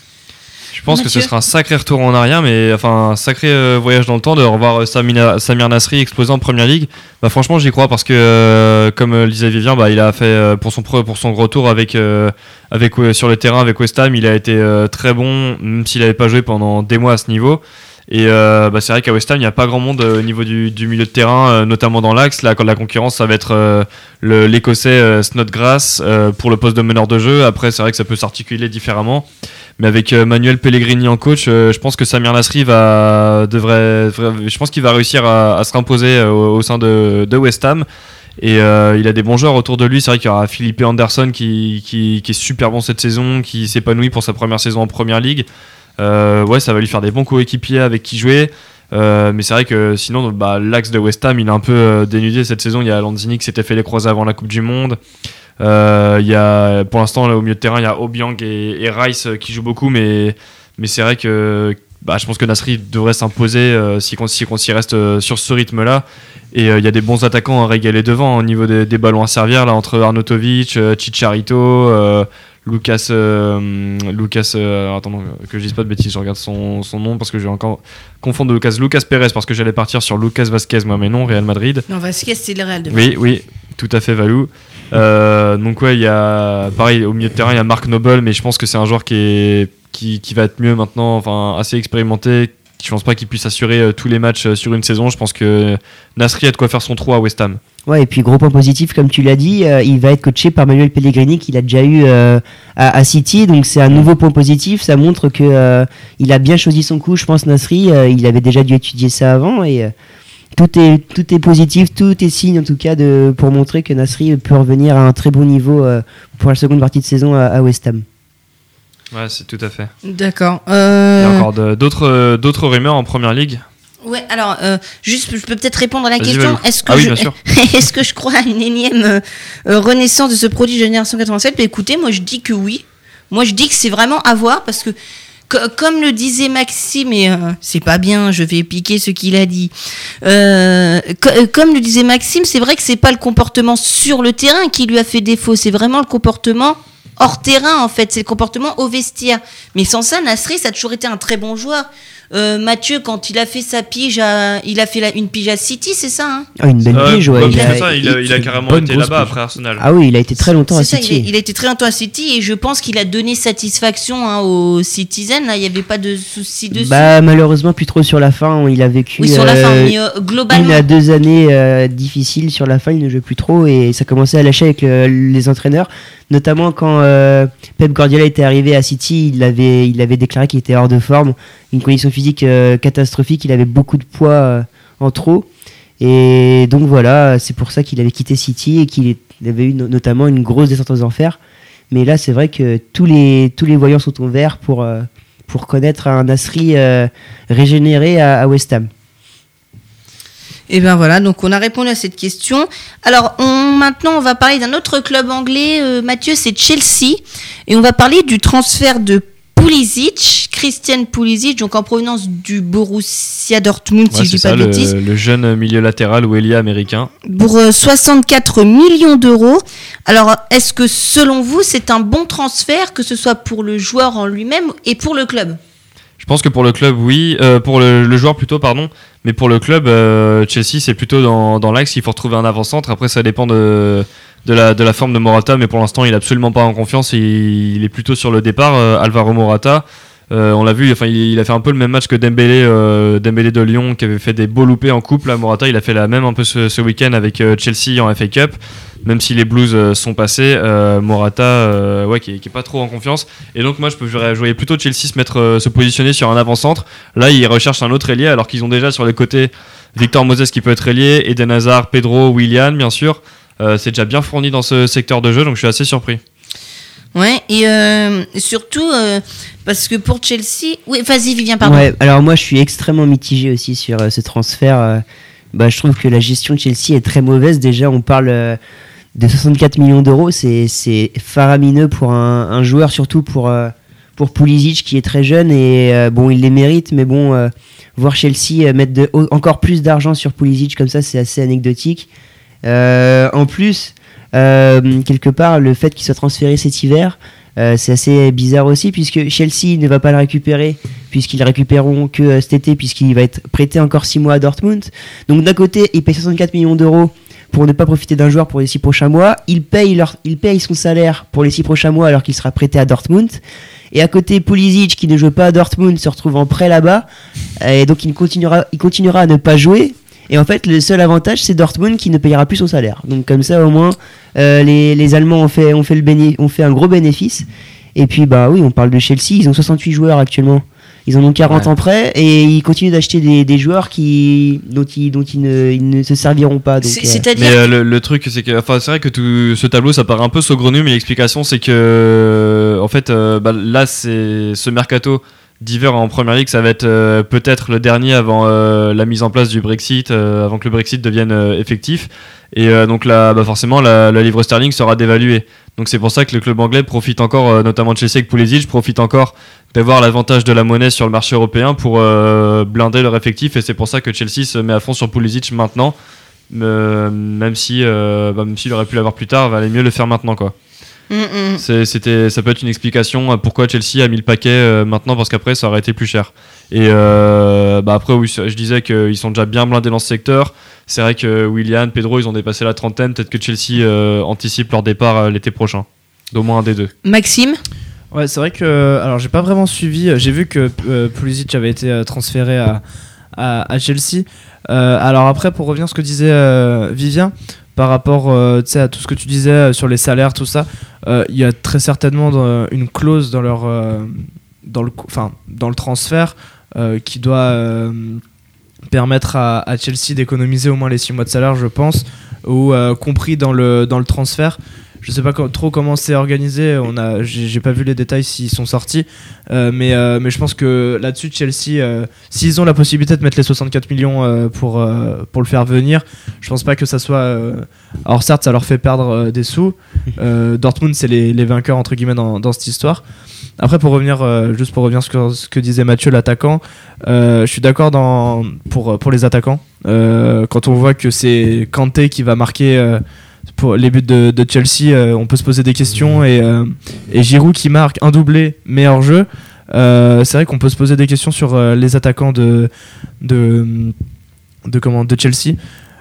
Je pense que Mathieu. ce sera un sacré retour en arrière, mais enfin un sacré euh, voyage dans le temps de revoir euh, Samina- Samir Nasri exploser en Première Ligue. Bah franchement j'y crois parce que euh, comme euh, le disait Vivien, bah il a fait euh, pour son pre- pour son retour avec euh, avec euh, sur le terrain avec West Ham, il a été euh, très bon, même s'il n'avait pas joué pendant des mois à ce niveau. Et euh, bah, c'est vrai qu'à West Ham, il n'y a pas grand monde euh, au niveau du, du milieu de terrain, euh, notamment dans l'axe. Là, quand la concurrence, ça va être euh, le, l'Écossais euh, Snodgrass euh, pour le poste de meneur de jeu. Après, c'est vrai que ça peut s'articuler différemment. Mais avec euh, Manuel Pellegrini en coach, euh, je pense que Samir Nasri va, devrait, devrait- je pense qu'il va réussir à, à se imposer euh, au, au sein de, de West Ham. Et euh, il a des bons joueurs autour de lui. C'est vrai qu'il y aura Philippe Anderson qui, qui, qui est super bon cette saison, qui s'épanouit pour sa première saison en Première Ligue. Euh, ouais, ça va lui faire des bons coéquipiers avec qui jouer. Euh, mais c'est vrai que sinon, bah, l'axe de West Ham, il est un peu euh, dénudé cette saison. Il y a Lanzini qui s'était fait les croisés avant la Coupe du Monde. Euh, il y a, pour l'instant, là, au milieu de terrain, il y a Obiang et, et Rice euh, qui jouent beaucoup. Mais, mais c'est vrai que bah, je pense que Nasri devrait s'imposer euh, s'il, s'il, s'il reste euh, sur ce rythme-là. Et euh, il y a des bons attaquants à régaler devant au niveau des, des ballons à servir là, entre Arnautovic, euh, Chicharito. Euh, Lucas, euh, Lucas euh, attends, non, que je dise pas de bêtises, je regarde son, son nom parce que j'ai encore confondu Lucas, Lucas Pérez parce que j'allais partir sur Lucas Vasquez, moi, mais non, Real Madrid. Non, Vasquez, c'est le Real de Oui, oui, tout à fait, Valou. Euh, donc, ouais, il y a, pareil, au milieu de terrain, il y a Marc Noble, mais je pense que c'est un joueur qui, est, qui, qui va être mieux maintenant, enfin, assez expérimenté. Je pense pas qu'il puisse assurer euh, tous les matchs euh, sur une saison. Je pense que Nasri a de quoi faire son trou à West Ham. Ouais, et puis gros point positif, comme tu l'as dit, euh, il va être coaché par Manuel Pellegrini qu'il a déjà eu euh, à, à City, donc c'est un nouveau point positif. Ça montre que euh, il a bien choisi son coup, je pense, Nasri. Euh, il avait déjà dû étudier ça avant et euh, tout est tout est positif, tout est signe en tout cas de pour montrer que Nasri peut revenir à un très bon niveau euh, pour la seconde partie de saison à, à West Ham. Ouais, c'est tout à fait. D'accord. Euh... Il y a encore de, d'autres, euh, d'autres rumeurs en première ligue. Ouais, alors, euh, juste, je peux peut-être répondre à la Vas-y, question. Valou. Est-ce que, Ah oui, je, bien sûr. est-ce que je crois à une énième euh, euh, renaissance de ce produit de génération quatre-vingt-sept? Bah, écoutez, moi je dis que oui. Moi je dis que c'est vraiment à voir parce que, co- comme le disait Maxime, et euh, c'est pas bien, je vais piquer ce qu'il a dit. Euh, co- comme le disait Maxime, c'est vrai que c'est pas le comportement sur le terrain qui lui a fait défaut, c'est vraiment le comportement hors terrain en fait, c'est le comportement au vestiaire. Mais sans ça, Nasri, ça a toujours été un très bon joueur. Euh, Mathieu, quand il a fait sa pige, à, il a fait la, une pige à City, c'est ça hein Ah, une belle Euh, pige, ouais. ouais, il, c'est a, ça, il, a, il a une carrément bonne été grosse là-bas pige. après Arsenal. ah oui, il a été très longtemps à C'est ça, City. il, a, il a été très longtemps à City et je pense qu'il a donné satisfaction hein, aux Citizens. Là, il n'y avait pas de souci dessus. Bah malheureusement plus trop sur la fin, il a vécu oui, sur la euh, fin, mais euh, globalement. une à deux années euh, difficiles sur la fin, il ne jouait plus trop et ça commençait à lâcher avec le- les entraîneurs, notamment quand euh, Pep Guardiola était arrivé à City, il avait, il avait déclaré qu'il était hors de forme, une condition physique euh, catastrophique, il avait beaucoup de poids euh, en trop et donc voilà, c'est pour ça qu'il avait quitté City et qu'il est- il avait eu no- notamment une grosse descente aux enfers. Mais là c'est vrai que tous les, tous les voyants sont au vert pour, euh, pour connaître un Nasri euh, régénéré à, à West Ham. Et bien voilà, donc on a répondu à cette question. Alors on, maintenant, on va parler d'un autre club anglais. Euh, Mathieu, c'est Chelsea. Et on va parler du transfert de Pulisic, Christian Pulisic, donc en provenance du Borussia Dortmund, si Ouais, je c'est dis pas ça, de le, bêtises, le jeune milieu latéral ou ailier américain. pour euh, soixante-quatre millions d'euros. Alors, est-ce que selon vous, c'est un bon transfert, que ce soit pour le joueur en lui-même et pour le club? Je pense que pour le club, oui. Euh, pour le, le joueur plutôt, pardon. Mais pour le club, euh, Chelsea, c'est plutôt dans, dans l'axe. Il faut retrouver un avant-centre. Après, ça dépend de, de, la, de la forme de Morata. Mais pour l'instant, il n'est absolument pas en confiance. Et il est plutôt sur le départ. Euh, Alvaro Morata, euh, on l'a vu, enfin, il, il a fait un peu le même match que Dembélé, euh, Dembélé de Lyon, qui avait fait des beaux loupés en coupe. Là, Morata, il a fait la même un peu ce, ce week-end avec euh, Chelsea en F A Cup. Même si les Blues euh, sont passés, euh, Morata, euh, ouais, qui, est, qui est pas trop en confiance. Et donc moi, je, peux, je voyais plutôt Chelsea se mettre, euh, se positionner sur un avant-centre. Là, ils recherchent un autre ailier, alors qu'ils ont déjà sur les côtés Victor Moses qui peut être ailier, Eden Hazard, Pedro, Willian, bien sûr. Euh, c'est déjà bien fourni dans ce secteur de jeu, donc je suis assez surpris. Ouais, et euh, surtout euh, parce que pour Chelsea, oui, vas-y, Vivien, pardon. Ouais, alors moi je suis extrêmement mitigé aussi sur euh, ce transfert. euh, bah, je trouve que la gestion de Chelsea est très mauvaise. Déjà, on parle euh, de soixante-quatre millions d'euros, c'est, c'est faramineux pour un, un joueur, surtout pour, euh, pour Pulisic qui est très jeune et euh, bon, il les mérite, mais bon, euh, voir Chelsea euh, mettre de, au- encore plus d'argent sur Pulisic comme ça, c'est assez anecdotique. Euh, en plus, euh, quelque part, le fait qu'il soit transféré cet hiver, euh, c'est assez bizarre aussi, puisque Chelsea ne va pas le récupérer, puisqu'ils le récupéreront que euh, cet été, puisqu'il va être prêté encore six mois à Dortmund. Donc d'un côté, il paye soixante-quatre millions d'euros pour ne pas profiter d'un joueur pour les six prochains mois. Il paye, leur, il paye son salaire pour les six prochains mois alors qu'il sera prêté à Dortmund. Et à côté, Pulisic, qui ne joue pas à Dortmund, se retrouve en prêt là-bas. Et donc il continuera, il continuera à ne pas jouer. Et en fait, le seul avantage, c'est Dortmund qui ne payera plus son salaire. Donc comme ça, au moins, euh, les, les Allemands ont fait, ont, fait le béné- ont fait un gros bénéfice. Et puis, bah oui, on parle de Chelsea, ils ont soixante-huit joueurs actuellement. Ils en ont quarante Ouais. en prêt et ils continuent d'acheter des, des joueurs qui, dont, ils, dont ils, ne, ils ne se serviront pas. Donc, C'est- euh, C'est-à-dire Mais euh, le, le truc, c'est que, enfin, c'est vrai que tout ce tableau, ça paraît un peu saugrenu, mais l'explication, c'est que, euh, en fait, euh, bah, là, c'est ce mercato d'hiver en première ligue, ça va être euh, peut-être le dernier avant euh, la mise en place du Brexit, euh, avant que le Brexit devienne euh, effectif. Et euh, donc là, bah, forcément, la, la livre sterling sera dévaluée. Donc c'est pour ça que le club anglais profite encore, euh, notamment Chelsea avec Pulisic, profite encore d'avoir l'avantage de la monnaie sur le marché européen pour euh, blinder leur effectif. Et c'est pour ça que Chelsea se met à fond sur Pulisic maintenant. Euh, même si euh, bah, même s'il aurait pu l'avoir plus tard, il valait mieux le faire maintenant, quoi. Mm-mm. C'est, c'était, ça peut être une explication à pourquoi Chelsea a mis le paquet euh, maintenant, parce qu'après ça aurait été plus cher. Et euh, bah après, oui, je disais qu'ils sont déjà bien blindés dans ce secteur. C'est vrai que Willian, Pedro, ils ont dépassé la trentaine. Peut-être que Chelsea euh, anticipe leur départ euh, l'été prochain, d'au moins un des deux. Maxime ? Ouais, c'est vrai que alors j'ai pas vraiment suivi. J'ai vu que euh, Pulisic avait été euh, transféré à, à, à Chelsea. Euh, alors après, pour revenir à ce que disait euh, Vivien par rapport euh, à tout ce que tu disais euh, sur les salaires, tout ça, il euh, y a très certainement dans, une clause dans leur euh, dans le enfin dans le transfert euh, qui doit euh, permettre à, à Chelsea d'économiser au moins les six mois de salaire, je pense, ou euh, compris dans le dans le transfert. Je sais pas co- trop comment c'est organisé. On a, j'ai, j'ai pas vu les détails s'ils sont sortis, euh, mais euh, mais je pense que là-dessus Chelsea, euh, s'ils ont la possibilité de mettre les soixante-quatre millions euh, pour euh, pour le faire venir, je pense pas que ça soit. Euh... Alors certes, ça leur fait perdre euh, des sous. Euh, Dortmund, c'est les, les vainqueurs entre guillemets dans, dans cette histoire. Après, pour revenir, euh, juste pour revenir sur ce que disait Mathieu, l'attaquant, euh, je suis d'accord dans pour pour les attaquants. Euh, quand on voit que c'est Kanté qui va marquer. Euh, Pour les buts de, de Chelsea, euh, on peut se poser des questions et, euh, et Giroud qui marque un doublé, meilleur jeu. Euh, c'est vrai qu'on peut se poser des questions sur euh, les attaquants de de de comment de Chelsea.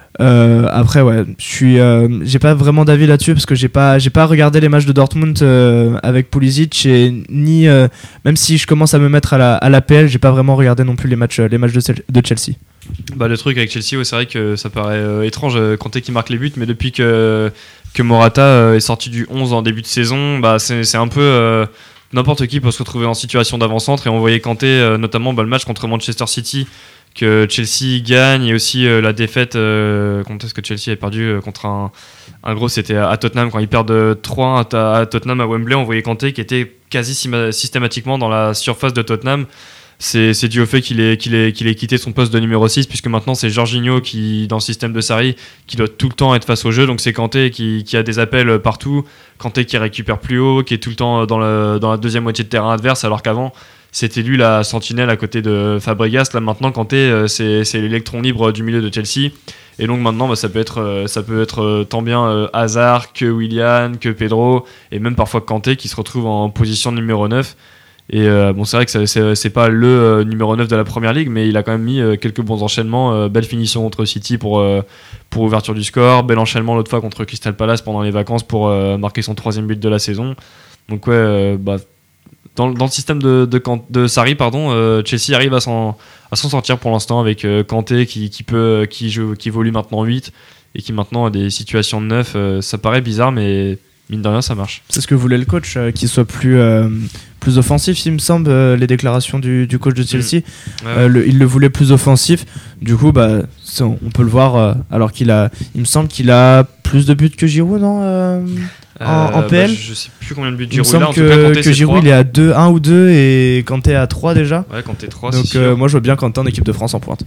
Euh, après ouais, je suis, euh, j'ai pas vraiment d'avis là-dessus parce que j'ai pas j'ai pas regardé les matchs de Dortmund euh, avec Pulisic et ni euh, même si je commence à me mettre à la à l'A P L, j'ai pas vraiment regardé non plus les matchs les matchs de, de Chelsea. Bah, le truc avec Chelsea, ouais, c'est vrai que ça paraît euh, étrange, euh, Kanté qui marque les buts, mais depuis que, que Morata euh, est sorti du onze en début de saison, bah, c'est, c'est un peu euh, n'importe qui peut se retrouver en situation d'avant-centre. Et on voyait Kanté, euh, notamment bah, le match contre Manchester City, que Chelsea gagne, et aussi euh, la défaite euh, contre est-ce que Chelsea a perdu euh, contre un, un gros, c'était à, à Tottenham, quand ils perdent trois un à, à Tottenham à Wembley. On voyait Kanté qui était quasi sima- systématiquement dans la surface de Tottenham. C'est, c'est dû au fait qu'il ait, qu'il, ait, qu'il ait quitté son poste de numéro six, puisque maintenant c'est Jorginho qui, dans le système de Sarri, qui doit tout le temps être face au jeu. Donc c'est Kanté qui, qui a des appels partout, Kanté qui récupère plus haut, qui est tout le temps dans, le, dans la deuxième moitié de terrain adverse, alors qu'avant c'était lui la sentinelle à côté de Fabregas. Là maintenant Kanté c'est, c'est l'électron libre du milieu de Chelsea. Et donc maintenant bah, ça peut être, ça peut être tant bien euh, Hazard que Willian, que Pedro, et même parfois Kanté qui se retrouve en position de numéro neuf. Et euh, bon, c'est vrai que ça, c'est, c'est pas le euh, numéro neuf de la première ligue, mais il a quand même mis euh, quelques bons enchaînements. Euh, belle finition contre City pour, euh, pour ouverture du score. Bel enchaînement l'autre fois contre Crystal Palace pendant les vacances pour euh, marquer son troisième but de la saison. Donc, ouais, euh, bah, dans, dans le système de, de, de Sarri, pardon, euh, Chelsea arrive à s'en, à s'en sortir pour l'instant avec euh, Kanté qui, qui, peut, qui, joue, qui évolue maintenant huit et qui maintenant a des situations de neuf. Euh, ça paraît bizarre, mais mine de rien, ça marche. C'est ce que voulait le coach, euh, qu'il soit plus, euh, plus offensif, il me semble, euh, les déclarations du, du coach de Chelsea. Mmh. Ouais. Euh, le, il le voulait plus offensif. Du coup, bah, ça, on peut le voir, euh, alors qu'il a, il me semble qu'il a plus de buts que Giroud, non euh, en, euh, en P L. Bah, je sais plus combien de buts il Giroud il a. En que, tout cas, Kanté, que Giroud il est à deux, un ou deux et Kanté à trois déjà. Ouais, Kanté trois. Donc euh, moi je vois bien Kanté en équipe de France en pointe.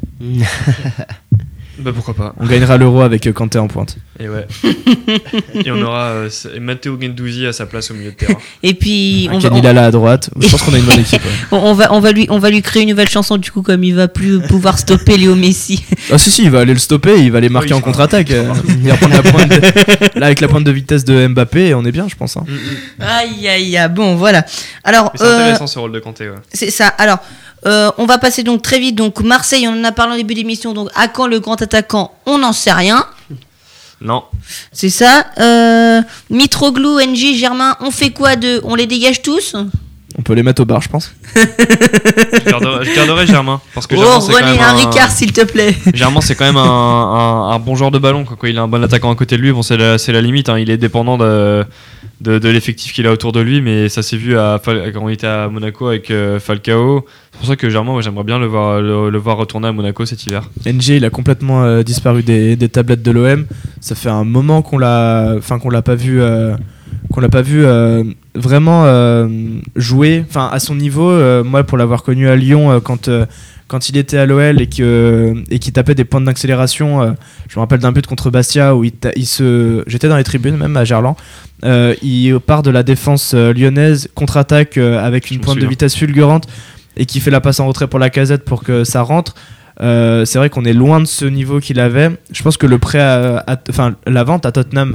Bah pourquoi pas. On gagnera l'Euro avec Kanté en pointe. Et ouais. Et on aura euh, Matteo Guendouzi à sa place au milieu de terrain. Et puis on va on... là à droite. Je pense qu'on a une bonne équipe. Ouais. on va on va lui on va lui créer une nouvelle chanson du coup, comme il va plus pouvoir stopper Léo Messi. Ah si si, il va aller le stopper, il va aller marquer oui, en contre-attaque. Il va prendre la pointe de... là avec la pointe de vitesse de Mbappé, on est bien, je pense. Hein. Mm-hmm. Aïe aïe aïe. Bon voilà. Alors mais c'est euh... intéressant ce rôle de Kanté. Ouais. C'est ça. Alors. Euh, on va passer donc très vite. Donc Marseille, on en a parlé au début d'émission. Donc à quand le grand attaquant? On n'en sait rien. Non. C'est ça. Euh, Mitroglou, N J, Germain, on fait quoi de? On les dégage tous? On peut les mettre au bar, je pense. je, garderai, je garderai Germain. Parce que oh, Germain, c'est René, quand même un un Ricard, s'il te plaît. Germain, c'est quand même un, un, un bon joueur de ballon. Quand il a un bon attaquant à côté de lui, bon, c'est, la, c'est la limite. Hein. Il est dépendant de, de, de l'effectif qu'il a autour de lui. Mais ça s'est vu à, quand il était à Monaco avec euh, Falcao. C'est pour ça que Germain, ouais, j'aimerais bien le voir, le, le voir retourner à Monaco cet hiver. N J, il a complètement euh, disparu des, des tablettes de l'O M. Ça fait un moment qu'on l'a, enfin qu'on l'a pas vu. Euh... qu'on l'a pas vu euh, vraiment euh, jouer, enfin à son niveau. Euh, moi, pour l'avoir connu à Lyon euh, quand euh, quand il était à l'O L et que euh, et qu'il tapait des pointes d'accélération, euh, je me rappelle d'un but contre Bastia où il, ta- il se, j'étais dans les tribunes même à Gerland. Euh, il part de la défense euh, lyonnaise, contre-attaque euh, avec une je pointe de vitesse fulgurante et qui fait la passe en retrait pour la Casette pour que ça rentre. Euh, c'est vrai qu'on est loin de ce niveau qu'il avait. Je pense que le prêt, enfin la vente à Tottenham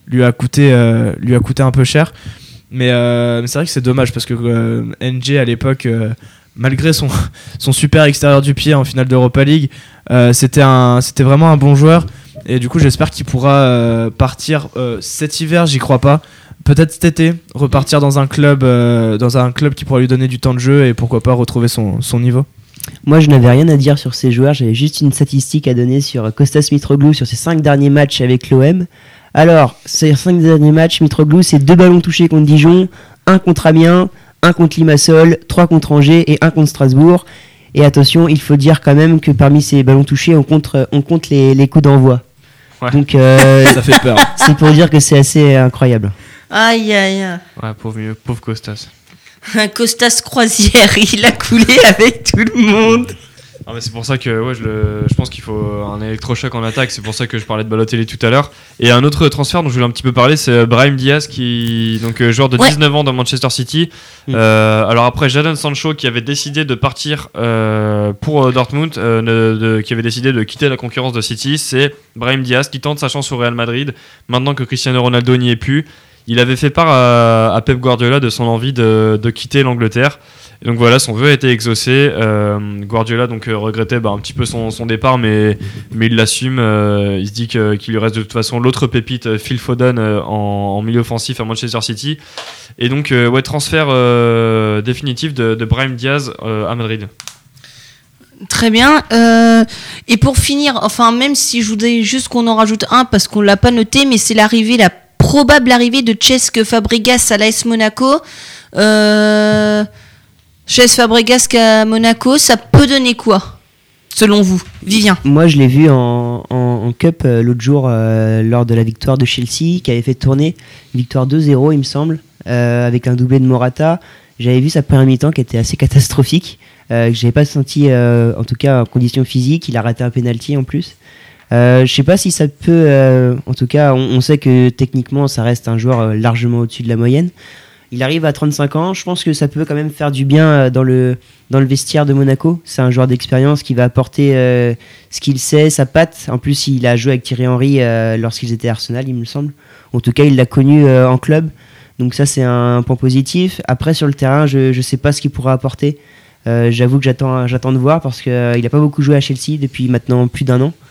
lui a coûté, euh, lui a coûté un peu cher. Mais, euh, mais c'est vrai que c'est dommage parce que euh, N J à l'époque, euh, malgré son, son super extérieur du pied en finale d'Europa League, euh, c'était, un, c'était vraiment un bon joueur. Et du coup, j'espère qu'il pourra euh, partir euh, cet hiver, j'y crois pas. Peut-être cet été, repartir dans un club, euh, dans un club qui pourra lui donner du temps de jeu et pourquoi pas retrouver son, son niveau. Moi, je n'avais rien à dire sur ces joueurs. J'avais juste une statistique à donner sur Kostas Mitroglou sur ses cinq derniers matchs avec l'O M. Alors, ces cinq derniers matchs, Mitroglou, c'est deux ballons touchés contre Dijon, un contre Amiens, un contre Limassol, trois contre Angers et un contre Strasbourg. Et attention, il faut dire quand même que parmi ces ballons touchés, on compte, on compte les, les coups d'envoi. Ouais. Donc, euh, Ça fait peur. c'est pour dire que c'est assez incroyable. Aïe, aïe, aïe. Ouais, pauvre, pauvre Costas. Un Costas Croisière, il a coulé avec tout le monde. Ah, mais c'est pour ça que ouais, je, le, je pense qu'il faut un électrochoc en attaque. C'est pour ça que je parlais de Balotelli tout à l'heure. Et un autre transfert dont je voulais un petit peu parler, c'est Brahim Diaz, qui donc euh, joueur de Ouais. dix-neuf ans dans Manchester City. Mm. Euh, alors après Jadon Sancho qui avait décidé de partir euh, pour euh, Dortmund, euh, de, de, qui avait décidé de quitter la concurrence de City, c'est Brahim Diaz qui tente sa chance au Real Madrid. Maintenant que Cristiano Ronaldo n'y est plus, il avait fait part à, à Pep Guardiola de son envie de, de quitter l'Angleterre. Et donc voilà, son vœu a été exaucé. Euh, Guardiola donc euh, regrettait bah, un petit peu son, son départ, mais, mais il l'assume. Euh, il se dit que, qu'il lui reste de toute façon l'autre pépite, euh, Phil Foden, euh, en, en milieu offensif à Manchester City. Et donc euh, ouais, transfert euh, définitif de, de Brahim Diaz euh, à Madrid. Très bien. Euh, et pour finir, enfin, même si je voudrais juste qu'on en rajoute un parce qu'on l'a pas noté, mais c'est l'arrivée, la probable arrivée de Cesc Fabregas à l'A S Monaco. Euh, Cesc Fabregas à Monaco, ça peut donner quoi, selon vous, Vivien? Moi, je l'ai vu en, en, en Cup euh, l'autre jour euh, lors de la victoire de Chelsea, qui avait fait tourner victoire deux zéro, il me semble, euh, avec un doublé de Morata. J'avais vu sa première mi-temps qui était assez catastrophique, euh, que j'avais pas senti, euh, en tout cas en condition physique. Il a raté un penalty en plus. Euh, je sais pas si ça peut, euh, en tout cas, on, on sait que techniquement, ça reste un joueur euh, largement au-dessus de la moyenne. Il arrive à trente-cinq ans, je pense que ça peut quand même faire du bien euh, dans le, dans le vestiaire de Monaco. C'est un joueur d'expérience qui va apporter euh, ce qu'il sait, sa patte. En plus, il a joué avec Thierry Henry euh, lorsqu'ils étaient à Arsenal, il me semble. En tout cas, il l'a connu euh, en club. Donc ça, c'est un point positif. Après, sur le terrain, je ne sais pas ce qu'il pourra apporter. Euh, j'avoue que j'attends, j'attends de voir parce qu'il euh, n'a pas beaucoup joué à Chelsea depuis maintenant plus d'un an.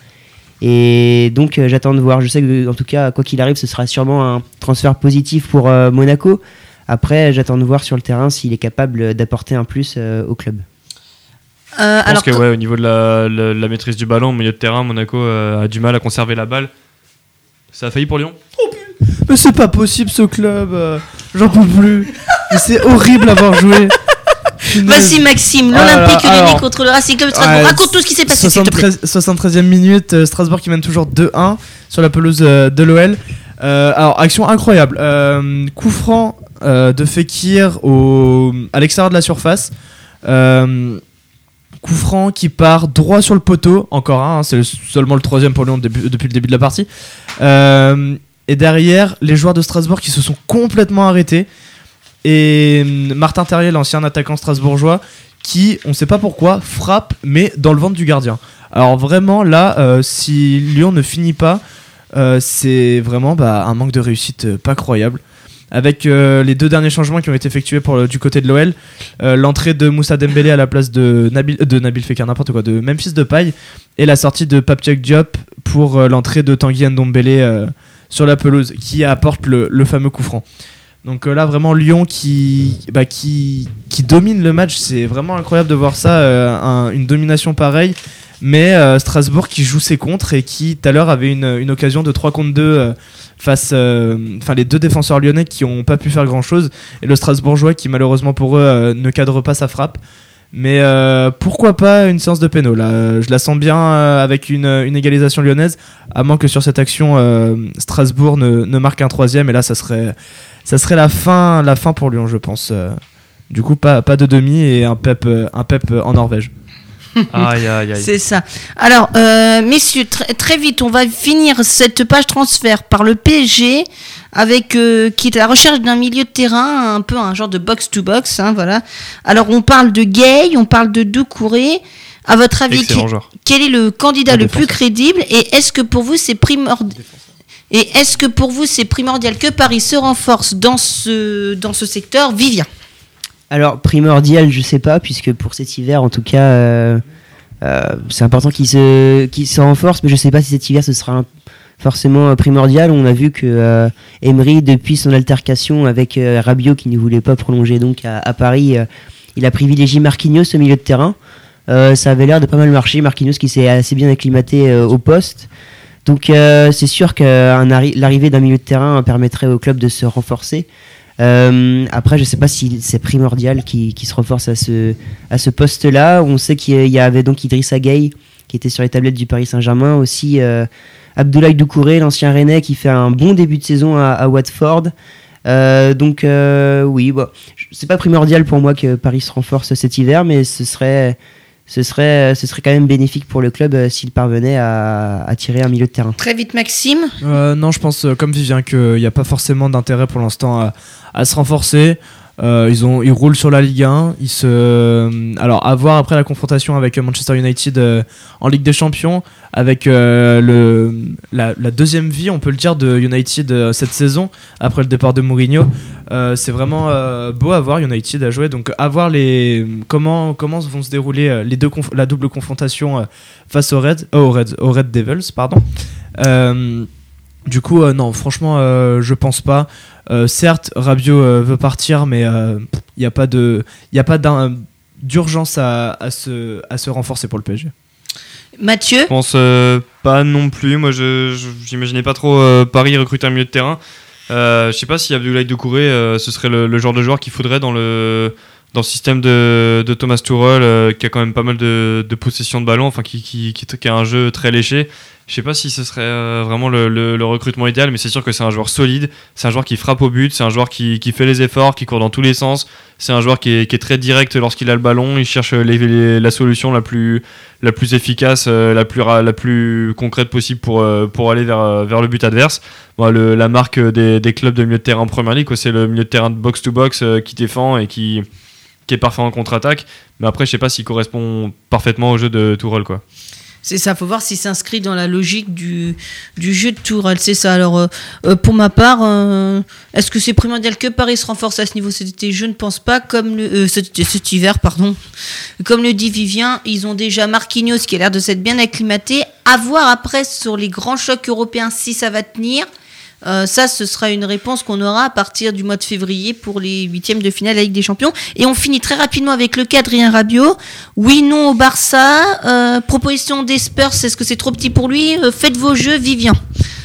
Et donc, euh, j'attends de voir. Je sais que, en tout cas, quoi qu'il arrive, ce sera sûrement un transfert positif pour euh, Monaco. Après, j'attends de voir sur le terrain s'il est capable d'apporter un plus euh, au club. Euh, Je pense alors, que ouais, au niveau de la, la, la maîtrise du ballon, au milieu de terrain, Monaco euh, a du mal à conserver la balle. Ça a failli pour Lyon. Mais c'est pas possible ce club, euh, j'en peux plus. Mais c'est horrible à avoir joué. vas-y Maxime, Ah là l'Olympique là, Lyonnais alors, contre le Racing Club de Strasbourg. ouais, Raconte tout ce qui s'est passé, s'il te plaît. soixante-treize soixante-treizième minute, euh, Strasbourg qui mène toujours deux un sur la pelouse euh, de l'O L. Euh, alors, action incroyable. Euh, coup franc euh, de Fekir au, à l'extérieur de la surface. Euh, coup franc qui part droit sur le poteau. Encore un, hein, c'est le- seulement le troisième pour Lyon depuis, depuis le début de la partie. Euh, et derrière, les joueurs de Strasbourg qui se sont complètement arrêtés. Et hum, Martin Terrier, l'ancien attaquant strasbourgeois, qui, on sait pas pourquoi, frappe, mais dans le ventre du gardien. Alors vraiment, là, euh, si Lyon ne finit pas, euh, c'est vraiment bah, un manque de réussite euh, pas croyable. Avec euh, les deux derniers changements qui ont été effectués pour le- du côté de l'O L, euh, l'entrée de Moussa Dembélé à la place de Nabil, de Nabil Fekir, n'importe quoi, de Memphis Depay, et la sortie de Papchak Diop pour euh, l'entrée de Tanguy Ndombele euh, sur la pelouse, qui apporte le, le fameux coup franc. Donc euh, là, vraiment, Lyon qui, bah, qui, qui domine le match. C'est vraiment incroyable de voir ça, euh, un- une domination pareille. Mais euh, Strasbourg qui joue ses contres et qui, tout à l'heure, avait une, une occasion de trois contre deux euh, face... euh, Enfin, les deux défenseurs lyonnais qui n'ont pas pu faire grand-chose. Et le Strasbourgeois qui, malheureusement pour eux, euh, ne cadre pas sa frappe. Mais euh, pourquoi pas une séance de péno là. Euh, Je la sens bien euh, avec une, une égalisation lyonnaise, à moins que sur cette action, euh, Strasbourg ne, ne marque un troisième. Et là, ça serait... Ça serait la fin, la fin pour Lyon, je pense. Euh, du coup, pas, pas de demi et un Pep, euh, un Pep euh, en Norvège. Aïe, aïe, aïe. C'est ça. Alors, euh, messieurs, tr- très vite, on va finir cette page transfert par le P S G, avec euh, qui est à la recherche d'un milieu de terrain, un peu un genre de box-to-box. Hein, voilà. Alors, on parle de Gay, on parle de Doucouré. À votre avis, Excellent qui- joueur. quel est le candidat Un le plus défenseur. crédible et est-ce que pour vous c'est primordial Et est-ce que pour vous, c'est primordial que Paris se renforce dans ce, dans ce secteur? Vivien? Alors, primordial, je sais pas, puisque pour cet hiver, en tout cas, euh, euh, c'est important qu'il se, qu'il se renforce, mais je sais pas si cet hiver, ce sera un, forcément primordial. On a vu que euh, Emery, depuis son altercation avec euh, Rabiot, qui ne voulait pas prolonger donc à, à Paris, euh, il a privilégié Marquinhos au milieu de terrain. Euh, ça avait l'air de pas mal marcher. Marquinhos qui s'est assez bien acclimaté euh, au poste. Donc euh, c'est sûr que arri- l'arrivée d'un milieu de terrain permettrait au club de se renforcer. Euh, après, je sais pas si c'est primordial qu'il, qu'il se renforce à ce, à ce poste-là. On sait qu'il y avait donc Idrissa Gueye qui était sur les tablettes du Paris Saint-Germain. Aussi euh, Abdoulaye Doucouré, l'ancien Rennais, qui fait un bon début de saison à, à Watford. Euh, donc euh, oui, bon, c'est pas primordial pour moi que Paris se renforce cet hiver, mais ce serait... Ce serait, ce serait quand même bénéfique pour le club euh, s'il parvenait à, à tirer un milieu de terrain. Très vite, Maxime. Euh, non, je pense, euh, comme Vivien, qu'il n'y a pas forcément d'intérêt pour l'instant à, à se renforcer. Euh, ils, ont, ils roulent sur la Ligue un. Ils se, euh, alors, à voir après la confrontation avec Manchester United euh, en Ligue des Champions, avec euh, le, la, la deuxième vie, on peut le dire, de United euh, cette saison, après le départ de Mourinho. Euh, c'est vraiment euh, beau à voir United à jouer. Donc, à voir les, comment, comment vont se dérouler euh, les deux conf- la double confrontation euh, face aux Red, euh, aux Red, aux Red Devils. Pardon. Euh, du coup, euh, non, franchement, euh, je pense pas. Euh, certes, Rabiot euh, veut partir, mais il euh, n'y a pas, de, y a pas d'urgence à, à, se, à se renforcer pour le P S G. Mathieu? Je pense euh, pas non plus. Moi, je, je j'imaginais pas trop euh, Paris recruter un milieu de terrain. Euh, je sais pas si Abdoulaye Doucouré, euh, ce serait le, le genre de joueur qu'il faudrait dans le dans le système de, de Thomas Tuchel, euh, qui a quand même pas mal de, de possession de ballon, enfin qui, qui, qui, qui a un jeu très léché. Je sais pas si ce serait euh, vraiment le, le, le recrutement idéal, mais c'est sûr que c'est un joueur solide, c'est un joueur qui frappe au but, c'est un joueur qui, qui fait les efforts, qui court dans tous les sens, c'est un joueur qui est, qui est très direct lorsqu'il a le ballon, il cherche les, les, la solution la plus, la plus efficace, euh, la, plus, la plus concrète possible pour, euh, pour aller vers, vers le but adverse. Bon, le, la marque des, des clubs de milieu de terrain en Premier League, quoi, c'est le milieu de terrain de box-to-box euh, qui défend et qui, qui est parfait en contre-attaque, mais après je sais pas s'il correspond parfaitement au jeu de Tuchel, quoi. C'est ça, faut voir s'il s'inscrit dans la logique du, du jeu de Tourelle, c'est ça. Alors, euh, euh, pour ma part, euh, est-ce que c'est primordial que Paris se renforce à ce niveau cet été? Je ne pense pas, comme le, euh, cet, cet hiver, pardon. Comme le dit Vivien, ils ont déjà Marquinhos qui a l'air de s'être bien acclimaté. À voir après sur les grands chocs européens si ça va tenir. Euh, ça, ce sera une réponse qu'on aura à partir du mois de février pour les huitièmes de finale de la Ligue des Champions. Et on finit très rapidement avec le cas d'Adrien Rabiot. Oui, non au Barça. Euh, proposition des Spurs, est-ce que c'est trop petit pour lui? euh, Faites vos jeux, Vivien.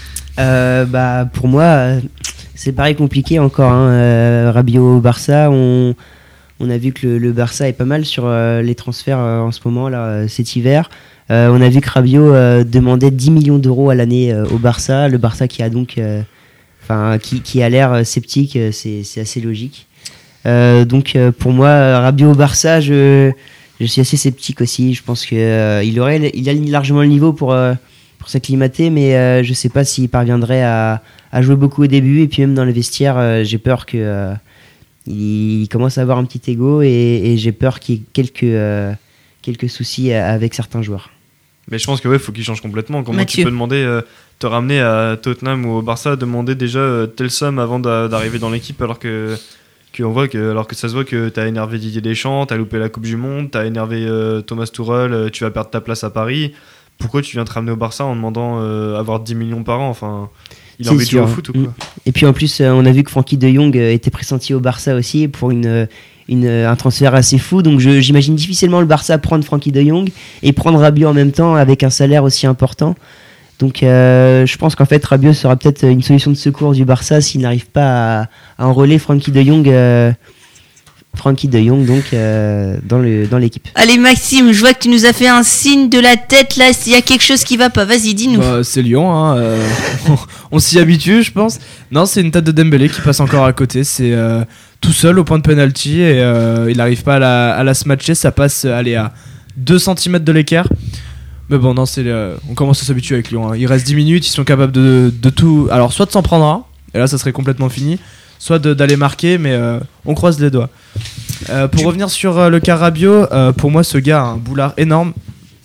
Euh, bah, pour moi, euh, c'est pareil compliqué encore. Hein. Euh, Rabiot au Barça, on, on a vu que le, le Barça est pas mal sur euh, les transferts euh, en ce moment, là, euh, cet hiver. Euh, on a vu que Rabiot euh, demandait dix millions d'euros à l'année euh, au Barça. Le Barça qui a donc, euh, enfin, qui, qui a l'air euh, sceptique, euh, c'est, c'est assez logique. Euh, donc euh, pour moi, Rabiot au Barça, je, je suis assez sceptique aussi. Je pense qu'il euh, aurait, il a largement le niveau pour, euh, pour s'acclimater, mais euh, je sais pas s'il parviendrait à, à jouer beaucoup au début. Et puis même dans le vestiaire, euh, j'ai peur que euh, il commence à avoir un petit ego et, et j'ai peur qu'il y ait quelques, euh, quelques soucis avec certains joueurs. Mais je pense que ouais, faut qu'il change complètement. Comment Mathieu. tu peux demander, euh, te ramener à Tottenham ou au Barça, demander déjà euh, telle somme avant d'a- d'arriver dans l'équipe, alors que, que on voit que, alors que ça se voit que t'as énervé Didier Deschamps, t'as loupé la Coupe du Monde, t'as énervé euh, Thomas Tuchel, euh, tu vas perdre ta place à Paris. Pourquoi tu viens te ramener au Barça en demandant euh, avoir dix millions par an? Enfin, il a C'est envie de jouer sûr. au foot ou quoi? Et puis en plus, euh, on a vu que Frankie de Jong euh, était pressenti au Barça aussi pour une, une, un transfert assez fou. Donc je, j'imagine difficilement le Barça prendre Frankie de Jong et prendre Rabiot en même temps avec un salaire aussi important. Donc euh, je pense qu'en fait Rabiot sera peut-être une solution de secours du Barça s'il n'arrive pas à, à enrôler Frankie de Jong. Euh, Frankie de Jong donc euh, dans, le, dans l'équipe. Allez Maxime, je vois que tu nous as fait un signe de la tête là, s'il y a quelque chose qui va pas, vas-y dis-nous. Bah, c'est Lyon, hein, euh, on, on s'y habitue, je pense. Non, c'est une tête de Dembélé qui passe encore à côté. C'est euh, tout seul au point de penalty et euh, il n'arrive pas à la, à la smatcher. Ça passe allez, à deux centimètres de l'écart. Mais bon, non, c'est euh, on commence à s'habituer avec Lyon. Hein. Il reste dix minutes, ils sont capables de, de tout. Alors, soit de s'en prendre un, et là, ça serait complètement fini. Soit de, d'aller marquer, mais euh, on croise les doigts. Euh, pour tu... revenir sur euh, le cas Rabiot, euh, pour moi, ce gars a un boulard énorme.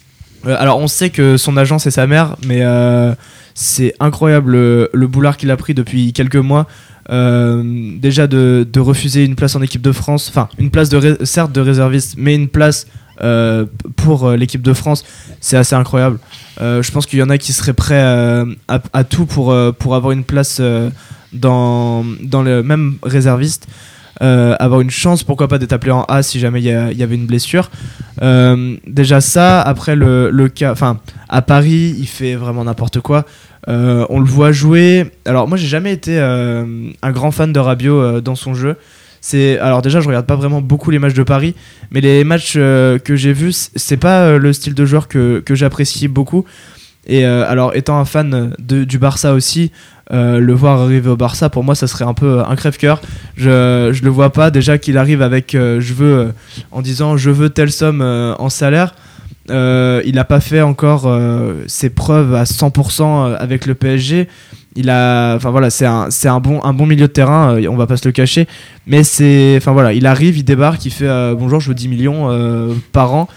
Euh, alors on sait que son agent c'est sa mère, mais euh, c'est incroyable le, le boulard qu'il a pris depuis quelques mois. Euh, déjà de, de refuser une place en équipe de France, enfin une place de ré- certes de réserviste, mais une place euh, pour euh, l'équipe de France, c'est assez incroyable. Euh, je pense qu'il y en a qui seraient prêts euh, à, à tout pour, euh, pour avoir une place euh, dans, dans le même réserviste. Euh, avoir une chance, pourquoi pas, d'être appelé en A si jamais il y, y avait une blessure. Euh, déjà ça, après le, le cas, enfin à Paris, il fait vraiment n'importe quoi. Euh, on le voit jouer. Alors moi, j'ai jamais été euh, un grand fan de Rabiot euh, dans son jeu. C'est alors déjà, je regarde pas vraiment beaucoup les matchs de Paris, mais les matchs euh, que j'ai vus, c'est pas euh, le style de joueur que que j'apprécie beaucoup. Et euh, alors, étant un fan de, du Barça aussi, euh, le voir arriver au Barça, pour moi, ça serait un peu un crève-cœur. Je, je le vois pas déjà qu'il arrive avec, euh, je veux, euh, en disant, je veux telle somme euh, en salaire. Euh, il n'a pas fait encore euh, ses preuves à cent pour cent avec le P S G. Il a, enfin voilà, c'est un, c'est un bon, un bon milieu de terrain. Euh, on va pas se le cacher. Mais c'est, enfin voilà, il arrive, il débarque, il fait, euh, bonjour, je veux dix millions euh, par an.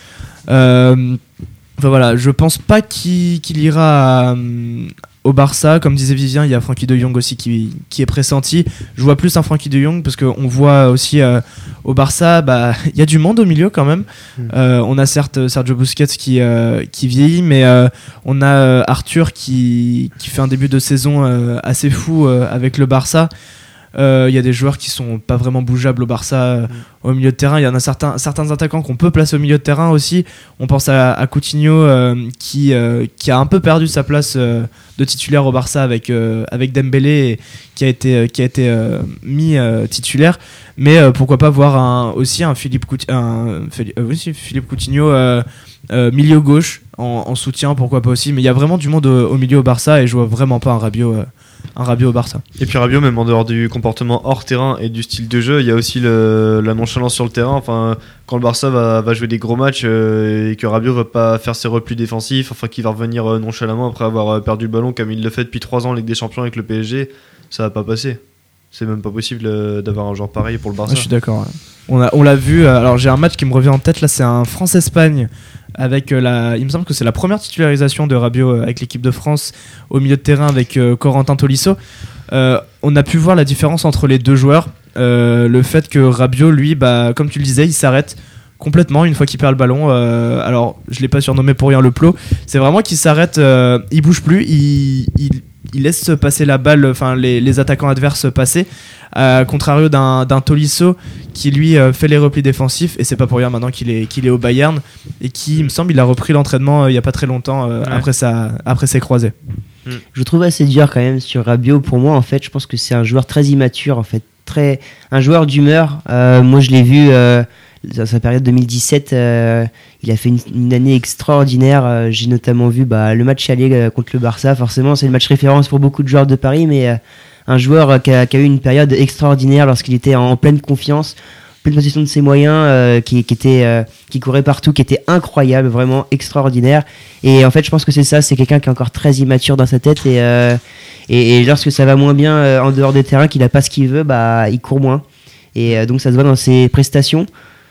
Euh, Enfin voilà, je pense pas qu'il, qu'il ira à, au Barça. Comme disait Vivien, il y a Frenkie de Jong aussi qui, qui est pressenti. Je vois plus un Frenkie de Jong parce qu'on voit aussi euh, au Barça, bah, il y a du monde au milieu quand même. Mmh. Euh, on a certes Sergio Busquets qui, euh, qui vieillit, mais euh, on a euh, Arthur qui, qui fait un début de saison euh, assez fou euh, avec le Barça. Il euh, y a des joueurs qui sont pas vraiment bougeables au Barça euh, mmh. au milieu de terrain. Il y en a certains, certains attaquants qu'on peut placer au milieu de terrain aussi. On pense à, à Coutinho euh, qui, euh, qui a un peu perdu sa place euh, de titulaire au Barça avec, euh, avec Dembélé et qui a été, qui a été euh, mis euh, titulaire. Mais euh, pourquoi pas voir un, aussi un Philippe, Couti- un, euh, oui, Philippe Coutinho euh, euh, milieu gauche en, en soutien, pourquoi pas aussi. Mais il y a vraiment du monde au, au milieu au Barça et je vois vraiment pas un Rabiot. Euh, un Rabiot au Barça. Et puis Rabiot, même en dehors du comportement hors terrain et du style de jeu, il y a aussi le, la nonchalance sur le terrain. Enfin, quand le Barça va, va jouer des gros matchs euh, et que Rabiot va pas faire ses replis défensifs, enfin qu'il va revenir euh, nonchalamment après avoir euh, perdu le ballon comme il le fait depuis trois ans en Ligue des Champions avec le P S G, ça va pas passer. C'est même pas possible euh, d'avoir un joueur pareil pour le Barça. Ouais, je suis d'accord. Ouais. On, a, on l'a vu. Euh, alors j'ai un match qui me revient en tête là, c'est un France-Espagne. Avec euh, la, il me semble que c'est la première titularisation de Rabiot euh, avec l'équipe de France au milieu de terrain avec euh, Corentin Tolisso. Euh, on a pu voir la différence entre les deux joueurs. Euh, le fait que Rabiot, lui, bah, comme tu le disais, il s'arrête complètement une fois qu'il perd le ballon. Euh, alors, je l'ai pas surnommé pour rien le plot. C'est vraiment qu'il s'arrête, euh, il bouge plus, il, il, il laisse passer la balle, enfin les, les attaquants adverses passer. À contrario d'un, d'un Tolisso qui lui euh, fait les replis défensifs, et c'est pas pour rien maintenant qu'il est, qu'il est au Bayern et qui, il me semble, il a repris l'entraînement euh, il y a pas très longtemps euh, ouais. après, sa, après ses croisés. Je trouve assez dur quand même sur Rabiot. Pour moi, en fait, je pense que c'est un joueur très immature, en fait, très, un joueur d'humeur. Euh, moi, je l'ai vu euh, dans sa période deux mille dix-sept. Euh, il a fait une, une année extraordinaire. Euh, j'ai notamment vu bah, le match aller euh, contre le Barça. Forcément, c'est le match référence pour beaucoup de joueurs de Paris, mais euh, un joueur euh, qui, a, qui a eu une période extraordinaire lorsqu'il était en, en pleine confiance, pleine possession de ses moyens, euh, qui, qui était, euh, qui courait partout, qui était incroyable, vraiment extraordinaire. Et en fait, je pense que c'est ça, c'est quelqu'un qui est encore très immature dans sa tête et, euh, et, et lorsque ça va moins bien euh, en dehors des terrains, qu'il a pas ce qu'il veut, bah il court moins. Et euh, donc ça se voit dans ses prestations.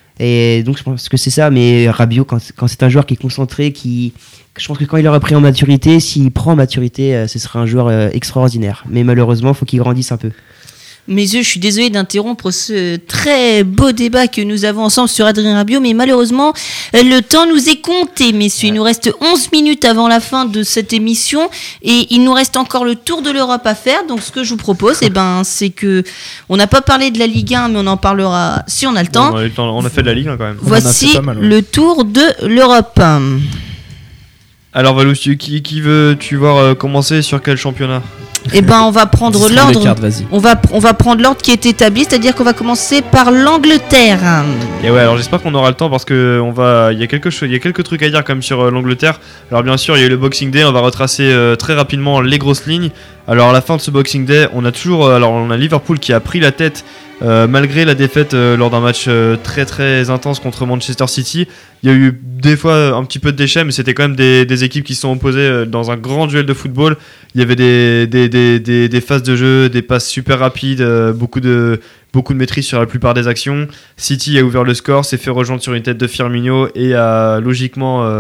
Et donc je pense que c'est ça. Mais Rabiot, quand, quand c'est un joueur qui est concentré, qui, je pense que quand il aura pris en maturité, s'il prend en maturité, euh, ce sera un joueur euh, extraordinaire. Mais malheureusement, il faut qu'il grandisse un peu. Messieurs, je suis désolée d'interrompre ce très beau débat que nous avons ensemble sur Adrien Rabiot, mais malheureusement, le temps nous est compté, messieurs. Il nous reste onze minutes avant la fin de cette émission et il nous reste encore le tour de l'Europe à faire. Donc, ce que je vous propose, eh ben, c'est que on n'a pas parlé de la Ligue un, mais on en parlera si on a le temps. On a, le temps, on a fait de la Ligue un quand même. Voici mal, ouais. le tour de l'Europe. Alors, Valou, qui, qui veut tu voir euh, commencer sur quel championnat ? Eh ben, on va prendre l'ordre. Cartes, on va on va prendre l'ordre qui est établi, c'est-à-dire qu'on va commencer par l'Angleterre. Et ouais, alors j'espère qu'on aura le temps parce que on va, il y a quelque chose, il y a quelques trucs à dire quand même sur euh, l'Angleterre. Alors bien sûr, il y a eu le Boxing Day, on va retracer euh, très rapidement les grosses lignes. Alors à la fin de ce Boxing Day, on a toujours, euh, alors on a Liverpool qui a pris la tête. Euh, malgré la défaite euh, lors d'un match euh, très très intense contre Manchester City, il y a eu des fois un petit peu de déchets, mais c'était quand même des, des équipes qui se sont opposées euh, dans un grand duel de football. Il y avait des, des, des, des, des phases de jeu, des passes super rapides, euh, beaucoup, de, beaucoup de maîtrise sur la plupart des actions. City a ouvert le score, s'est fait rejoindre sur une tête de Firmino et a logiquement euh,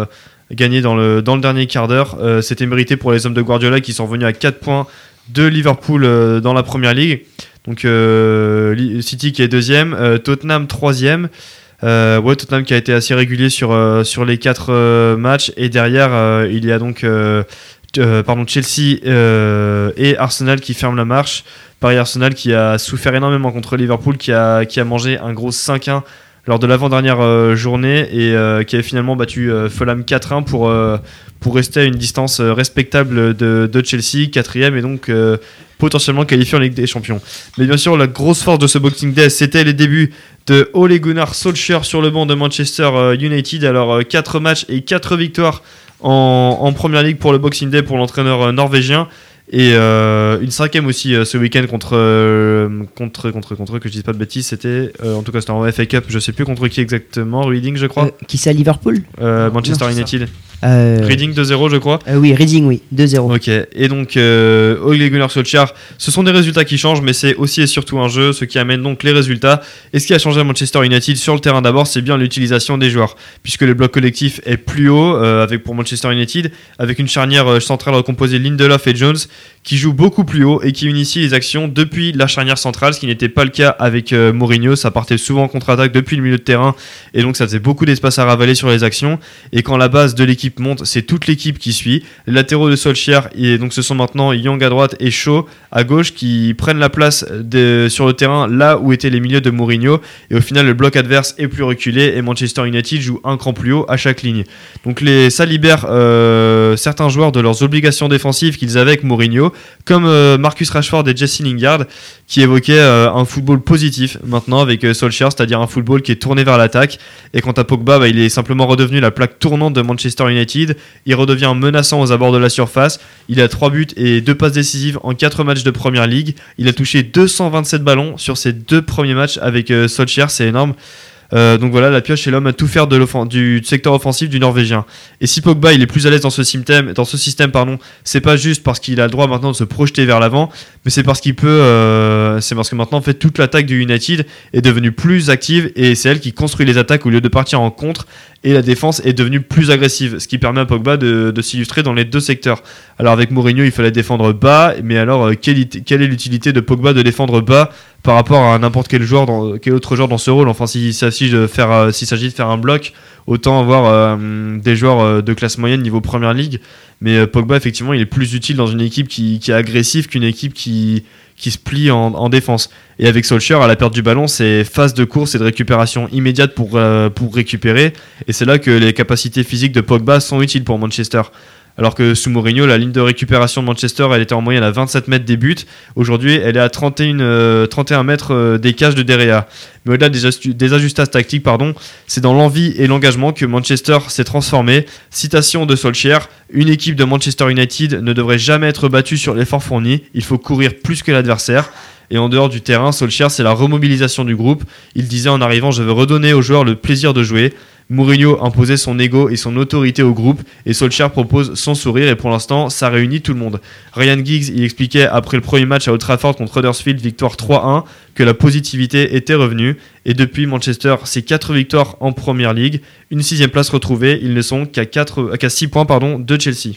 gagné dans le, dans le dernier quart d'heure. Euh, c'était mérité pour les hommes de Guardiola qui sont venus à quatre points de Liverpool euh, dans la Première Ligue. Donc euh, City qui est deuxième, euh, Tottenham troisième. Euh, ouais, Tottenham qui a été assez régulier sur, euh, sur les quatre euh, matchs. Et derrière, euh, il y a donc euh, euh, pardon, Chelsea euh, et Arsenal qui ferment la marche. Paris Arsenal qui a souffert énormément contre Liverpool, qui a, qui a mangé un gros cinq un lors de l'avant-dernière euh, journée et euh, qui avait finalement battu euh, Fulham quatre un pour, euh, pour rester à une distance euh, respectable de, de Chelsea, quatrième et donc euh, potentiellement qualifié en Ligue des Champions. Mais bien sûr, la grosse force de ce Boxing Day, c'était les débuts de Ole Gunnar Solskjaer sur le banc de Manchester United. Alors, quatre matchs et quatre victoires en, en Première Ligue pour le Boxing Day pour l'entraîneur norvégien. Et euh, une cinquième aussi euh, ce week-end contre, euh, contre, contre, contre, que je dise pas de bêtises, c'était, euh, en tout cas c'était en F A Cup, je sais plus contre qui exactement, Reading je crois. Euh, qui c'est à Liverpool euh, Manchester non, United. Euh... Reading deux zéro je crois. Euh, oui, Reading, oui, deux zéro. Ok, et donc euh, Ole Gunnar Solskjaer, ce sont des résultats qui changent, mais c'est aussi et surtout un jeu, ce qui amène donc les résultats. Et ce qui a changé à Manchester United sur le terrain d'abord, c'est bien l'utilisation des joueurs, puisque le bloc collectif est plus haut euh, avec pour Manchester United, avec une charnière euh, centrale recomposée Lindelof et Jones, qui joue beaucoup plus haut et qui initie les actions depuis la charnière centrale, ce qui n'était pas le cas avec euh, Mourinho. Ça partait souvent en contre-attaque depuis le milieu de terrain, et donc ça faisait beaucoup d'espace à ravaler sur les actions. Et quand la base de l'équipe monte, c'est toute l'équipe qui suit. Les latéraux de Solskjaer, et donc ce sont maintenant Young à droite et Shaw à gauche qui prennent la place de, sur le terrain là où étaient les milieux de Mourinho. Et au final, le bloc adverse est plus reculé et Manchester United joue un cran plus haut à chaque ligne. Donc les, ça libère euh, certains joueurs de leurs obligations défensives qu'ils avaient avec Mourinho, comme euh, Marcus Rashford et Jesse Lingard, qui évoquaient euh, un football positif maintenant avec euh, Solskjaer, c'est-à-dire un football qui est tourné vers l'attaque. Et quant à Pogba, bah, il est simplement redevenu la plaque tournante de Manchester United. Il redevient menaçant aux abords de la surface. Il a trois buts et deux passes décisives en quatre matchs de Première Ligue. Il a touché deux cent vingt-sept ballons sur ses deux premiers matchs avec euh, Solskjaer, c'est énorme. Euh, donc voilà, la pioche est l'homme à tout faire de du secteur offensif du Norvégien. Et si Pogba il est plus à l'aise dans ce système, dans ce système pardon, c'est pas juste parce qu'il a le droit maintenant de se projeter vers l'avant, mais c'est parce qu'il peut, euh, c'est parce que maintenant en fait toute l'attaque du United est devenue plus active et c'est elle qui construit les attaques au lieu de partir en contre. Et la défense est devenue plus agressive, ce qui permet à Pogba de, de s'illustrer dans les deux secteurs. Alors avec Mourinho, il fallait défendre bas, mais alors quelle, quelle est l'utilité de Pogba de défendre bas par rapport à n'importe quel joueur, dans, quel autre joueur dans ce rôle? Enfin, s'il s'agit de faire, s'il s'agit de faire un bloc, autant avoir euh, des joueurs de classe moyenne niveau Première Ligue. Mais euh, Pogba, effectivement, il est plus utile dans une équipe qui, qui est agressive qu'une équipe qui qui se plie en, en défense. Et avec Solskjaer, à la perte du ballon, c'est phase de course et de récupération immédiate pour, euh, pour récupérer. Et c'est là que les capacités physiques de Pogba sont utiles pour Manchester. Alors que sous Mourinho, la ligne de récupération de Manchester, elle était en moyenne à vingt-sept mètres des buts. Aujourd'hui, elle est à trente et un, euh, trente et un mètres euh, des cages de De Gea. Mais au-delà des, astu- des ajustages tactiques, pardon, c'est dans l'envie et l'engagement que Manchester s'est transformé. Citation de Solskjaer: une équipe de Manchester United ne devrait jamais être battue sur l'effort fourni. Il faut courir plus que l'adversaire. Et en dehors du terrain, Solskjaer, c'est la remobilisation du groupe. Il disait en arrivant: je veux redonner aux joueurs le plaisir de jouer. Mourinho imposait son ego et son autorité au groupe, et Solskjaer propose son sourire, et pour l'instant ça réunit tout le monde. Ryan Giggs il expliquait après le premier match à Old Trafford contre Huddersfield, victoire trois un, que la positivité était revenue, et depuis Manchester, c'est quatre victoires en Première Ligue, une sixième place retrouvée, ils ne sont qu'à, quatre, qu'à six points pardon, de Chelsea.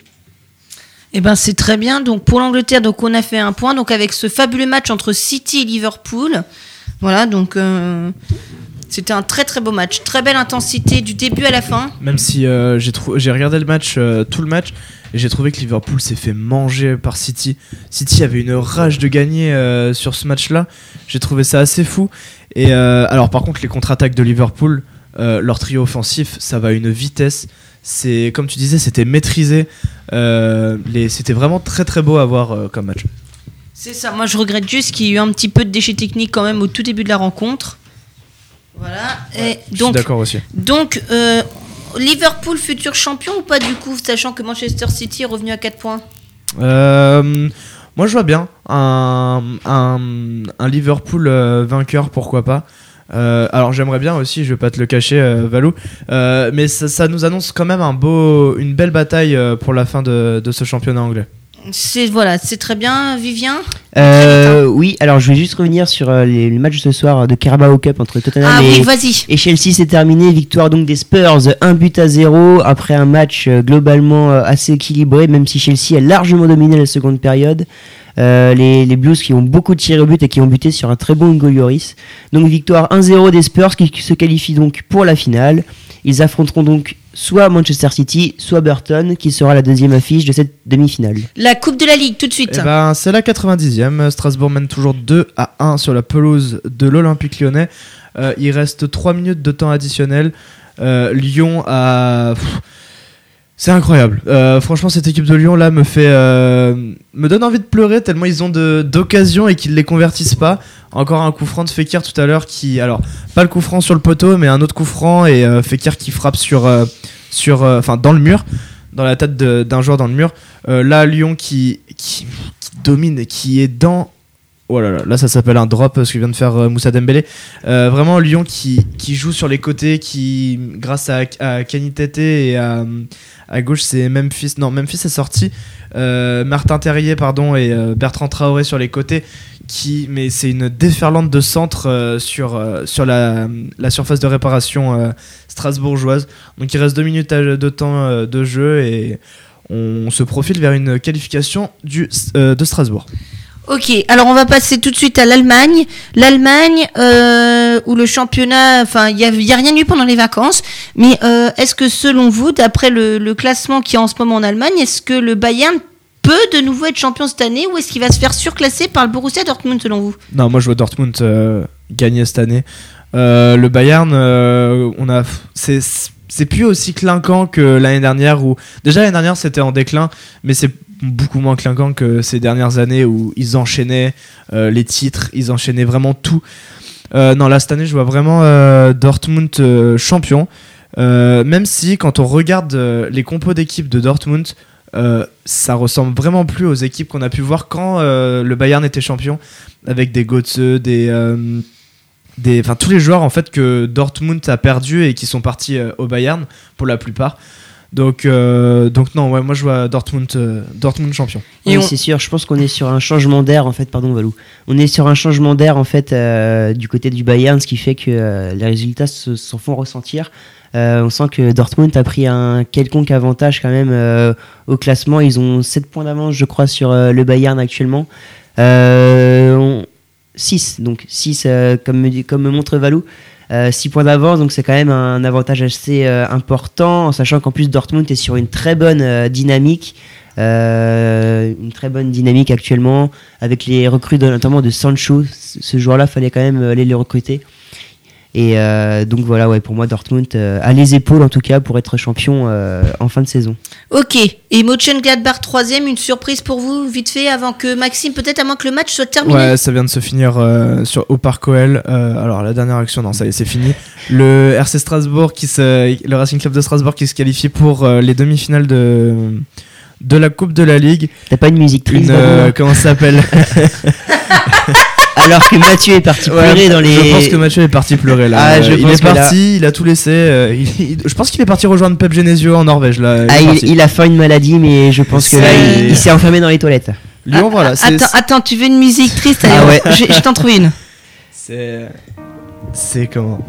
Eh ben c'est très bien. Donc pour l'Angleterre, donc on a fait un point. Donc avec ce fabuleux match entre City et Liverpool, voilà. Donc euh, c'était un très très beau match, très belle intensité du début à la fin. Même si euh, j'ai trou- j'ai regardé le match, euh, tout le match, et j'ai trouvé que Liverpool s'est fait manger par City. City avait une rage de gagner euh, sur ce match-là. J'ai trouvé ça assez fou. Et euh, alors par contre les contre-attaques de Liverpool, euh, leur trio offensif, ça va à une vitesse. C'est, comme tu disais, c'était maîtrisé. Euh, les, c'était vraiment très très beau à voir euh, comme match. C'est ça. Moi, je regrette juste qu'il y ait eu un petit peu de déchets techniques quand même au tout début de la rencontre. Voilà. Ouais, Et je donc, suis d'accord aussi. Donc, euh, Liverpool futur champion ou pas du coup, sachant que Manchester City est revenu à quatre points. Euh, moi, je vois bien un, un, un Liverpool euh, vainqueur, pourquoi pas. Euh, alors j'aimerais bien aussi, je vais pas te le cacher euh, Valou, euh, mais ça, ça nous annonce quand même un beau, une belle bataille euh, pour la fin de, de ce championnat anglais. C'est voilà, c'est très bien, Vivien. Euh, oui, alors je vais juste revenir sur euh, les, les matchs de ce soir de Carabao Cup entre Tottenham Ah et, oui, vas-y. et Chelsea. C'est terminé, victoire donc des Spurs, un but à zéro après un match euh, globalement euh, assez équilibré, même si Chelsea a largement dominé la seconde période. Euh, les, les Blues qui ont beaucoup tiré au but et qui ont buté sur un très bon Hugo Lloris. Donc victoire un zéro des Spurs qui se qualifient donc pour la finale. Ils affronteront donc soit Manchester City, soit Burton, qui sera la deuxième affiche de cette demi-finale. La Coupe de la Ligue, tout de suite. Eh ben, c'est la quatre-vingt-dixième. Strasbourg mène toujours deux à un sur la pelouse de l'Olympique Lyonnais. Euh, il reste trois minutes de temps additionnel. Euh, Lyon a... Pff, c'est incroyable. Euh, franchement, cette équipe de Lyon là me fait, euh, me donne envie de pleurer tellement ils ont de, d'occasions et qu'ils les convertissent pas. Encore un coup franc de Fekir tout à l'heure qui, alors pas le coup franc sur le poteau, mais un autre coup franc et euh, Fekir qui frappe sur, euh, sur, enfin euh, dans le mur, dans la tête de, d'un joueur dans le mur. Euh, là, Lyon qui, qui, qui domine et qui est dans. Oh là là, là ça s'appelle un drop ce que vient de faire euh, Moussa Dembélé. Euh, vraiment Lyon qui, qui joue sur les côtés, qui grâce à, à Kanitete et à, à gauche c'est Memphis. Non, Memphis est sorti. Euh, Martin Terrier pardon et euh, Bertrand Traoré sur les côtés. Qui, mais c'est une déferlante de centre euh, sur, euh, sur la, la surface de réparation euh, strasbourgeoise. Donc il reste deux minutes de temps euh, de jeu et on se profile vers une qualification du, euh, de Strasbourg. Ok, alors on va passer tout de suite à l'Allemagne. L'Allemagne, euh, où le championnat, enfin, il n'y a, y a rien eu pendant les vacances, mais euh, est-ce que selon vous, d'après le, le classement qui est en ce moment en Allemagne, est-ce que le Bayern peut de nouveau être champion cette année ou est-ce qu'il va se faire surclasser par le Borussia Dortmund selon vous ? Non, moi je vois Dortmund euh, gagner cette année. Euh, le Bayern, euh, on a, c'est, c'est plus aussi clinquant que l'année dernière où déjà l'année dernière c'était en déclin, mais c'est beaucoup moins clinquant que ces dernières années où ils enchaînaient euh, les titres, ils enchaînaient vraiment tout. Euh, non, là cette année je vois vraiment euh, Dortmund euh, champion, euh, même si quand on regarde euh, les compos d'équipe de Dortmund, euh, ça ressemble vraiment plus aux équipes qu'on a pu voir quand euh, le Bayern était champion, avec des Götze, des... Euh, des, enfin tous les joueurs en fait que Dortmund a perdu et qui sont partis euh, au Bayern pour la plupart. Donc, euh, donc non, ouais, moi je vois Dortmund, euh, Dortmund champion. Oui, on... c'est sûr. Je pense qu'on est sur un changement d'air en fait. Pardon, Valou. On est sur un changement d'air en fait euh, du côté du Bayern, ce qui fait que euh, les résultats se, s'en font ressentir. Euh, on sent que Dortmund a pris un quelconque avantage quand même euh, au classement. Ils ont sept points d'avance, je crois, sur euh, le Bayern actuellement. Euh, on... six, donc six euh, comme, me, comme me montre Valou. Euh, six points d'avance, donc c'est quand même un avantage assez euh, important, en sachant qu'en plus Dortmund est sur une très bonne euh, dynamique, euh, une très bonne dynamique actuellement, avec les recrues de, notamment de Sancho. Ce joueur-là, fallait quand même aller le recruter. Et euh, donc voilà, ouais, pour moi Dortmund euh, a les épaules en tout cas pour être champion euh, en fin de saison. Ok, et Mönchengladbach troisième, une surprise pour vous, vite fait, avant que Maxime, peut-être avant que le match soit terminé. Ouais, ça vient de se finir euh, sur, au Parc O L. Euh, alors la dernière action, non, ça y est, c'est fini. Le R C Strasbourg, qui se, le Racing Club de Strasbourg qui se qualifie pour euh, les demi-finales de, de la Coupe de la Ligue. T'as pas une musique triste une, euh, Comment ça s'appelle? Alors que Mathieu est parti pleurer ouais, dans les... Je pense que Mathieu est parti pleurer là. Ah, je il pense est que parti, là... il a tout laissé. Euh, il, il, je pense qu'il est parti rejoindre Pep Genesio en Norvège là. Il, ah, il, il, il a fait une maladie, mais je pense que là, il, il s'est enfermé dans les toilettes. Lyon, ah, voilà. C'est, attends, c'est... attends, tu veux une musique triste? Allez, ah ouais. je, je t'en trouve une. C'est, c'est comment?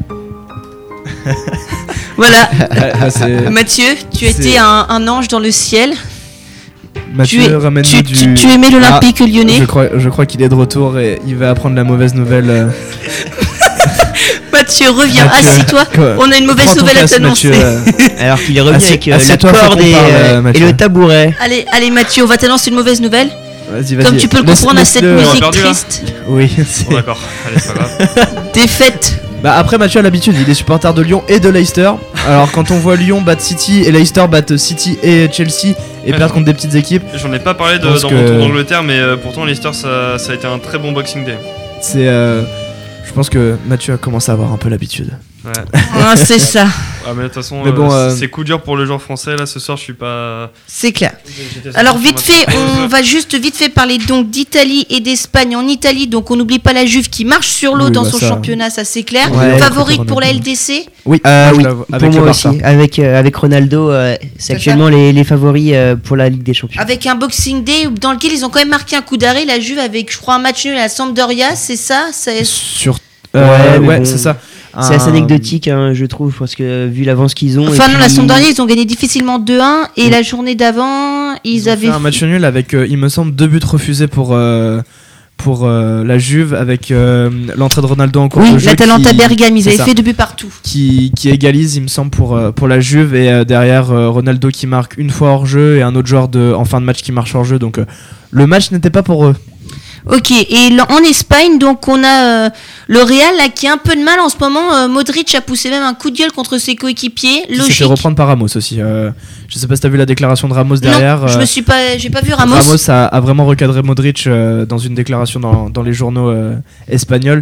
Voilà. ah, c'est... Mathieu, tu c'est... étais un, un ange dans le ciel. Mathieu, tu, es, ramène-nous tu, du... tu, tu aimais l'Olympique ah, lyonnais. Je crois, je crois qu'il est de retour et il va apprendre la mauvaise nouvelle. Euh... Mathieu, reviens, Mathieu, assis-toi. quoi, on a une mauvaise nouvelle à t'annoncer. Mathieu, euh... Alors qu'il est revenu Assis, avec euh, la toi, corde et, parle, euh, et le tabouret. Allez, allez Mathieu, on va t'annoncer une mauvaise nouvelle. Vas-y, vas-y. Comme tu peux le laisse, comprendre à cette le... musique perdu, triste. Oui, c'est... Bon, d'accord, allez, c'est pas grave. Défaite. Bah après Mathieu a l'habitude, il est supporter de Lyon et de Leicester. Alors quand on voit Lyon battre City et Leicester battre City et Chelsea et ouais, perdre contre des petites équipes, j'en ai pas parlé de, dans que... mon tour d'Angleterre, mais euh, pourtant Leicester ça, ça a été un très bon Boxing Day. C'est, euh, je pense que Mathieu a commencé à avoir un peu l'habitude. Ouais. Ah, c'est ça, Ah, mais de toute façon, Mais bon, euh, euh, c'est coup dur pour le joueur français. Là, ce soir, je suis pas. c'est clair. J'étais Alors sur vite le fait, match. on va juste vite fait parler donc d'Italie et d'Espagne. En Italie, donc on n'oublie pas la Juve qui marche sur l'eau Oui, dans bah son ça- championnat, ça c'est clair. Ouais, Favorite contre pour la Ronaldo. L D C. Oui, Euh, moi, je oui, la vois- pour avec moi le aussi. Barça. Avec, euh, avec Ronaldo, euh, c'est ça actuellement les, les favoris euh, pour la Ligue des Champions. Avec un Boxing Day dans lequel ils ont quand même marqué un coup d'arrêt. La Juve avec, je crois, un match nul à la Sampdoria, c'est ça, c'est... Sur... Ouais, Euh, mais ouais, bon, c'est ça. C'est assez Un- anecdotique, hein, je trouve, parce que vu l'avance qu'ils ont. Enfin et non, la puis- Sampdoria, ils ont gagné difficilement deux un. Et Mm. la journée d'avant, ils, Ils ont avaient... fait un match nul avec, euh, il me semble, deux buts refusés pour, euh, pour euh, la Juve avec euh, l'entrée de Ronaldo en cours Oui, de jeu l'Atalanta qui- Bergame, ils c'est avaient ça. fait deux buts partout. qui, qui égalise, il me semble, pour, euh, pour la Juve. Et euh, derrière, euh, Ronaldo qui marque une fois hors jeu et un autre joueur de, en fin de match qui marche hors jeu. Donc euh, le match n'était pas pour eux. Ok, et là, en Espagne, donc on a euh, le Real là, qui a un peu de mal en ce moment. Euh, Modric a poussé même un coup de gueule contre ses coéquipiers. Qui s'est Logique. fait reprendre par Ramos aussi. Euh, je sais pas si t'as vu la déclaration de Ramos derrière. Non, je euh, me suis pas, j'ai pas vu Ramos. Ramos a, a vraiment recadré Modric euh, dans une déclaration dans, dans les journaux euh, espagnols.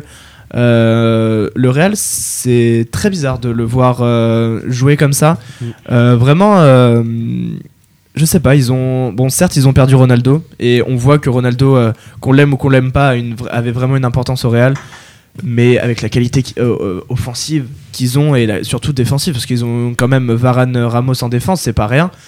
Euh, le Real, c'est très bizarre de le voir euh, jouer comme ça. Euh, vraiment, euh, je sais pas. Ils ont, bon, certes, ils ont perdu Ronaldo et on voit que Ronaldo, euh, qu'on l'aime ou qu'on l'aime pas, a une vra- avait vraiment une importance au Real. Mais avec la qualité qui- euh, euh, offensive qu'ils ont et la- surtout défensive, parce qu'ils ont quand même Varane, Ramos en défense, c'est pas rien.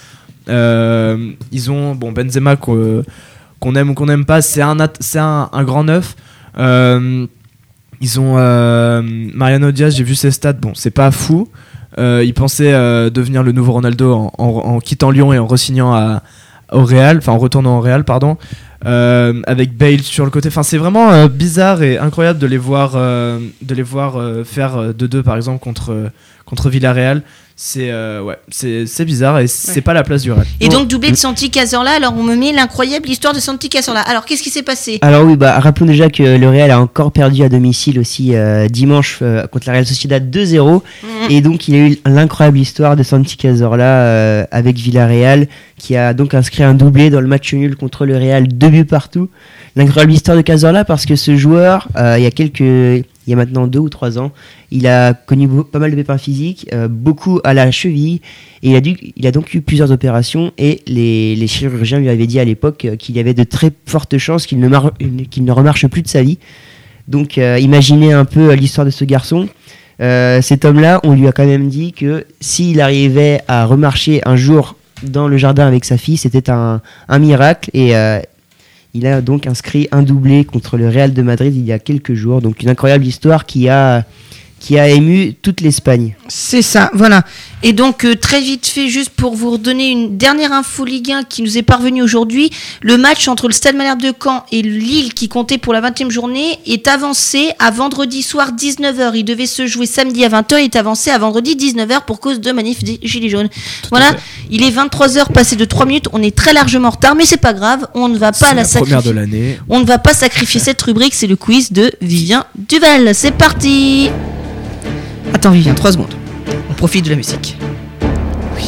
Euh, ils ont bon Benzema qu'on qu'on aime ou qu'on n'aime pas, c'est un, at- c'est un, un grand neuf. Euh, ils ont euh, Mariano Diaz, j'ai vu ses stats, bon c'est pas fou. Euh, il pensait euh, devenir le nouveau Ronaldo en, en- en quittant Lyon et en re-signant à- au Real, enfin en retournant au Real, pardon. Euh, avec Bale sur le côté, enfin c'est vraiment euh, bizarre et incroyable de les voir, euh, de les voir euh, faire deux deux par exemple contre contre Villarreal. C'est euh, ouais, c'est c'est bizarre et c'est Ouais. pas la place du Real. Et donc doublé de Santi Cazorla. Alors on me met l'incroyable histoire de Santi Cazorla. Alors qu'est-ce qui s'est passé? Alors oui, bah, rappelons déjà que le Real a encore perdu à domicile aussi euh, dimanche euh, contre la Real Sociedad deux zéro. Mhm. Et donc il y a eu l'incroyable histoire de Santi Cazorla euh, avec Villarreal qui a donc inscrit un doublé dans le match nul contre le Real, deux buts partout. L'incroyable histoire de Cazorla parce que ce joueur, euh, il y a quelques, il y a maintenant deux ou trois ans, il a connu beau- pas mal de pépins physiques, euh, beaucoup à la cheville, et il a, dû, il a donc eu plusieurs opérations, et les, les chirurgiens lui avaient dit à l'époque euh, qu'il y avait de très fortes chances qu'il ne, mar- qu'il ne remarche plus de sa vie. Donc euh, imaginez un peu euh, l'histoire de ce garçon. Euh, cet homme-là, on lui a quand même dit que s'il arrivait à remarcher un jour dans le jardin avec sa fille, c'était un, un miracle, et euh, il a donc inscrit un doublé contre le Real de Madrid il y a quelques jours. Donc une incroyable histoire qui a, qui a ému toute l'Espagne. C'est ça, voilà. Et donc, euh, très vite fait, juste pour vous redonner une dernière info Ligue un qui nous est parvenue aujourd'hui, le match entre le Stade Malherbe de Caen et Lille, qui comptait pour la vingtième journée, est avancé à vendredi soir dix-neuf heures. Il devait se jouer samedi à vingt heures, il est avancé à vendredi dix-neuf heures pour cause de manif des Gilets jaunes. Voilà, il est vingt-trois heures passé de trois minutes, on est très largement en retard, mais c'est pas grave, on ne va pas C'est la, la première de sacrifier. l'année. On ne va pas sacrifier cette rubrique, c'est le quiz de Vivien Duval. C'est parti. Attends Vivien, trois secondes. On profite de la musique. Oui.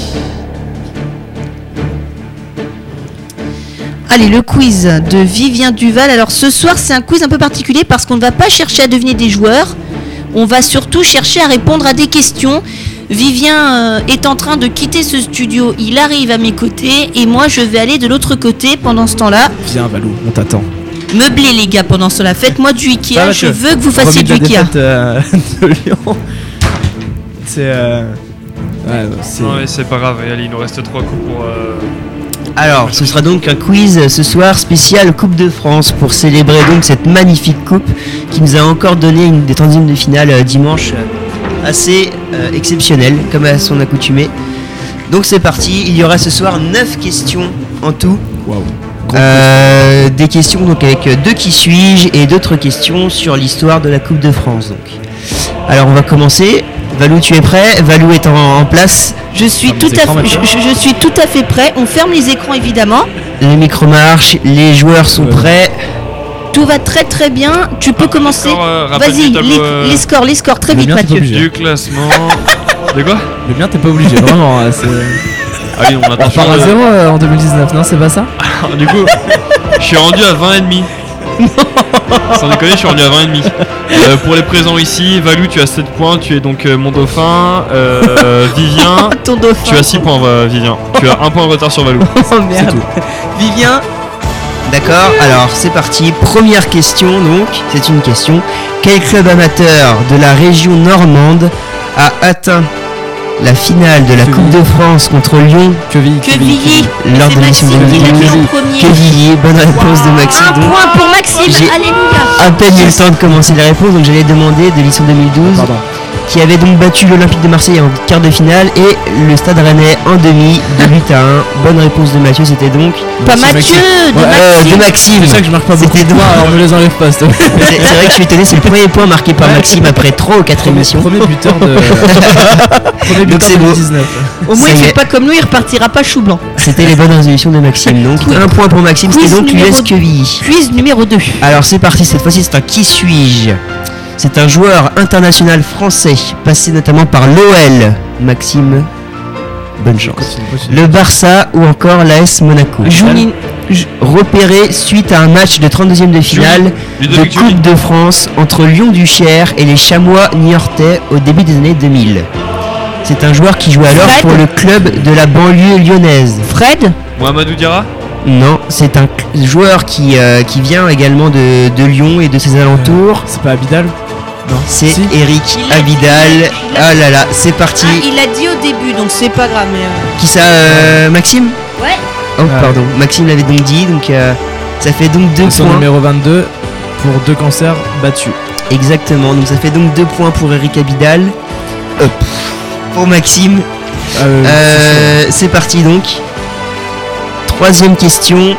Allez, le quiz de Vivien Duval. Alors ce soir, c'est un quiz un peu particulier parce qu'on ne va pas chercher à deviner des joueurs. On va surtout chercher à répondre à des questions. Vivien euh, est en train de quitter ce studio. Il arrive à mes côtés et moi, je vais aller de l'autre côté pendant ce temps-là. Viens Valou, on t'attend. Meublé les gars pendant cela, faites-moi du Ça Ikea, va, je tu- veux que vous fassiez Remis du de la Ikea. défaite, euh, de Lyon. C'est euh... ouais, c'est Non, mais c'est pas grave, Réal, il nous reste trois coups pour. euh, Alors, ce sera donc un quiz euh, ce soir spécial Coupe de France pour célébrer donc cette magnifique coupe qui nous a encore donné une des trentièmes de finale euh, dimanche euh, assez euh, exceptionnelle comme à son accoutumée. Donc c'est parti, il y aura ce soir neuf questions en tout. waouh. Euh, des questions donc avec euh, deux qui suis-je et d'autres questions sur l'histoire de la Coupe de France. Donc. Alors on va commencer. Valou, tu es prêt? Valou est en, en place. Je suis Ferme tout les à écrans fait, je, maintenant. je- je suis tout à fait prêt. On ferme les écrans évidemment. Les micros marchent, les joueurs sont Ouais. prêts. Tout va très très bien. Tu peux commencer. Score, euh, rappel Vas-y, du tableau, les, euh, les scores, les scores très Le vite mien, t'es pas Mathieu. obligé. Du classement. De quoi? Le mien, t'es pas obligé, vraiment. hein, c'est... Ah oui, on attend On part à toujours zéro euh, en deux mille dix-neuf, non, c'est pas ça? le- Du coup, je suis rendu à vingt et demi. Sans déconner, je suis revenu à vingt et demi. Euh, pour les présents ici, Valou, tu as sept points, tu es donc euh, mon dauphin. Euh, Vivien, Ton dauphin. tu as six points, euh, Vivien. Tu as un point de retard sur Valou. Oh merde. Vivien, D'accord, alors c'est parti. Première question donc, c'est une question. Quel club amateur de la région normande a atteint la finale de la Quevilly. Coupe de France contre Lyon Quevilly. Quevilly. lors C'est de l'émission Maxime de qui l'a dit Quevilly. en premier. Quevilly, bonne réponse de Maxime. Un Donc, point pour Maxime, J'ai- alléluia. à peine eu le temps de commencer les réponses, donc j'allais demander de l'édition deux mille douze, Pardon. qui avait donc battu l'Olympique de Marseille en quart de finale et le Stade Rennais en demi de huit à un. Bonne réponse de Mathieu, c'était donc Pas Merci, Mathieu, de Ouais, euh, Maxime. de Maxime. C'est ça que je marque pas beaucoup C'était de points, donc- alors je les enlève pas, s'il te plaît. C'est c'est vrai que je suis étonné, c'est le premier point marqué par Ouais. Maxime après trois ou quatre Premier, émissions. premier buteur de. Premier Donc buteur c'est de beau. deux mille dix-neuf. Au moins, Ça il y fait est. pas comme nous, il repartira pas chou blanc. C'était les bonnes résolutions de Maxime. Donc un point pour Maxime, c'était Quiz donc l'U S numéro- Quevilly. Quiz numéro deux. Alors c'est parti, cette fois-ci c'est un qui suis-je. C'est un joueur international français, passé notamment par l'O L. Maxime, bonne chance. Continue, continue. Le Barça ou encore l'A S Monaco. Jouni- Repéré suite à un match de trente-deuxième de finale de Ludovic Joly. Coupe de France entre Lyon-du-Cher et les Chamois niortais au début des années deux mille. C'est un joueur qui jouait alors Fred. pour le club de la banlieue lyonnaise. Fred, Mohamedou Diarra. Non, c'est un cl- joueur qui, euh, qui vient également de, de Lyon et de ses alentours. C'est pas Abidal. Non. C'est Si. Eric Il l'a dit, Abidal. il l'a- Ah là là, c'est parti. ah, il l'a dit au début, donc c'est pas grave. Mais euh, Qui ça, euh, Maxime Ouais. Oh, Ouais. pardon. Maxime l'avait donc dit, donc euh, ça fait donc deux Son points. numéro vingt-deux pour deux cancers battus. Exactement, donc ça fait donc deux points pour Eric Abidal. Hop. Pour Maxime. Euh, Euh, c'est parti donc. Troisième question.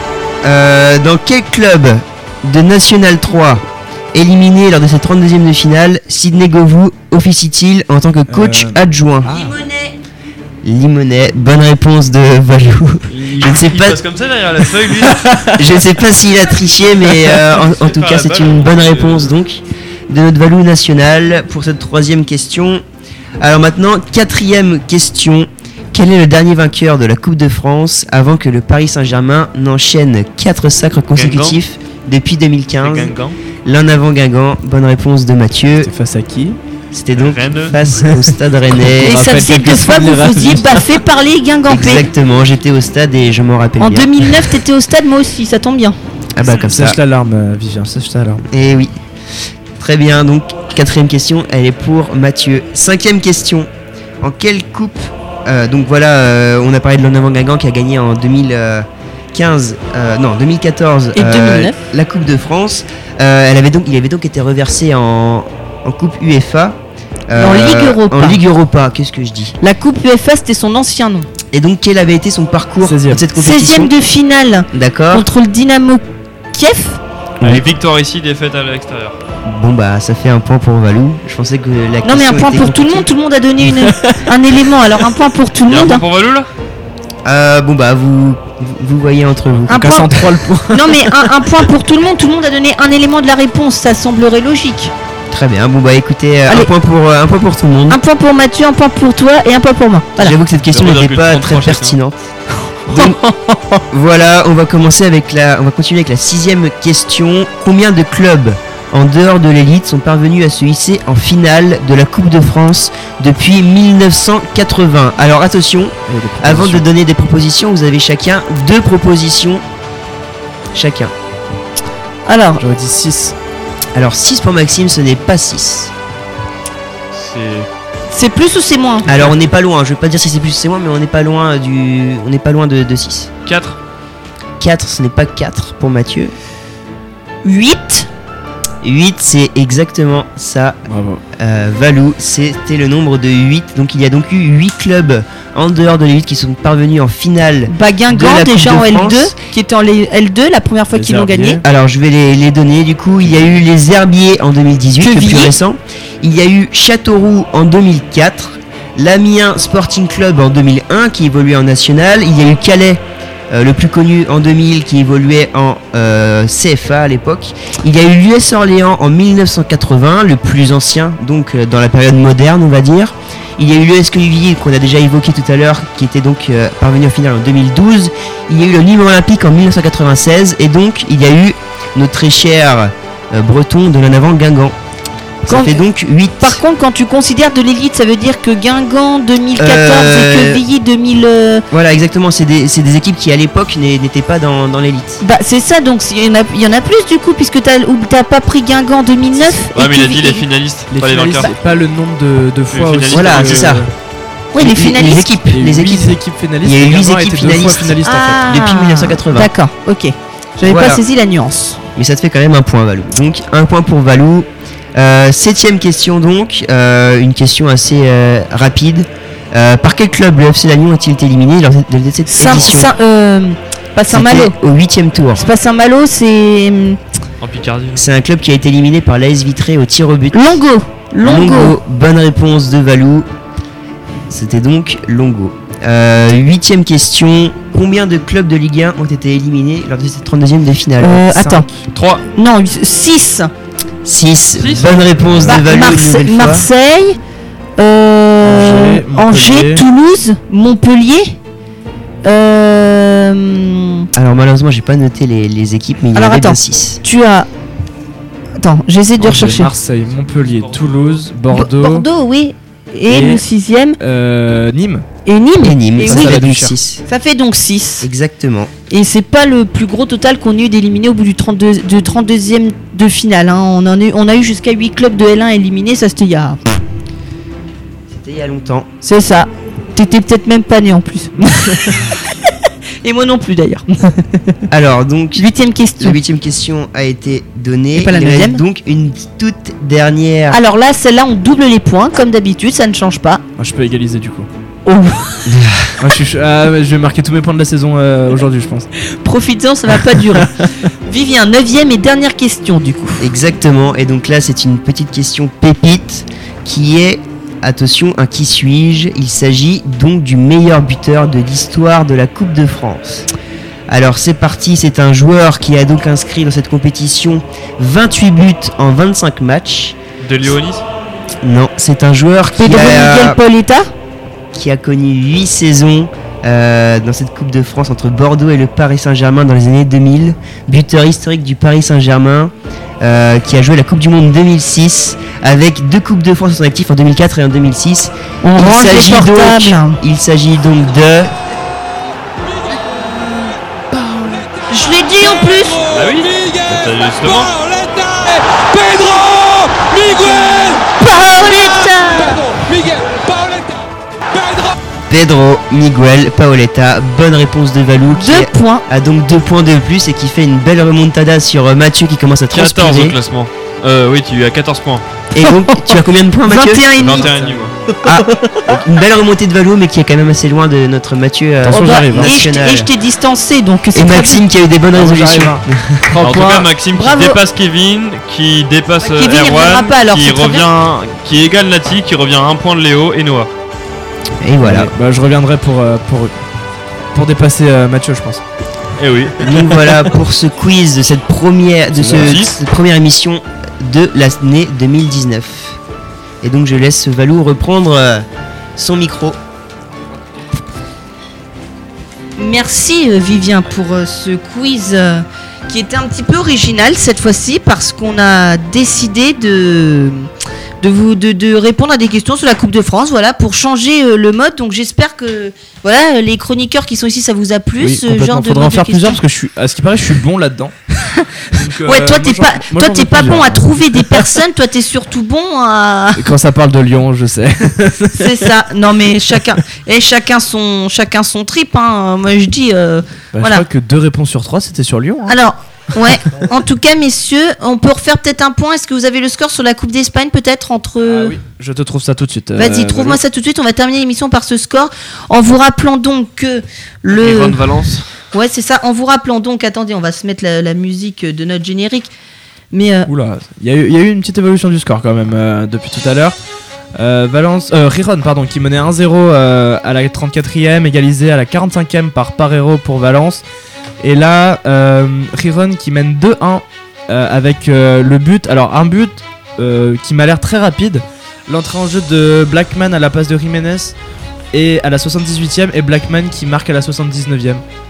Euh, dans quel club de National trois, éliminé lors de cette trente-deuxième de finale, Sidney Govou officie-t-il en tant que coach Euh, adjoint? Ah. Limonnet. Limonnet, bonne réponse de Valou. Je ne sais Il pas, passe comme ça derrière la feuille, lui. je ne sais pas s'il a triché, mais euh, en, en tout Par cas la c'est balle, une bonne c'est- réponse donc de notre Valou national pour cette troisième question. Alors maintenant, quatrième question. Quel est le dernier vainqueur de la Coupe de France avant que le Paris Saint-Germain n'enchaîne quatre sacres consécutifs depuis deux mille quinze? Guingamp. L'un avant Guingamp, bonne réponse de Mathieu. C'était face à qui? C'était donc Rennes. face au Stade Rennais. Et ça rappelle faisait quelques deux fois que vous souvenirs faisiez rapides. baffer par les Guingampais. Exactement, j'étais au stade et je m'en rappelle En bien. deux mille neuf, t'étais au stade, moi aussi, ça tombe bien. Ah bah comme ça. Sèche l'alarme, euh, Vivien, sèche l'alarme. Et oui. Très bien, donc quatrième question, elle est pour Mathieu. Cinquième question. En quelle coupe euh, Donc voilà, euh, on a parlé de l'En avant Guingamp qui a gagné en deux mille quinze, euh, non deux mille quatorze, Et deux mille neuf. la Coupe de France. Euh, elle avait donc, il avait donc été reversé en, en Coupe UEFA. En Ligue Europa. En Ligue Europa, qu'est-ce que je dis? La Coupe U F A, c'était son ancien nom. Et donc quel avait été son parcours seizième. de cette compétition? seizième de finale D'accord. contre le Dynamo Kiev. Allez, victoire ici, défaite à l'extérieur. Bon bah ça fait un point pour Valou. Je pensais que la question Non mais un point était pour tout le compliquée. monde, tout le monde a donné une, un élément, alors un point pour tout le Il y a un monde. point pour Valou là. Euh, bon bah vous vous voyez entre vous. Un En cassant point. trois le point. Non mais un, un point pour tout le monde, tout le monde a donné un élément de la réponse, ça semblerait logique. Très bien. Bon bah écoutez, euh, un Allez. point pour euh, un point pour tout le monde. Un point pour Mathieu, un point pour toi et un point pour moi. Voilà. J'avoue que cette question zéro n'était virgule pas trente-trois très chacun. pertinente. Donc, voilà, on va commencer avec la, on va continuer avec la sixième question. Combien de clubs en dehors de l'élite sont parvenus à se hisser en finale de la Coupe de France depuis mille neuf cent quatre-vingts? Alors attention, avant de donner des propositions, vous avez chacun deux propositions chacun. Alors, J'aurais dit six. Alors six pour Maxime, ce n'est pas six. C'est. c'est plus ou c'est moins? Alors on n'est pas loin, je vais pas dire si c'est plus ou c'est moins, mais on n'est pas loin du, on n'est pas loin de, de six. quatre. quatre, ce n'est pas quatre pour Mathieu. huit. huit, c'est exactement ça. Bravo. Euh, Valou, c'était le nombre de huit. Donc il y a donc eu huit clubs en dehors de l'élite qui sont parvenus en finale. Bah De Guingamp la déjà Coupe en de L deux, France. qui était en L deux la première fois Les qu'ils l'ont Herbiers. gagné. Alors je vais les, les donner. Du coup, il y a eu les Herbiers en deux mille dix-huit, le plus Quevilly. récent. Il y a eu Châteauroux en deux mille quatre. L'Amiens Sporting Club en deux mille un qui évoluait en national. Il y a eu Calais, euh, le plus connu en deux mille, qui évoluait en euh, C F A à l'époque. Il y a eu l'U S Orléans en mille neuf cent quatre-vingts, le plus ancien, donc euh, dans la période moderne on va dire. Il y a eu l'U S Quevilly qu'on a déjà évoqué tout à l'heure, qui était donc euh, parvenu en finale en deux mille douze. Il y a eu le Nîmes Olympique en mille neuf cent quatre-vingt-seize et donc il y a eu notre très cher euh, breton de l'en avant Guingamp. Ça Quand- fait donc huit. Par contre, quand tu considères de l'élite, ça veut dire que Guingamp deux mille quatorze Euh, et Quevilly deux mille. euh, Voilà, exactement, c'est des, c'est des équipes qui à l'époque n'est- n'étaient pas dans, dans l'élite. Bah, c'est ça, donc il y, en a- il y en a plus du coup, puisque t'as ou t'as pas pris Guingamp deux mille neuf. Ouais, et mais il a dit Quevilly- les finalistes, Les pas les finalistes, vainqueurs. pas le nombre de, de fois finalistes, aussi. Voilà, que- c'est ça. Oui, les Les finalistes. équipes, Il y a eu les huit équipes. équipes finalistes. Il y a eu et huit Guingamp équipes était deux fois finalistes. finaliste en Ah, depuis mille neuf cent quatre-vingts. D'accord, ok. J'avais Voilà. pas saisi la nuance. Mais ça te fait quand même un point, Valou. Donc un point pour Valou. Euh, septième question donc, euh, une question assez euh, rapide. Euh, par quel club le F C Lannion a-t-il été éliminé lors de de cette Saint, édition? Saint- euh, pas Saint-Malo. C'était au huitième tour. C'est pas Saint-Malo, c'est hum, En Picardie. C'est un club qui a été éliminé par l'A S Vitré au tir au but. Longo. Longo. Bonne réponse de Valou. C'était donc Longo. Euh, huitième question. Combien de clubs de Ligue un ont été éliminés lors de cette trente-deuxième de finale? Euh, Cinq. attends. trois. Non, six. six. Six. Bonne réponse Bah, de Valou. une Marse- nouvelle fois. Marseille. euh, Angers, Montpellier. Angers, Toulouse, Montpellier. Euh, Alors malheureusement j'ai pas noté les, les équipes mais il y en Alors, avait bien attends. six. tu as. Attends, j'essaie de Angers, rechercher. Marseille, Montpellier, Toulouse, Bo- Bordeaux, Bordeaux, oui. Et, Et- le sixième. euh, Nîmes. Et Nîmes. Et Nîmes, Et ça oui, ça fait va donc du cher. six. ça fait donc six. Exactement. Et c'est pas le plus gros total qu'on ait eu d'éliminés au bout du trente-deux, de trente-deuxième de finale. Hein. On, en a eu, on a eu jusqu'à huit clubs de L un éliminés, ça c'était il y a. C'était il y a longtemps. C'est ça. T'étais peut-être même pas né en plus. Et moi non plus d'ailleurs. Alors donc Huitième la question. huitième question a été donnée. Et pas la Il reste neuvième donc une toute dernière. Alors là, celle-là, on double les points, comme d'habitude, ça ne change pas. Moi, je peux égaliser du coup. Oh. Moi, je, suis, ah, ouais, je vais marquer tous mes points de la saison euh, aujourd'hui, je pense. Profites-en, ça va pas durer. Vivien, neuvième et dernière question du coup. Exactement. Et donc là c'est une petite question pépite qui est, attention, un qui suis-je. Il s'agit donc du meilleur buteur de l'histoire de la Coupe de France. Alors c'est parti, c'est un joueur qui a donc inscrit dans cette compétition vingt-huit buts en vingt-cinq matchs. De Léonis. Non, c'est un joueur qui Pedro Miguel a, Pauleta. qui a connu huit saisons euh, dans cette Coupe de France entre Bordeaux et le Paris Saint-Germain dans les années deux mille. Buteur historique du Paris Saint-Germain, euh, qui a joué la Coupe du Monde deux mille six avec deux Coupes de France en son actif en deux mille quatre et en deux mille six. On Il range les s'agit donc, portables. il s'agit donc de Je l'ai dit en plus. Ah oui. T'as justement. Pedro Miguel Paoletta. Miguel Paoletta Pedro Pedro Miguel Paoletta. Bonne réponse de Valou qui Deux points. a donc deux points de plus et qui fait une belle remontada sur euh, Mathieu qui commence à quatorze au transpirer. classement. Euh, oui, tu as quatorze points. Et donc tu as combien de points Mathieu? vingt et un et demi. vingt et un et demi, moi. Ah, donc une belle remontée de Valou mais qui est quand même assez loin de notre Mathieu euh, Attention, Oh, bah, j'arrive, hein. et je t'ai- national. et je t'ai distancé donc c'est Et très Maxime qui a eu des bonnes Ah, résolutions. j'arrive, hein. trois Alors, en tout points. cas, Maxime Bravo. qui dépasse Kevin, qui dépasse Ah, euh, Kevin, il Erwan, reviendra pas, alors, qui c'est très revient, qui égale Nati, qui revient à un point de Léo et Noah. Et voilà. Allez, bah, je reviendrai pour, euh, pour, pour dépasser euh, Mathieu, je pense. Et oui. Donc voilà pour ce quiz de cette première, de ce, Merci. cette première émission de l'année deux mille dix-neuf. Et donc je laisse Valou reprendre euh, son micro. Merci euh, Vivien pour euh, ce quiz euh, qui était un petit peu original cette fois-ci parce qu'on a décidé de, de, vous, de, de répondre à des questions sur la Coupe de France, voilà, pour changer euh, le mode. Donc j'espère que voilà, les chroniqueurs qui sont ici, ça vous a plu, Oui, ce complètement. genre de Faudra en mode de faire plusieurs questions. parce que je suis, à ce qui paraît, je suis bon là-dedans. Donc, Ouais, euh, toi moi, t'es j'en- pas, moi, toi j'en t'es veux pas bon plusieurs. à trouver des personnes, toi t'es surtout bon à. Et quand ça parle de Lyon, je sais. C'est ça. Non mais chacun, et chacun son, chacun son trip. Hein. Moi je dis. euh, Bah, Voilà. Je crois que deux réponses sur trois, c'était sur Lyon. hein. Alors, ouais. En tout cas, messieurs, on peut refaire peut-être un point. Est-ce que vous avez le score sur la Coupe d'Espagne, peut-être entre. Ah oui, je te trouve ça tout de suite. euh, Vas-y, trouve-moi Valou. ça tout de suite. On va terminer l'émission par ce score. En vous rappelant donc que le. Ivan Valence. Ouais, c'est ça. En vous rappelant donc, attendez, on va se mettre la, la musique de notre générique. Mais euh, Oula, il y, a eu- il y a eu une petite évolution du score quand même euh, depuis tout à l'heure. Euh, Valence, euh, Riron, pardon, qui menait un zéro euh, à la trente-quatrième, égalisé à la quarante-cinquième par Parero pour Valence. Et là, euh, Riron qui mène deux un euh, avec euh, le but. Alors, un but euh, qui m'a l'air très rapide. L'entrée en jeu de Blackman à la passe de Jiménez et à la soixante-dix-huitième, et Blackman qui marque à la soixante-dix-neuvième.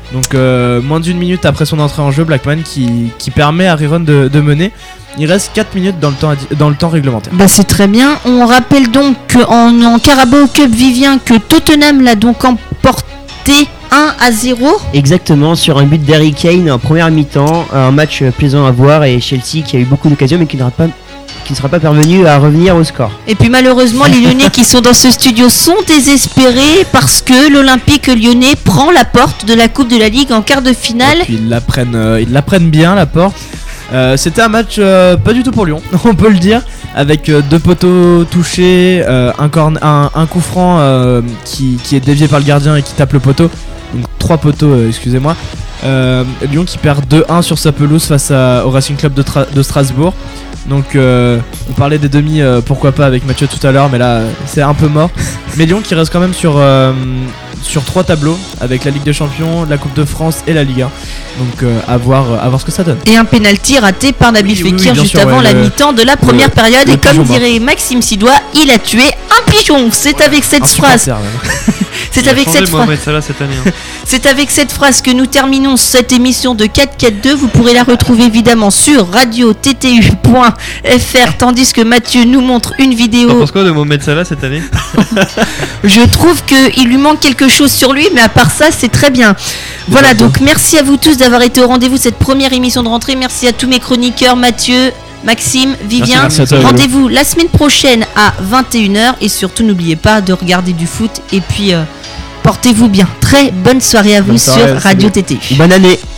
Donc euh, moins d'une minute après son entrée en jeu, Blackman qui, qui permet à Riron de, de mener. Il reste quatre minutes dans le temps, addi- dans le temps réglementaire. Bah c'est très bien. On rappelle donc qu'en en Carabao Cup Vivien que Tottenham l'a donc emporté un à zéro. Exactement, sur un but d'Harry Kane en première mi-temps. Un match plaisant à voir et Chelsea qui a eu beaucoup d'occasions mais qui n'aura pas qui ne sera pas parvenu à revenir au score. Et puis malheureusement les Lyonnais qui sont dans ce studio sont désespérés parce que l'Olympique Lyonnais prend la porte de la Coupe de la Ligue en quart de finale. Et puis ils la prennent, euh, ils la prennent bien la porte. Euh, c'était un match euh, pas du tout pour Lyon, on peut le dire, avec euh, deux poteaux touchés, euh, un, corn- un, un coup franc euh, qui, qui est dévié par le gardien et qui tape le poteau. Donc trois poteaux, euh, excusez-moi. Euh, Lyon qui perd deux un sur sa pelouse face à, au Racing Club de, Tra- de Strasbourg. Donc euh, on parlait des demi, euh, pourquoi pas avec Mathieu tout à l'heure, mais là euh, c'est un peu mort. Mais Lyon qui reste quand même sur, euh, sur trois tableaux avec la Ligue des Champions, la Coupe de France et la Ligue un. Donc euh, à, voir, à voir ce que ça donne. Et un pénalty raté par Nabil Oui, oui, Fekir oui, bien juste sûr, avant ouais, la le- mi-temps de la première le- période. le Et comme pigeon mort. dirait Maxime Sidois, il a tué un pigeon. C'est avec cette Un phrase. supporter, même. C'est Il a avec changé cette phrase. Mohamed Salah cette année. hein. C'est avec cette phrase que nous terminons cette émission de quatre quatre deux. Vous pourrez la retrouver évidemment sur radio t t u point f r tandis que Mathieu nous montre une T'en vidéo. penses quoi de Mohamed Salah cette année? Je trouve qu'il lui manque quelque chose sur lui, mais à part ça, c'est très bien. Voilà, donc merci à vous tous d'avoir été au rendez-vous de cette première émission de rentrée. Merci à tous mes chroniqueurs, Mathieu, Maxime, Vivien. Merci à toi, Lolo. Rendez-vous la semaine prochaine à vingt et une heures et surtout n'oubliez pas de regarder du foot et puis euh, portez-vous bien. Très bonne soirée à vous Bonne soirée, sur salut. Radio T T U. Bonne année.